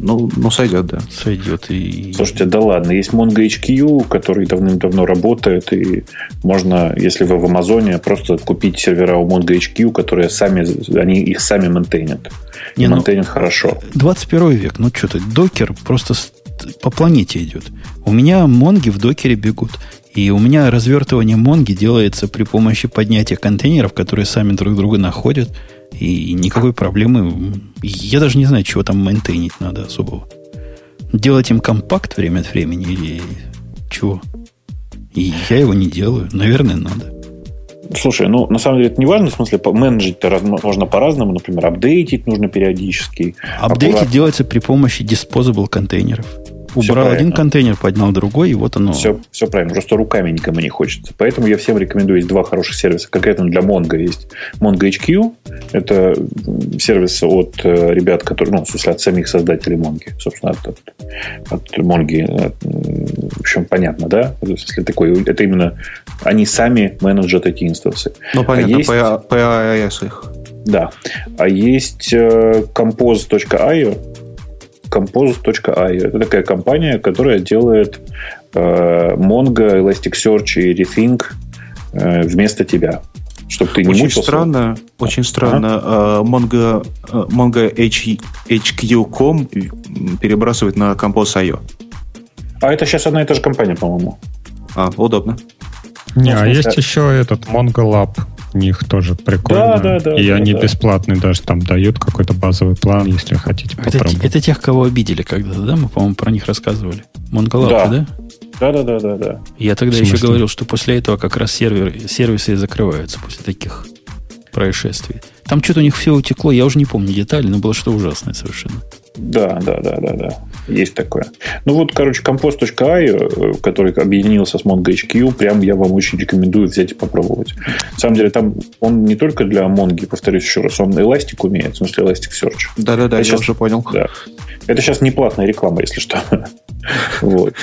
Ну, сойдет, да. Сойдет. Слушайте, да ладно, есть Mongo HQ, который давным-давно работает, и можно, если вы в Амазоне, просто купить сервера у Mongo HQ, которые они их сами мейнтейнят. И мейнтейнят хорошо. 21 век, ну что ты, докер просто по планете идет. У меня монги в докере бегут. И у меня развертывание монги делается при помощи поднятия контейнеров, которые сами друг друга находят. И никакой проблемы. Я даже не знаю, чего там мейнтейнить надо особого. Делать им компакт время от времени или чего? И я его не делаю. Наверное, надо. Слушай, ну, на самом деле, это не важно. В смысле, менеджить можно по-разному. Например, апдейтить нужно периодически. Апдейтить делается при помощи disposable контейнеров. Убрал один контейнер, поднял другой, и вот оно. Все правильно. Просто руками никому не хочется. Поэтому я всем рекомендую. Есть два хороших сервиса. Конкретно для Mongo есть Mongo HQ. Это сервис от ребят, которые, в смысле, от самих создателей Mongo. Собственно, от Mongo. В общем, понятно, да? Это именно они сами менеджат эти инстансы. Ну, понятно, PAS их. Да. А есть compose.io. Compose.io. Это такая компания, которая делает Mongo, Elasticsearch и Rethink вместо тебя. Чтобы ты не мучился. Очень странно. Mongo HQ.com перебрасывает на Compose.io. А это сейчас одна и та же компания, по-моему. Удобно. Есть еще этот Mongo Lab. У них тоже прикольно. Да, и они бесплатные даже там дают какой-то базовый план, если хотите попробовать. Это тех, кого обидели когда-то, да? Мы, по-моему, про них рассказывали. Mongo Lab, да? Да. Я тогда еще говорил, что после этого как раз сервисы закрываются после таких происшествий. Там что-то у них все утекло, я уже не помню детали, но было что-то ужасное совершенно. Да. Есть такое. Ну вот, короче, compose.io, который объединился с Mongo HQ, прям я вам очень рекомендую взять и попробовать. На самом деле, там он не только для Mongo, повторюсь еще раз, он Elastic умеет, в смысле Elasticsearch. Да, я уже понял. Да. Это сейчас не платная реклама, если что. Вот.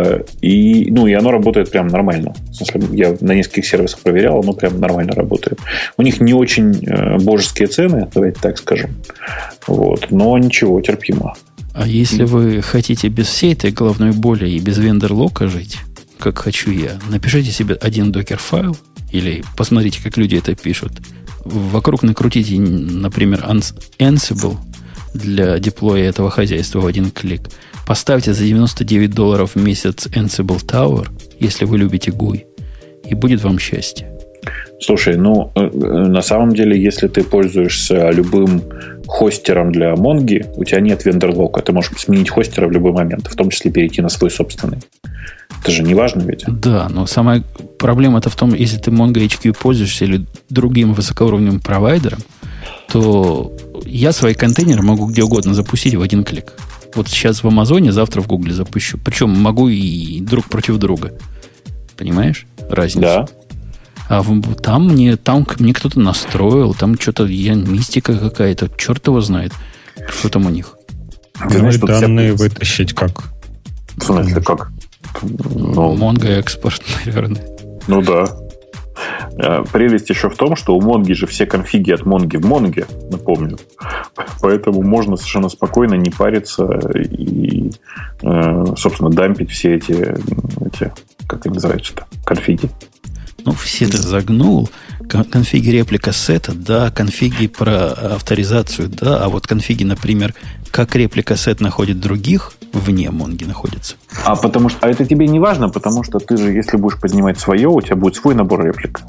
И оно работает прям нормально. В смысле, я на нескольких сервисах проверял, оно прям нормально работает. У них не очень божеские цены, давайте так скажем. Вот. Но ничего, терпимо. А если вы хотите без всей этой головной боли и без вендор-лока жить, как хочу я, напишите себе один докер-файл или посмотрите, как люди это пишут. Вокруг накрутите, например, Ansible для деплоя этого хозяйства в один клик. Поставьте за $99 в месяц Ansible Tower, если вы любите GUI, и будет вам счастье. Слушай, на самом деле, если ты пользуешься любым хостером для Mongo, у тебя нет вендор-лока. Ты можешь сменить хостера в любой момент, в том числе перейти на свой собственный. Это же не важно ведь? Да, но самая проблема-то в том, если ты Mongo HQ пользуешься или другим высокоуровневым провайдером, то я свои контейнеры могу где угодно запустить в один клик. Вот сейчас в Амазоне, завтра в Гугле запущу. Причем могу и друг против друга. Понимаешь разницу? Да. А там мне кто-то настроил, там что-то мистика какая-то, черт его знает, что там у них. Данные вытащить как? В смысле, как? Mongo экспорт, наверное. Ну да. Прелесть еще в том, что у Mongo же все конфиги от Mongo в Mongo, напомню. Поэтому можно совершенно спокойно не париться и, собственно, дампить все эти как они называются-то, конфиги. Все ты загнул. Конфиги реплика сета, да. Конфиги про авторизацию, да. А вот конфиги, например, как реплика сет находит других, вне Mongo находится. А это тебе не важно, потому что ты же, если будешь поднимать свое, у тебя будет свой набор реплик.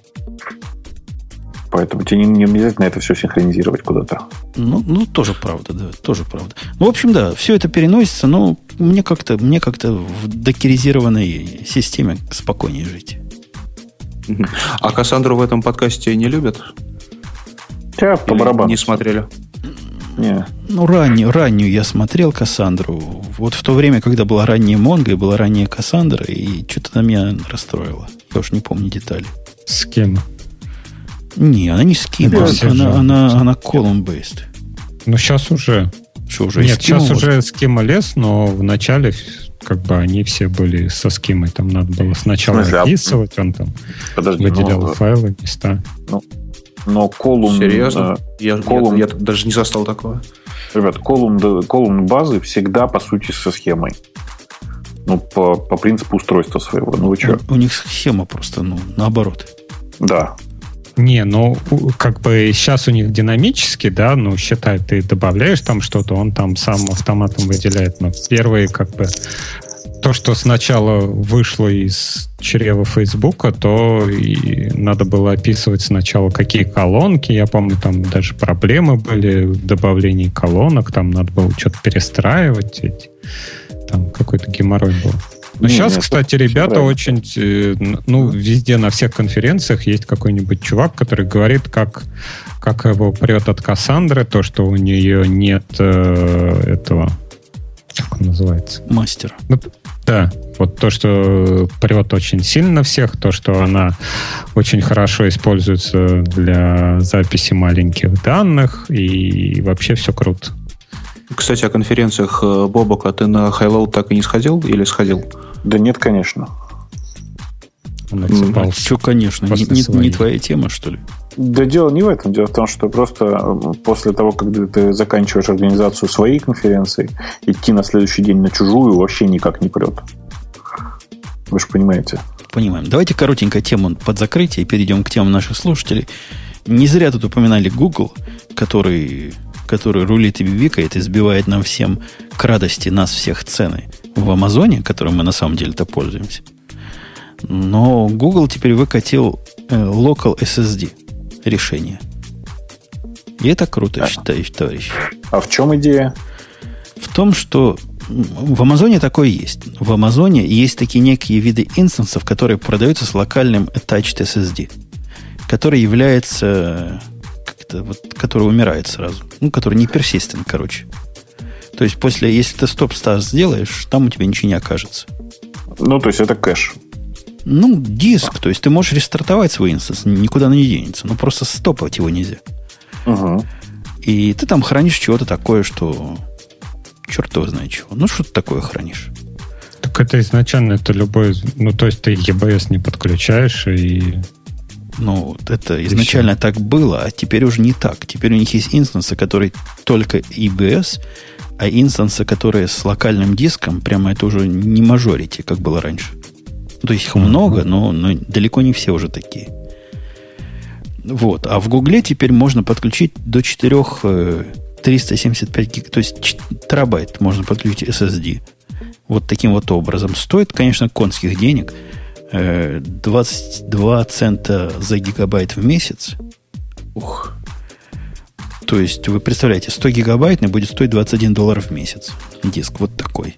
Поэтому тебе не обязательно это все синхронизировать куда-то. Тоже правда, да. Тоже правда. В общем, да, все это переносится, но мне как-то в докеризированной системе спокойнее жить. А Кассандру в этом подкасте не любят? По барабану. Не смотрели? Не. Раннюю я смотрел Кассандру. Вот в то время, когда была ранняя Mongo и была ранняя Кассандра, и что-то на меня расстроило. Я уж не помню детали. С кем? Не, она не скима. Она column-based. Сейчас уже. Что уже? Нет, сейчас уже скима лес, но в начале они все были со скимой. Там надо было сначала описывать, он там выделял файлы, места. Но колумн... Серьезно? Я даже не застал такого. Ребят, колумн базы всегда, по сути, со схемой. Ну, по принципу устройства своего. Ну, вы что? У них схема просто, наоборот. Да. Не, как бы сейчас у них динамически, да, считай, ты добавляешь там что-то, он там сам автоматом выделяет. Но первые, как бы, то, что сначала вышло из чрева Фейсбука, то и надо было описывать сначала, какие колонки. Я помню, там даже проблемы были в добавлении колонок, там надо было что-то перестраивать. Там какой-то геморрой был. Но сейчас, кстати, ребята очень... везде на всех конференциях есть какой-нибудь чувак, который говорит, как его прет от Кассандры, то, что у нее нет этого... Как он называется? Мастера. Да, вот то, что прет очень сильно всех, то, что она очень хорошо используется для записи маленьких данных, и вообще все круто. Кстати, о конференциях, Бобок, а ты на Highload так и не сходил или сходил? Да нет, конечно. Что, конечно, не твоя тема, что ли? Да дело не в этом. Дело в том, что просто после того, когда ты заканчиваешь организацию своей конференции, идти на следующий день на чужую вообще никак не прет. Вы же понимаете. Понимаем. Давайте коротенько тему под закрытие и перейдем к темам наших слушателей. Не зря тут упоминали Google, который рулит и бибикает и сбивает нам всем к радости нас всех цены в Амазоне, которым мы на самом деле-то пользуемся. Но Google теперь выкатил Local SSD решение. И это круто, считаю, товарищи. А в чем идея? В том, что в Амазоне такое есть. В Амазоне есть такие некие виды инстансов, которые продаются с локальным attached SSD, который является... который умирает сразу. Который не persistent, короче. То есть, если ты стоп-старт сделаешь, там у тебя ничего не окажется. То есть, это кэш. Диск. То есть, ты можешь рестартовать свой инстанс, никуда он не денется. Просто стопать его нельзя. Угу. И ты там хранишь чего-то такое, что... Черт его знает чего. Что ты такое хранишь? Так это изначально, это любой... то есть, ты EBS не подключаешь, и... это изначально так было, а теперь уже не так. Теперь у них есть инстансы, которые только EBS, а инстансы, которые с локальным диском, прямо это уже не мажорити, как было раньше. То есть их много, но далеко не все уже такие. А в Гугле теперь можно подключить до 375 гиг, то есть терабайт можно подключить SSD. Вот таким вот образом. Стоит, конечно, конских денег. 22 цента за гигабайт в месяц. Ух. То есть, вы представляете, 100 гигабайтный будет стоить $21 в месяц. Диск вот такой.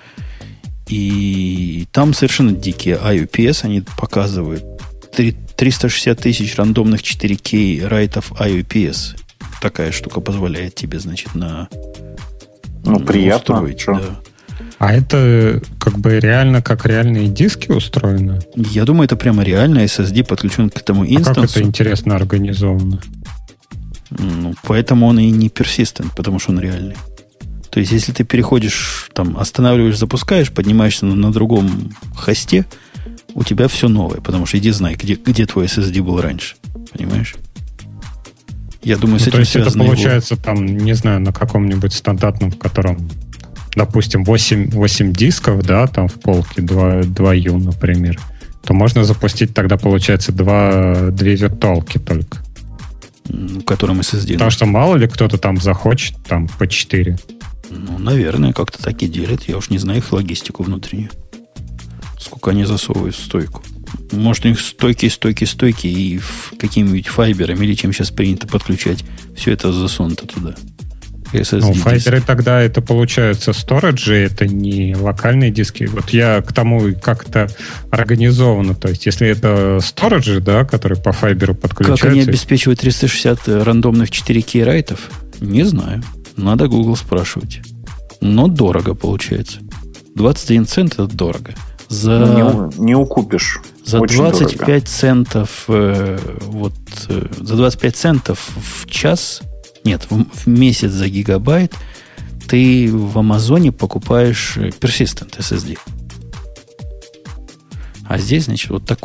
И там совершенно дикие IOPS. Они показывают 360 тысяч рандомных 4K райтов IOPS. Такая штука позволяет тебе, значит, приятно. Устроить. Да. А это как бы реально, как реальные диски устроены? Я думаю, это прямо реально. SSD подключен к этому инстансу. Как это интересно организовано? Поэтому он и не persistent, потому что он реальный. То есть, если ты переходишь, останавливаешь, запускаешь, поднимаешься на другом хосте, у тебя все новое, потому что иди знай, где твой SSD был раньше. Понимаешь? Я думаю, с этим связано. То есть, это получается, не знаю, на каком-нибудь стандартном, в котором, допустим, 8 дисков, да, там в полке, 2 U, например, то можно запустить тогда, получается, 2 виртуалки только. В котором SSD. Потому что мало ли кто-то там захочет, по 4. Наверное, как-то так и делят. Я уж не знаю их логистику внутреннюю. Сколько они засовывают в стойку. Может, у них стойки, и какими-нибудь файберами, или чем сейчас принято подключать, все это засунуто туда. Файберы тогда это получаются сториджи, это не локальные диски. Вот я к тому, как это организовано. То есть, если это сториджи, да, которые по файберу подключаются... Как они обеспечивают 360 рандомных 4K райтов? Не знаю. Надо Google спрашивать. Но дорого получается. 21 цент это дорого. Не укупишь. За очень 25 дорого. Центов за 25 центов в час, нет, в месяц за гигабайт ты в Амазоне покупаешь persistent SSD. А здесь, значит, вот такой.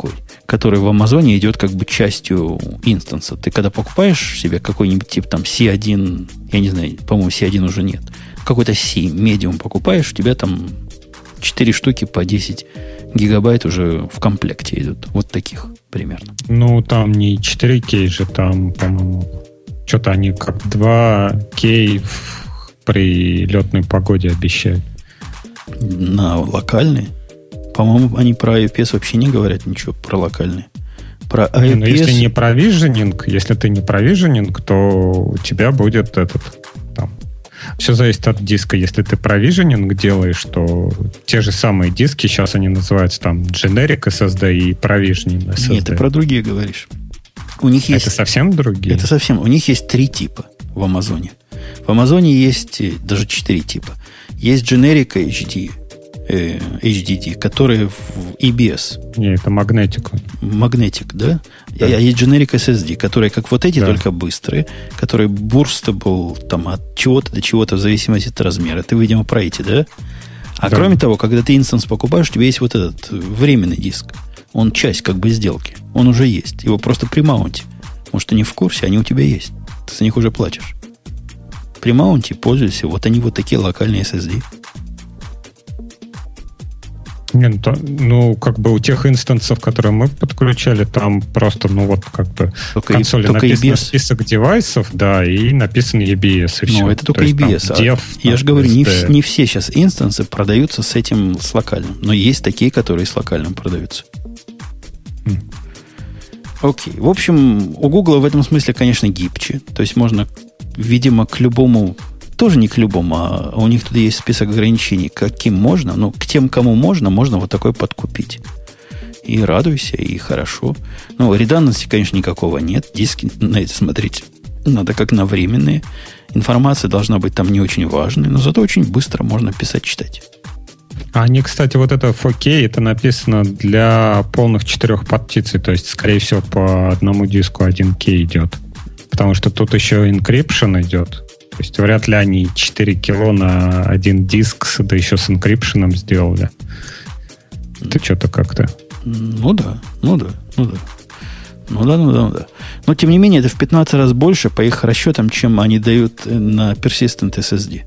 который в Амазоне идет как бы частью инстанса. Ты когда покупаешь себе какой-нибудь тип там C1, я не знаю, по-моему, C1 уже нет, какой-то C, медиум покупаешь, у тебя там 4 штуки по 10 гигабайт уже в комплекте идут. Вот таких примерно. Ну, там не 4К же, там, по-моему, что-то они как 2К при летной погоде обещают. На локальные? По-моему, они про IPS вообще не говорят ничего про локальные. Про IPS... Но если не провиженинг, если ты не провиженинг, то у тебя будет этот... Там, все зависит от диска. Если ты провиженинг делаешь, то те же самые диски, сейчас они называются там Generic SSD и Provisioning SSD. Нет, ты про другие говоришь. У них есть... Это совсем другие? Это совсем... У них есть 3 типа в Амазоне. В Амазоне есть даже 4 типа. Есть Generic HDD, которые в EBS. Не, это Magnetic. Magnetic, да? А есть Generic SSD, которые как вот эти, только быстрые, которые burstable там, от чего-то до чего-то в зависимости от размера. Ты, видимо, про эти, да? А кроме того, когда ты инстанс покупаешь, у тебя есть вот этот временный диск. Он часть как бы сделки. Он уже есть. Его просто при маунте. Может, ты не в курсе, они у тебя есть. Ты за них уже платишь. При маунте пользуйся. Вот они вот такие локальные SSD. Нет, ну, как бы у тех инстансов, которые мы подключали, там просто, ну, вот как бы в консоли написан список девайсов, да, и написан EBS. И все. Ну, это только EBS. Я же говорю, не все сейчас инстансы продаются с этим, с локальным. Но есть такие, которые с локальным продаются. Окей. В общем, у Google в этом смысле, конечно, гибче. То есть можно, видимо, к любому... Тоже не к любому, а у них тут есть список ограничений, каким можно, но к тем, кому можно вот такой подкупить. И радуйся, и хорошо. Ну, редандантности, конечно, никакого нет. Диски на это смотреть надо как на временные. Информация должна быть там не очень важной, но зато очень быстро можно писать, читать. А они, кстати, вот это 4K, это написано для полных 4 партиций, то есть, скорее всего, по одному диску 1К идет. Потому что тут еще encryption идет. То есть вряд ли они 4 кило на один диск, да еще с энкрипшеном сделали. Это что-то как-то... Ну да. Но, тем не менее, это в 15 раз больше по их расчетам, чем они дают на Persistent SSD.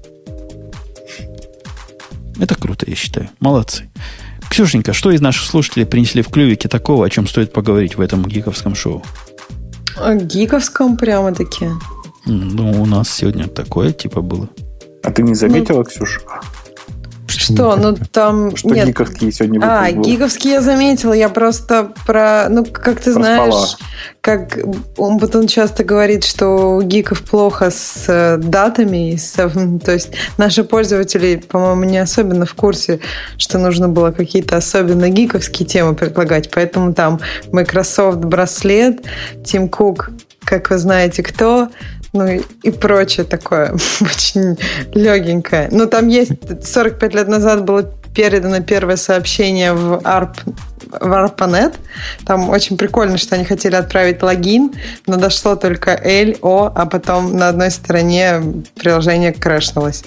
Это круто, я считаю. Молодцы. Ксюшенька, что из наших слушателей принесли в клювике такого, о чем стоит поговорить в этом гиковском шоу? О гиковском прямо-таки? Ну, у нас сегодня такое типа было. А ты не заметила, Ксюша? Что? Ну, там... Что нет. Гиковские сегодня выпуск был. Гиковские я заметила. Я просто про... Ну, как ты знаешь, как Умпутун часто говорит, что у гиков плохо с датами. То есть наши пользователи, по-моему, не особенно в курсе, что нужно было какие-то особенно гиковские темы предлагать. Поэтому там Microsoft браслет, Тим Кук, как вы знаете, кто... Ну и прочее такое, очень легенькое. Ну, там есть, 45 лет назад было передано первое сообщение в ARPANET. Там очень прикольно, что они хотели отправить логин, но дошло только L, O, а потом на одной стороне приложение крашнулось.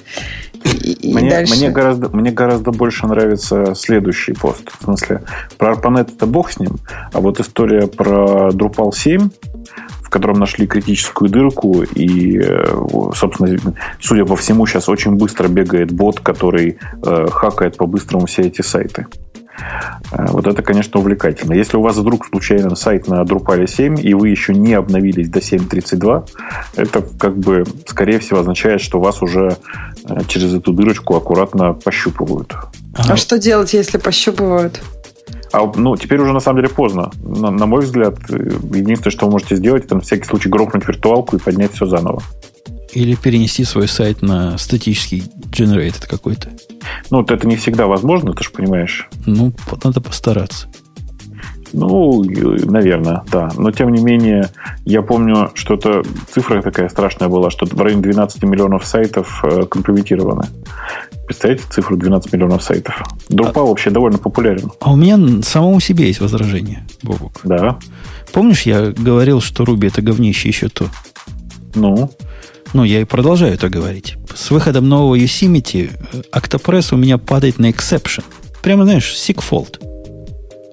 Мне гораздо больше нравится следующий пост. В смысле, про ARPANET это бог с ним, а вот история про Drupal 7, в котором нашли критическую дырку, и, собственно, судя по всему, сейчас очень быстро бегает бот, который хакает по-быстрому все эти сайты. Вот это, конечно, увлекательно. Если у вас вдруг случайно сайт на Drupal 7, и вы еще не обновились до 7.32, это, как бы, скорее всего, означает, что вас уже через эту дырочку аккуратно пощупывают. А что делать, если пощупывают? Теперь уже на самом деле поздно. На мой взгляд, единственное, что вы можете сделать, это на всякий случай грохнуть виртуалку и поднять все заново. Или перенести свой сайт на статический generated какой-то. Это не всегда возможно, ты же понимаешь. Надо постараться. Наверное, да. Но, тем не менее, я помню, что это цифра такая страшная была, что в районе 12 миллионов сайтов компрометированы. Представляете цифру 12 миллионов сайтов? Drupal вообще довольно популярен. А у меня самому себе есть возражение, Бобок. Да. Помнишь, я говорил, что Ruby это говнище еще то? Я и продолжаю это говорить. С выходом нового Yosemite Octopress у меня падает на exception. Прямо, знаешь, segfault.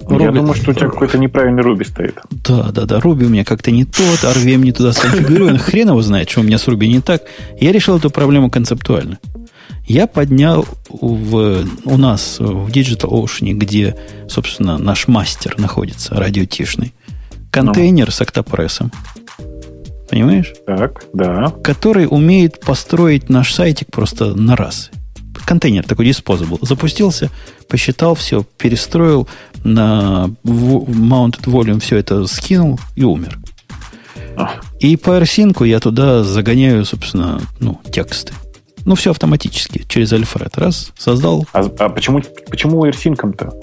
Я думаю, что у тебя какой-то неправильный Ruby стоит. Да. Ruby у меня как-то не тот, RVM не туда сконфигурирован. Хрен его знает, что у меня с Ruby не так. Я решил эту проблему концептуально. Я поднял у нас в DigitalOcean, где, собственно, наш мастер находится, радиотишный, контейнер с октопрессом. Понимаешь? Так, да. Который умеет построить наш сайтик просто на раз. Контейнер такой disposable. Запустился, посчитал все, перестроил на mounted volume, все это скинул и умер. И по AirSync я туда загоняю, собственно, тексты. Все автоматически, через Alfred. Раз, создал. А почему AirSync-то?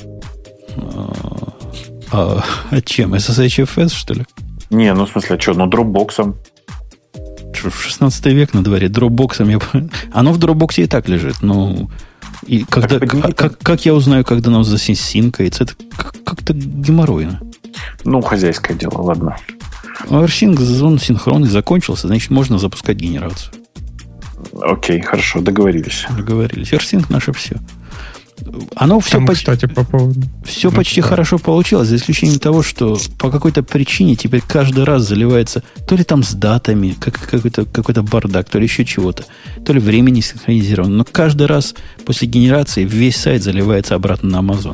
Чем? SSHFS, что ли? Не, в смысле, что? Dropbox'ом. 16 век на дворе. Dropbox'ом оно в Dropbox'е и так лежит. И когда, как я узнаю, когда оно засинкается? Это как-то геморройно. Хозяйское дело, ладно. AirSync, он синхронный закончился, значит, можно запускать генерацию. Окей, хорошо, договорились. AirSync наше все. Оно все, кстати, по поводу... все почти хорошо получилось, за исключением того, что по какой-то причине теперь каждый раз заливается то ли там с датами, какой-то бардак, то ли еще чего-то, то ли времени синхронизировано. Но каждый раз после генерации весь сайт заливается обратно на Amazon.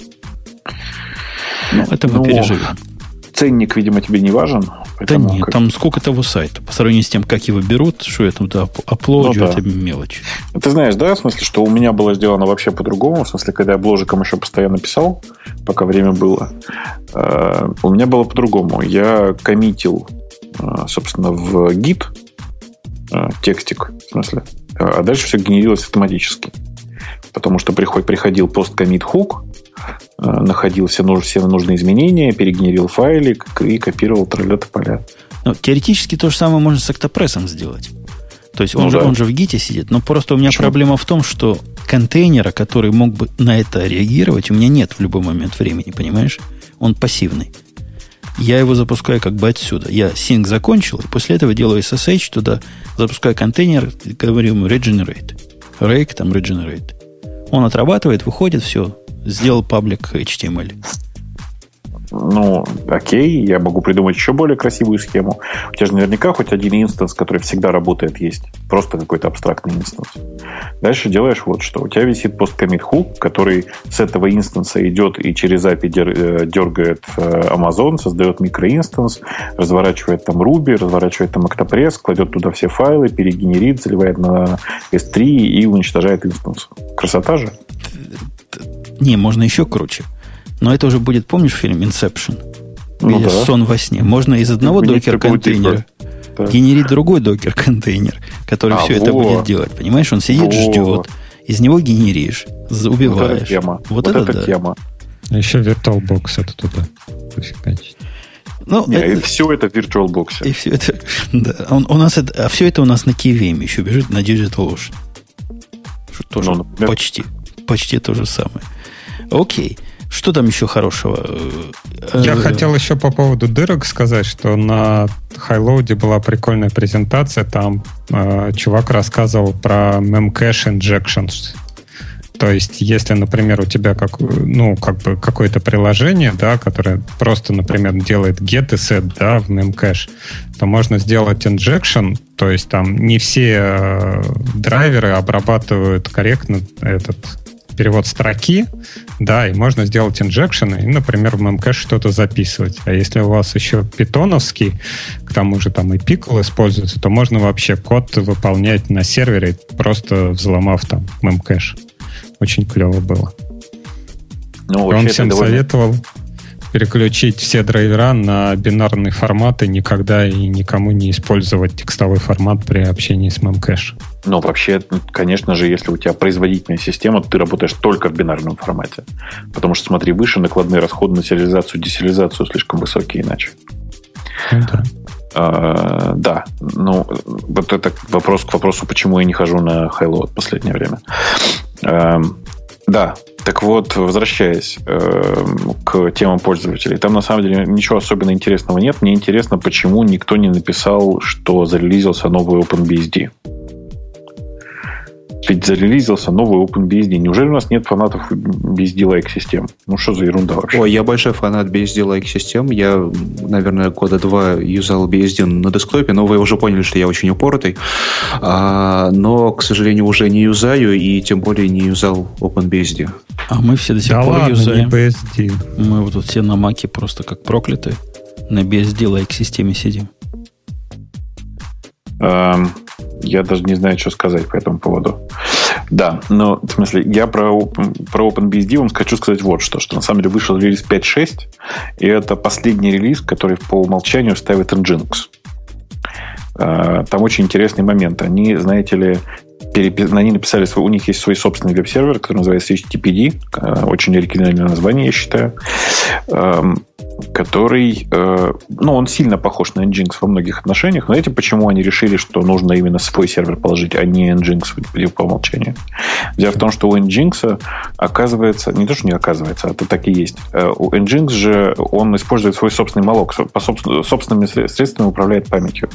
Это мы переживем. Ценник, видимо, тебе не важен. Да нет, там сколько того сайта. По сравнению с тем, как его берут, что я туда оплоджу, это мелочь. Ты знаешь, да, в смысле, что у меня было сделано вообще по-другому. В смысле, когда я бложиком еще постоянно писал, пока время было, у меня было по-другому. Я коммитил, собственно, в Git текстик, в смысле, а дальше все генерилось автоматически. Потому что приходил post-commit hook, находил все нужные изменения, перегенерил файлик и копировал поля. Теоретически то же самое можно с октопрессом сделать. То есть он же в гите сидит. Но просто у меня проблема в том, что контейнера, который мог бы на это реагировать, у меня нет в любой момент времени, понимаешь? Он пассивный. Я его запускаю как бы отсюда. Я sync закончил, и после этого делаю SSH туда, запускаю контейнер, и говорю ему regenerate. Rake, там regenerate. Он отрабатывает, выходит, все. Сделал паблик HTML. Окей, я могу придумать еще более красивую схему. У тебя же наверняка хоть один инстанс, который всегда работает, есть. Просто какой-то абстрактный инстанс. Дальше делаешь вот что. У тебя висит post-commit hook, который с этого инстанса идет и через API дергает Amazon, создает микроинстанс, разворачивает там Ruby, разворачивает там Octopress, кладет туда все файлы, перегенерит, заливает на S3 и уничтожает инстанс. Красота же? Не, можно еще круче. Но это уже будет, помнишь фильм Inception? Где сон во сне. Можно из одного докер-контейнера генерить другой докер-контейнер, который все это будет делать. Понимаешь, он сидит, ждет. Из него генеришь, убиваешь. Вот это тема. А еще VirtualBox это туда. И все это в VirtualBox. И все это, да. У нас это, все это у нас на KVM еще бежит, на DigitalOcean. Тоже почти то же самое. Окей. Что там еще хорошего? Я хотел еще по поводу дырок сказать, что на Highload была прикольная презентация. Там чувак рассказывал про memcache injections. То есть, если, например, у тебя какое-то приложение, да, которое просто, например, делает get и set, да, в memcache, то можно сделать injection, то есть там не все драйверы обрабатывают корректно этот перевод строки, да, и можно сделать инжекшены и, например, в memcache что-то записывать. А если у вас еще питоновский, к тому же там и pickle используется, то можно вообще код выполнять на сервере, просто взломав там memcache. Очень клево было. Он всем советовал переключить все драйвера на бинарные форматы, никогда и никому не использовать текстовой формат при общении с memcache. Вообще, конечно же, если у тебя производительная система, то ты работаешь только в бинарном формате. Потому что, смотри, выше накладные расходы на сериализацию, десериализацию слишком высокие иначе. Да. Вот это вопрос к вопросу, почему я не хожу на Highload в последнее время. Да, так вот, возвращаясь к темам пользователей, там на самом деле ничего особенно интересного нет. Мне интересно, почему никто не написал, что зарелизился новый OpenBSD. Ведь зарелизился новый OpenBSD. Неужели у нас нет фанатов BSD-like систем? Ну, что за ерунда вообще? Ой, я большой фанат BSD-like систем. Я, наверное, года 2 юзал BSD на десктопе, но вы уже поняли, что я очень упоротый. Но, к сожалению, уже не юзаю, и тем более не юзал OpenBSD. А мы все до сих пор ладно, юзаем. Не BSD. Мы вот тут все на Маке просто как проклятые. На BSD-like системе сидим. Я даже не знаю, что сказать по этому поводу. Да, но в смысле, я про OpenBSD вам хочу сказать вот что на самом деле вышел релиз 5.6, и это последний релиз, который по умолчанию ставит Nginx. Там очень интересный момент. Они, знаете ли, они написали, у них есть свой собственный веб-сервер, который называется HTTPD, очень оригинальное название, я считаю, который, он сильно похож на Nginx во многих отношениях. Но знаете, почему они решили, что нужно именно свой сервер положить, а не Nginx по умолчанию? Дело в том, что у Nginx оказывается, не то, что не оказывается, а это так и есть. У Nginx же он использует свой собственный малок, по собственными средствами управляет памятью.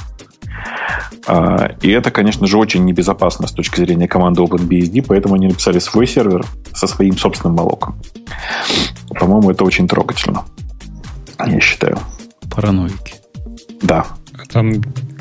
И это, конечно же, очень небезопасно с точки зрения команды OpenBSD, поэтому они написали свой сервер со своим собственным малоком. По-моему, это очень трогательно. Я считаю. Параноики. Да. Там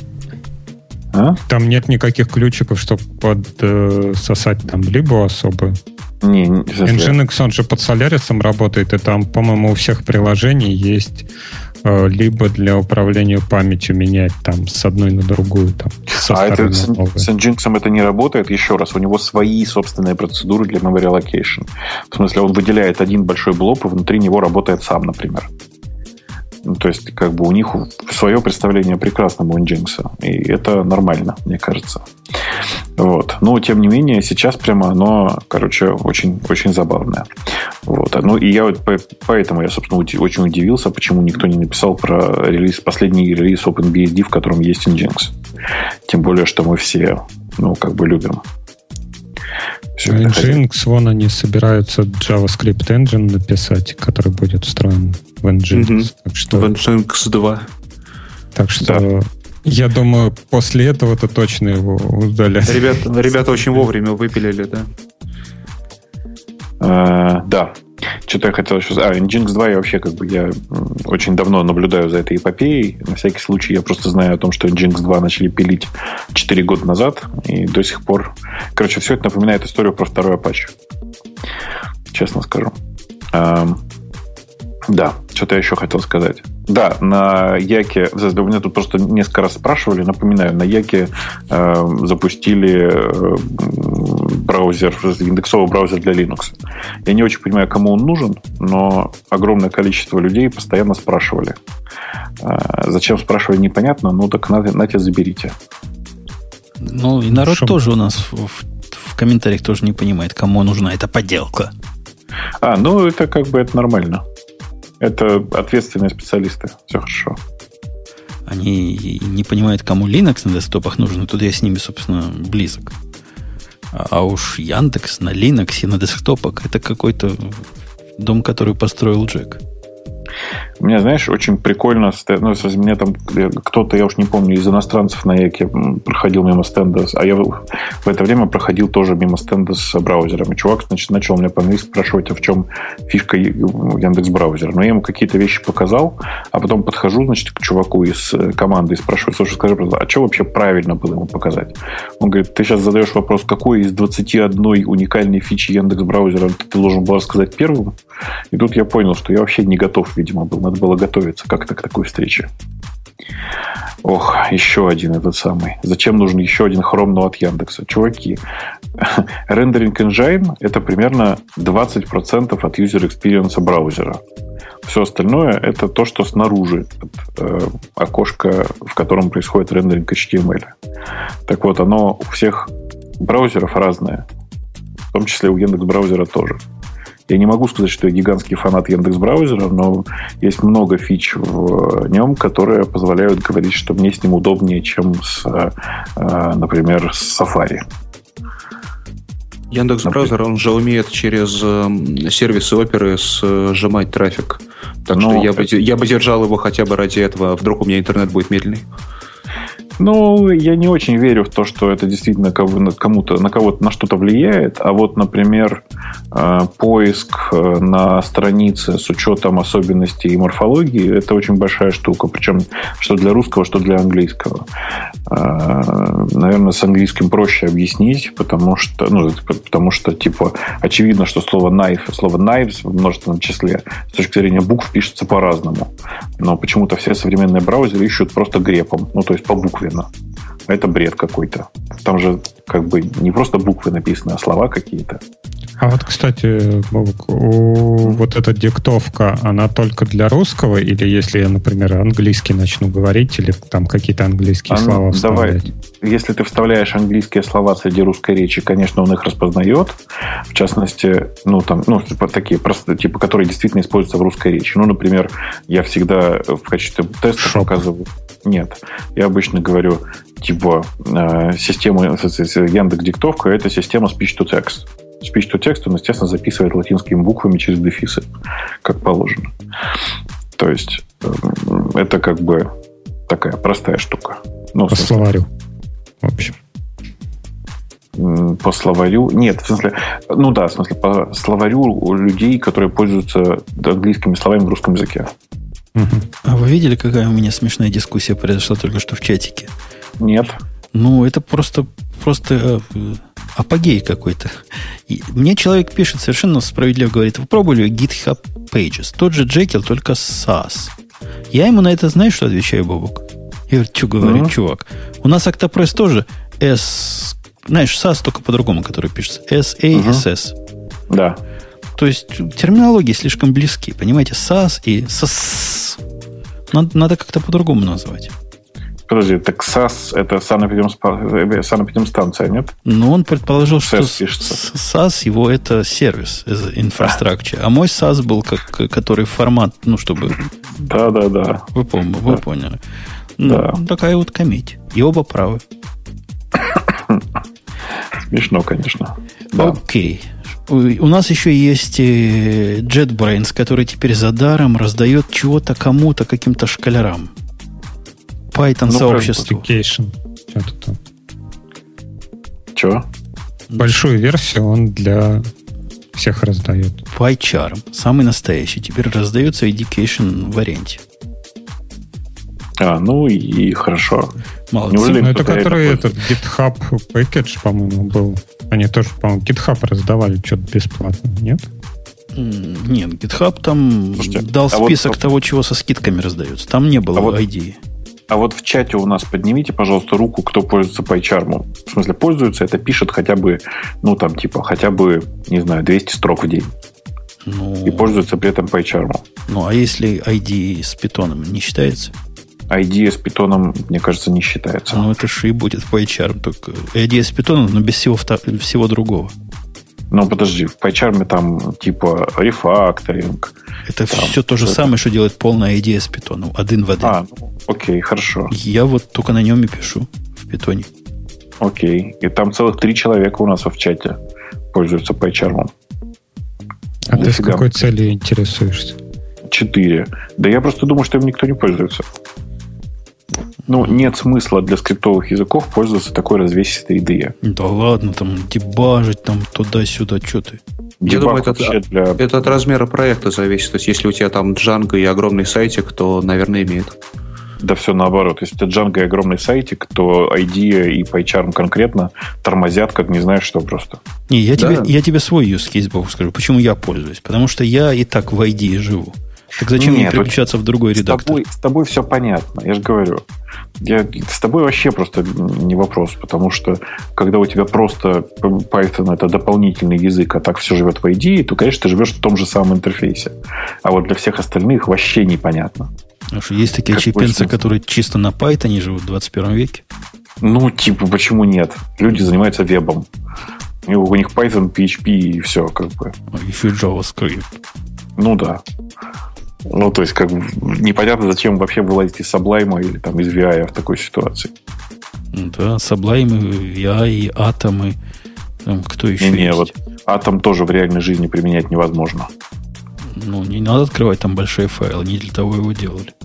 нет никаких ключиков, чтобы подсосать там либо особо. Nginx, он же под Solaris работает, и там, по-моему, у всех приложений есть либо для управления памятью менять там с одной на другую. Там, с Nginx это не работает. Еще раз, у него свои собственные процедуры для memory allocation. В смысле, он выделяет один большой блок, и внутри него работает сам, например. То есть, как бы у них свое представление о прекрасном у Nginx. И это нормально, мне кажется. Вот. Но, тем не менее, сейчас прямо оно, очень, очень забавное. Вот. Ну, и я поэтому я, собственно, очень удивился, почему никто не написал про последний релиз OpenBSD, в котором есть Nginx. Тем более, что мы все, любим. Nginx, вон они собираются JavaScript Engine написать, который будет встроен в Nginx. Так что, в Nginx 2. Так что, я думаю, после этого-то точно его удаляют. Ребята очень вовремя выпилили, да? Да. Что-то я хотел еще... Nginx 2 я вообще я очень давно наблюдаю за этой эпопеей. На всякий случай я просто знаю о том, что Nginx 2 начали пилить 4 года назад, и до сих пор... все это напоминает историю про второй Apache. Честно скажу. Да, что-то я еще хотел сказать. Да, на Яке... У меня тут просто несколько раз спрашивали. Напоминаю, на Яке запустили браузер, индексовый браузер для Linux. Я не очень понимаю, кому он нужен, но огромное количество людей постоянно спрашивали. Зачем спрашивали, непонятно, так нате заберите. И народ тоже у нас в комментариях тоже не понимает, кому нужна эта поделка. Это это нормально. Это ответственные специалисты. Все хорошо. Они не понимают, кому Linux на десктопах нужен. Тут я с ними, собственно, близок. А уж Яндекс на Linux и на десктопах это какой-то дом, который построил Джек. У меня, знаешь, очень прикольно... мне там кто-то, я уж не помню, из иностранцев на Яке проходил мимо стенда, а я в это время проходил тоже мимо стенда с браузером. И чувак, начал меня по-английски спрашивать, а в чем фишка Яндекс.Браузера. Но я ему какие-то вещи показал, а потом подхожу, к чуваку из команды и спрашиваю, слушай, скажи, а что вообще правильно было ему показать? Он говорит, ты сейчас задаешь вопрос, какой из 21 уникальной фичи Яндекс.Браузера ты должен был рассказать первым? И тут я понял, что я вообще не готов, видимо, был. Надо было готовиться как-то к такой встрече. Ох, еще один этот самый. Зачем нужен еще один Chrome от Яндекса? Чуваки, рендеринг engine это примерно 20% от user experience браузера. Все остальное это то, что снаружи окошко, в котором происходит рендеринг HTML. Так вот, оно у всех браузеров разное. В том числе у Яндекс.Браузера тоже. Я не могу сказать, что я гигантский фанат Яндекс.Браузера, но есть много фич в нем, которые позволяют говорить, что мне с ним удобнее, чем например, с Safari. Яндекс.Браузер, он же умеет через сервисы Opera сжимать трафик. Так что я бы держал его хотя бы ради этого. Вдруг у меня интернет будет медленный. Ну, я не очень верю в то, что это действительно кому-то, на кого-то, на что-то влияет. А вот, например, поиск на странице с учетом особенностей и морфологии – это очень большая штука. Причем что для русского, что для английского. Наверное, с английским проще объяснить, потому что типа, очевидно, что слово knives в множественном числе с точки зрения букв пишется по-разному. Но почему-то все современные браузеры ищут просто грепом, то есть побуквенно. Это бред какой-то. Там же как бы не просто буквы написаны, а слова какие-то. А вот, кстати, Бобок, вот эта диктовка, она только для русского? Или если я, например, английский начну говорить, или там какие-то английские слова вставлять? Давай. Если ты вставляешь английские слова среди русской речи, конечно, он их распознает. В частности, такие просто, типа, которые действительно используются в русской речи. Например, я всегда в качестве теста показываю... Нет. Я обычно говорю, типа, система Яндекс.Диктовка – это система speech-to-text. Speech-to-text он, естественно, записывает латинскими буквами через дефисы, как положено. То есть, это как бы такая простая штука. По словарю, в общем. По словарю? Нет, в смысле... по словарю у людей, которые пользуются английскими словами в русском языке. А вы видели, какая у меня смешная дискуссия произошла только что в чатике? Нет. Это просто апогей какой-то. И мне человек пишет, совершенно справедливо говорит, вы пробовали GitHub Pages? Тот же Jekyll, только SAS. Я ему на это, знаешь, что отвечаю, Бобок? Я говорю, что говорит, чувак? У нас Octopress тоже S... Знаешь, SAS только по-другому, который пишется. SASS. Да. То есть терминологии слишком близки. Понимаете, SAS и SAS. Надо как-то по-другому назвать. Подожди, так SAS это санэпидемстанция, нет? Он предположил, что пишется. SAS его это сервис, infrastructure. А мой SAS был который формат, чтобы... Да. Вы поняли. Да. Такая вот комедия. И оба правы. Смешно, конечно. Да. Окей. У нас еще есть JetBrains, который теперь за даром раздает чего-то кому-то, каким-то школярам. Python-сообществу. Что-то там. Чего? Большую версию он для всех раздает. PyCharm, самый настоящий, теперь раздается в Education варианте. И хорошо. Молодцы. Это который этот GitHub Package, по-моему, был. Они тоже, по-моему, GitHub раздавали что-то бесплатно, нет? Нет, GitHub там дал список того, чего со скидками раздается. Там не было ID. А вот в чате у нас поднимите, пожалуйста, руку, кто пользуется PyCharm. В смысле, пользуется, это пишет хотя бы, хотя бы, не знаю, 200 строк в день. И пользуется при этом PyCharm. А если ID с питоном не считается? ID с питоном, мне кажется, не считается. Это же и будет PyCharm. Только ID с питоном, но без всего другого. Подожди, в PyCharm там типа рефакторинг. Это все то же самое, что делает полная ID с питоном. Один в один. Окей, хорошо. Я вот только на нем и пишу в питоне. Окей. И там целых 3 человека у нас в чате пользуются PyCharm. А ты с какой целью интересуешься? 4. Да я просто думаю, что им никто не пользуется. Нет смысла для скриптовых языков пользоваться такой развесистой IDE. Да ладно, там дебажить, там туда-сюда, что ты? Я думаю, это от размера проекта зависит. То есть, если у тебя там Django и огромный сайтик, то, наверное, имеет. Да все наоборот. Если это Django и огромный сайтик, то IDE и PyCharm конкретно тормозят, как не знаешь что просто. Не, я тебе свой use case, Бог, скажу. Почему я пользуюсь? Потому что я и так в IDE живу. Так зачем мне переключаться в другой редактор? С тобой все понятно, я же говорю. С тобой вообще просто не вопрос, потому что когда у тебя просто Python это дополнительный язык, а так все живет в IDE, то, конечно, ты живешь в том же самом интерфейсе. А вот для всех остальных вообще непонятно. Потому что есть такие чипенцы, которые чисто на Python живут в 21 веке. Почему нет? Люди занимаются вебом. И у них Python, PHP и все, как бы. Еще и JavaScript. Да. То есть, непонятно, зачем вообще вылазить из Sublime или там из VI в такой ситуации. Да, Sublime, VI, Atom, кто еще есть? Вот Atom тоже в реальной жизни применять невозможно. Не надо открывать там большие файлы, не для того его делали.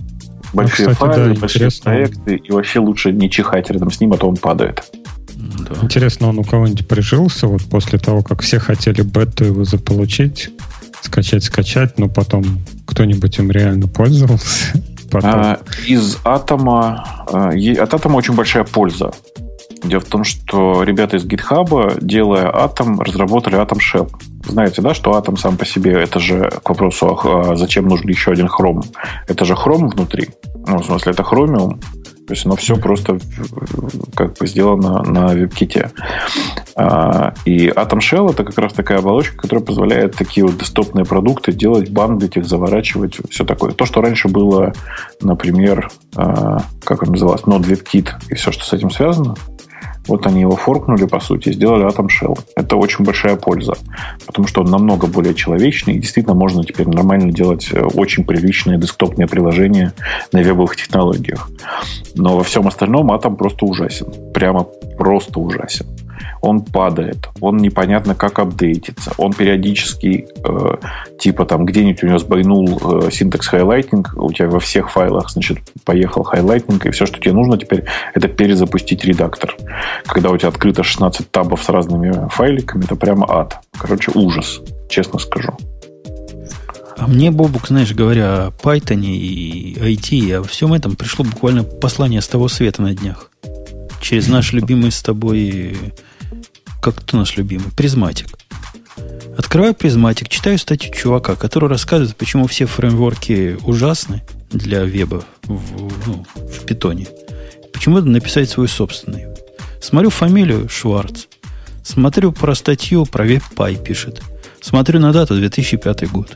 большие файлы, большие проекты, и вообще лучше не чихать рядом с ним, а то он падает. Да. Интересно, он у кого-нибудь прижился вот после того, как все хотели бету его заполучить, скачать, но потом кто-нибудь им реально пользовался? Из Атома... От Атома очень большая польза. Дело в том, что ребята из GitHub, делая Atom, разработали Atom Shell. Знаете, да, что Atom сам по себе, это же к вопросу, зачем нужен еще один Chrome? Это же Chrome внутри. Ну, в смысле, это Chromium. То есть оно все просто как бы сделано на WebKit. И Atom Shell — это как раз такая оболочка, которая позволяет такие вот десктопные продукты делать, бандлить их, заворачивать, все такое. То, что раньше было, например, как он назывался, Node WebKit и все, что с этим связано, вот они его форкнули, по сути, и сделали Atom Shell. Это очень большая польза, потому что он намного более человечный, и действительно можно теперь нормально делать очень приличные десктопные приложения на вебовых технологиях. Но во всем остальном Atom просто ужасен. Прямо просто ужасен. Он падает, он непонятно как апдейтится, он периодически типа там где-нибудь у него сбойнул синтекс хайлайтинг, у тебя во всех файлах, значит, поехал хайлайтинг, и все, что тебе нужно теперь, это перезапустить редактор. Когда у тебя открыто 16 табов с разными файликами, это прямо ад. Короче, ужас, честно скажу. А мне, Бобук, знаешь, говоря о Python и IT, и о всем этом пришло буквально послание с того света на днях. Через наш любимый с тобой... Как кто наш любимый? Призматик. Открываю Призматик, читаю статью чувака, который рассказывает, почему все фреймворки ужасны для веба в питоне. Почему надо написать свою собственную. Смотрю фамилию Шварц. Смотрю про статью, про WebPy пишет. Смотрю на дату 2005 год.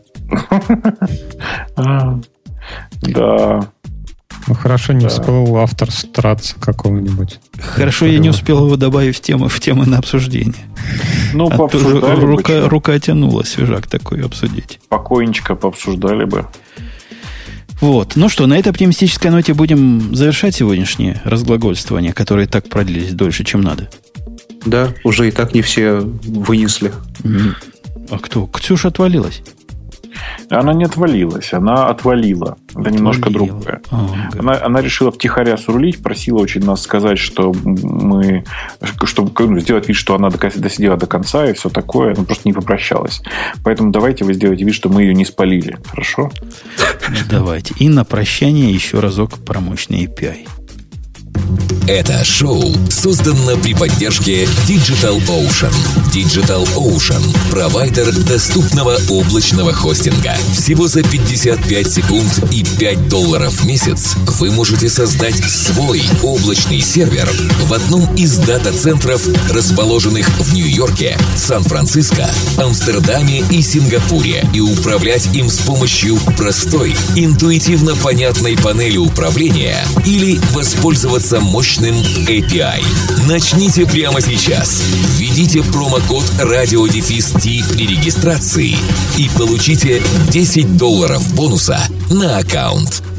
Да. Ну, хорошо, не всплыл автор Страца какого-нибудь. Хорошо, я не успел его добавить в тему на обсуждение. Ну, пообсуждали рука тянула, свежак такой обсудить. Спокойненько пообсуждали бы. Вот. Ну что, на этой оптимистической ноте будем завершать сегодняшнее разглагольствование, которые так продлились дольше, чем надо. Да, уже и так не все вынесли. А кто? Ксюша отвалилась? Она не отвалилась, она отвалила. Это немножко другое. Она решила втихаря срулить, просила очень нас сказать, что чтобы сделать вид, что она досидела до конца и все такое. Она просто не попрощалась. Поэтому давайте вы сделаете вид, что мы ее не спалили. Хорошо? Давайте. И на прощание еще разок про мощный API. Это шоу создано при поддержке DigitalOcean. DigitalOcean – провайдер доступного облачного хостинга. Всего за 55 секунд и $5 в месяц вы можете создать свой облачный сервер в одном из дата-центров, расположенных в Нью-Йорке, Сан-Франциско, Амстердаме и Сингапуре, и управлять им с помощью простой, интуитивно понятной панели управления или воспользоваться мощным API. Начните прямо сейчас. Введите промокод RadioDefist при регистрации и получите $10 бонуса на аккаунт.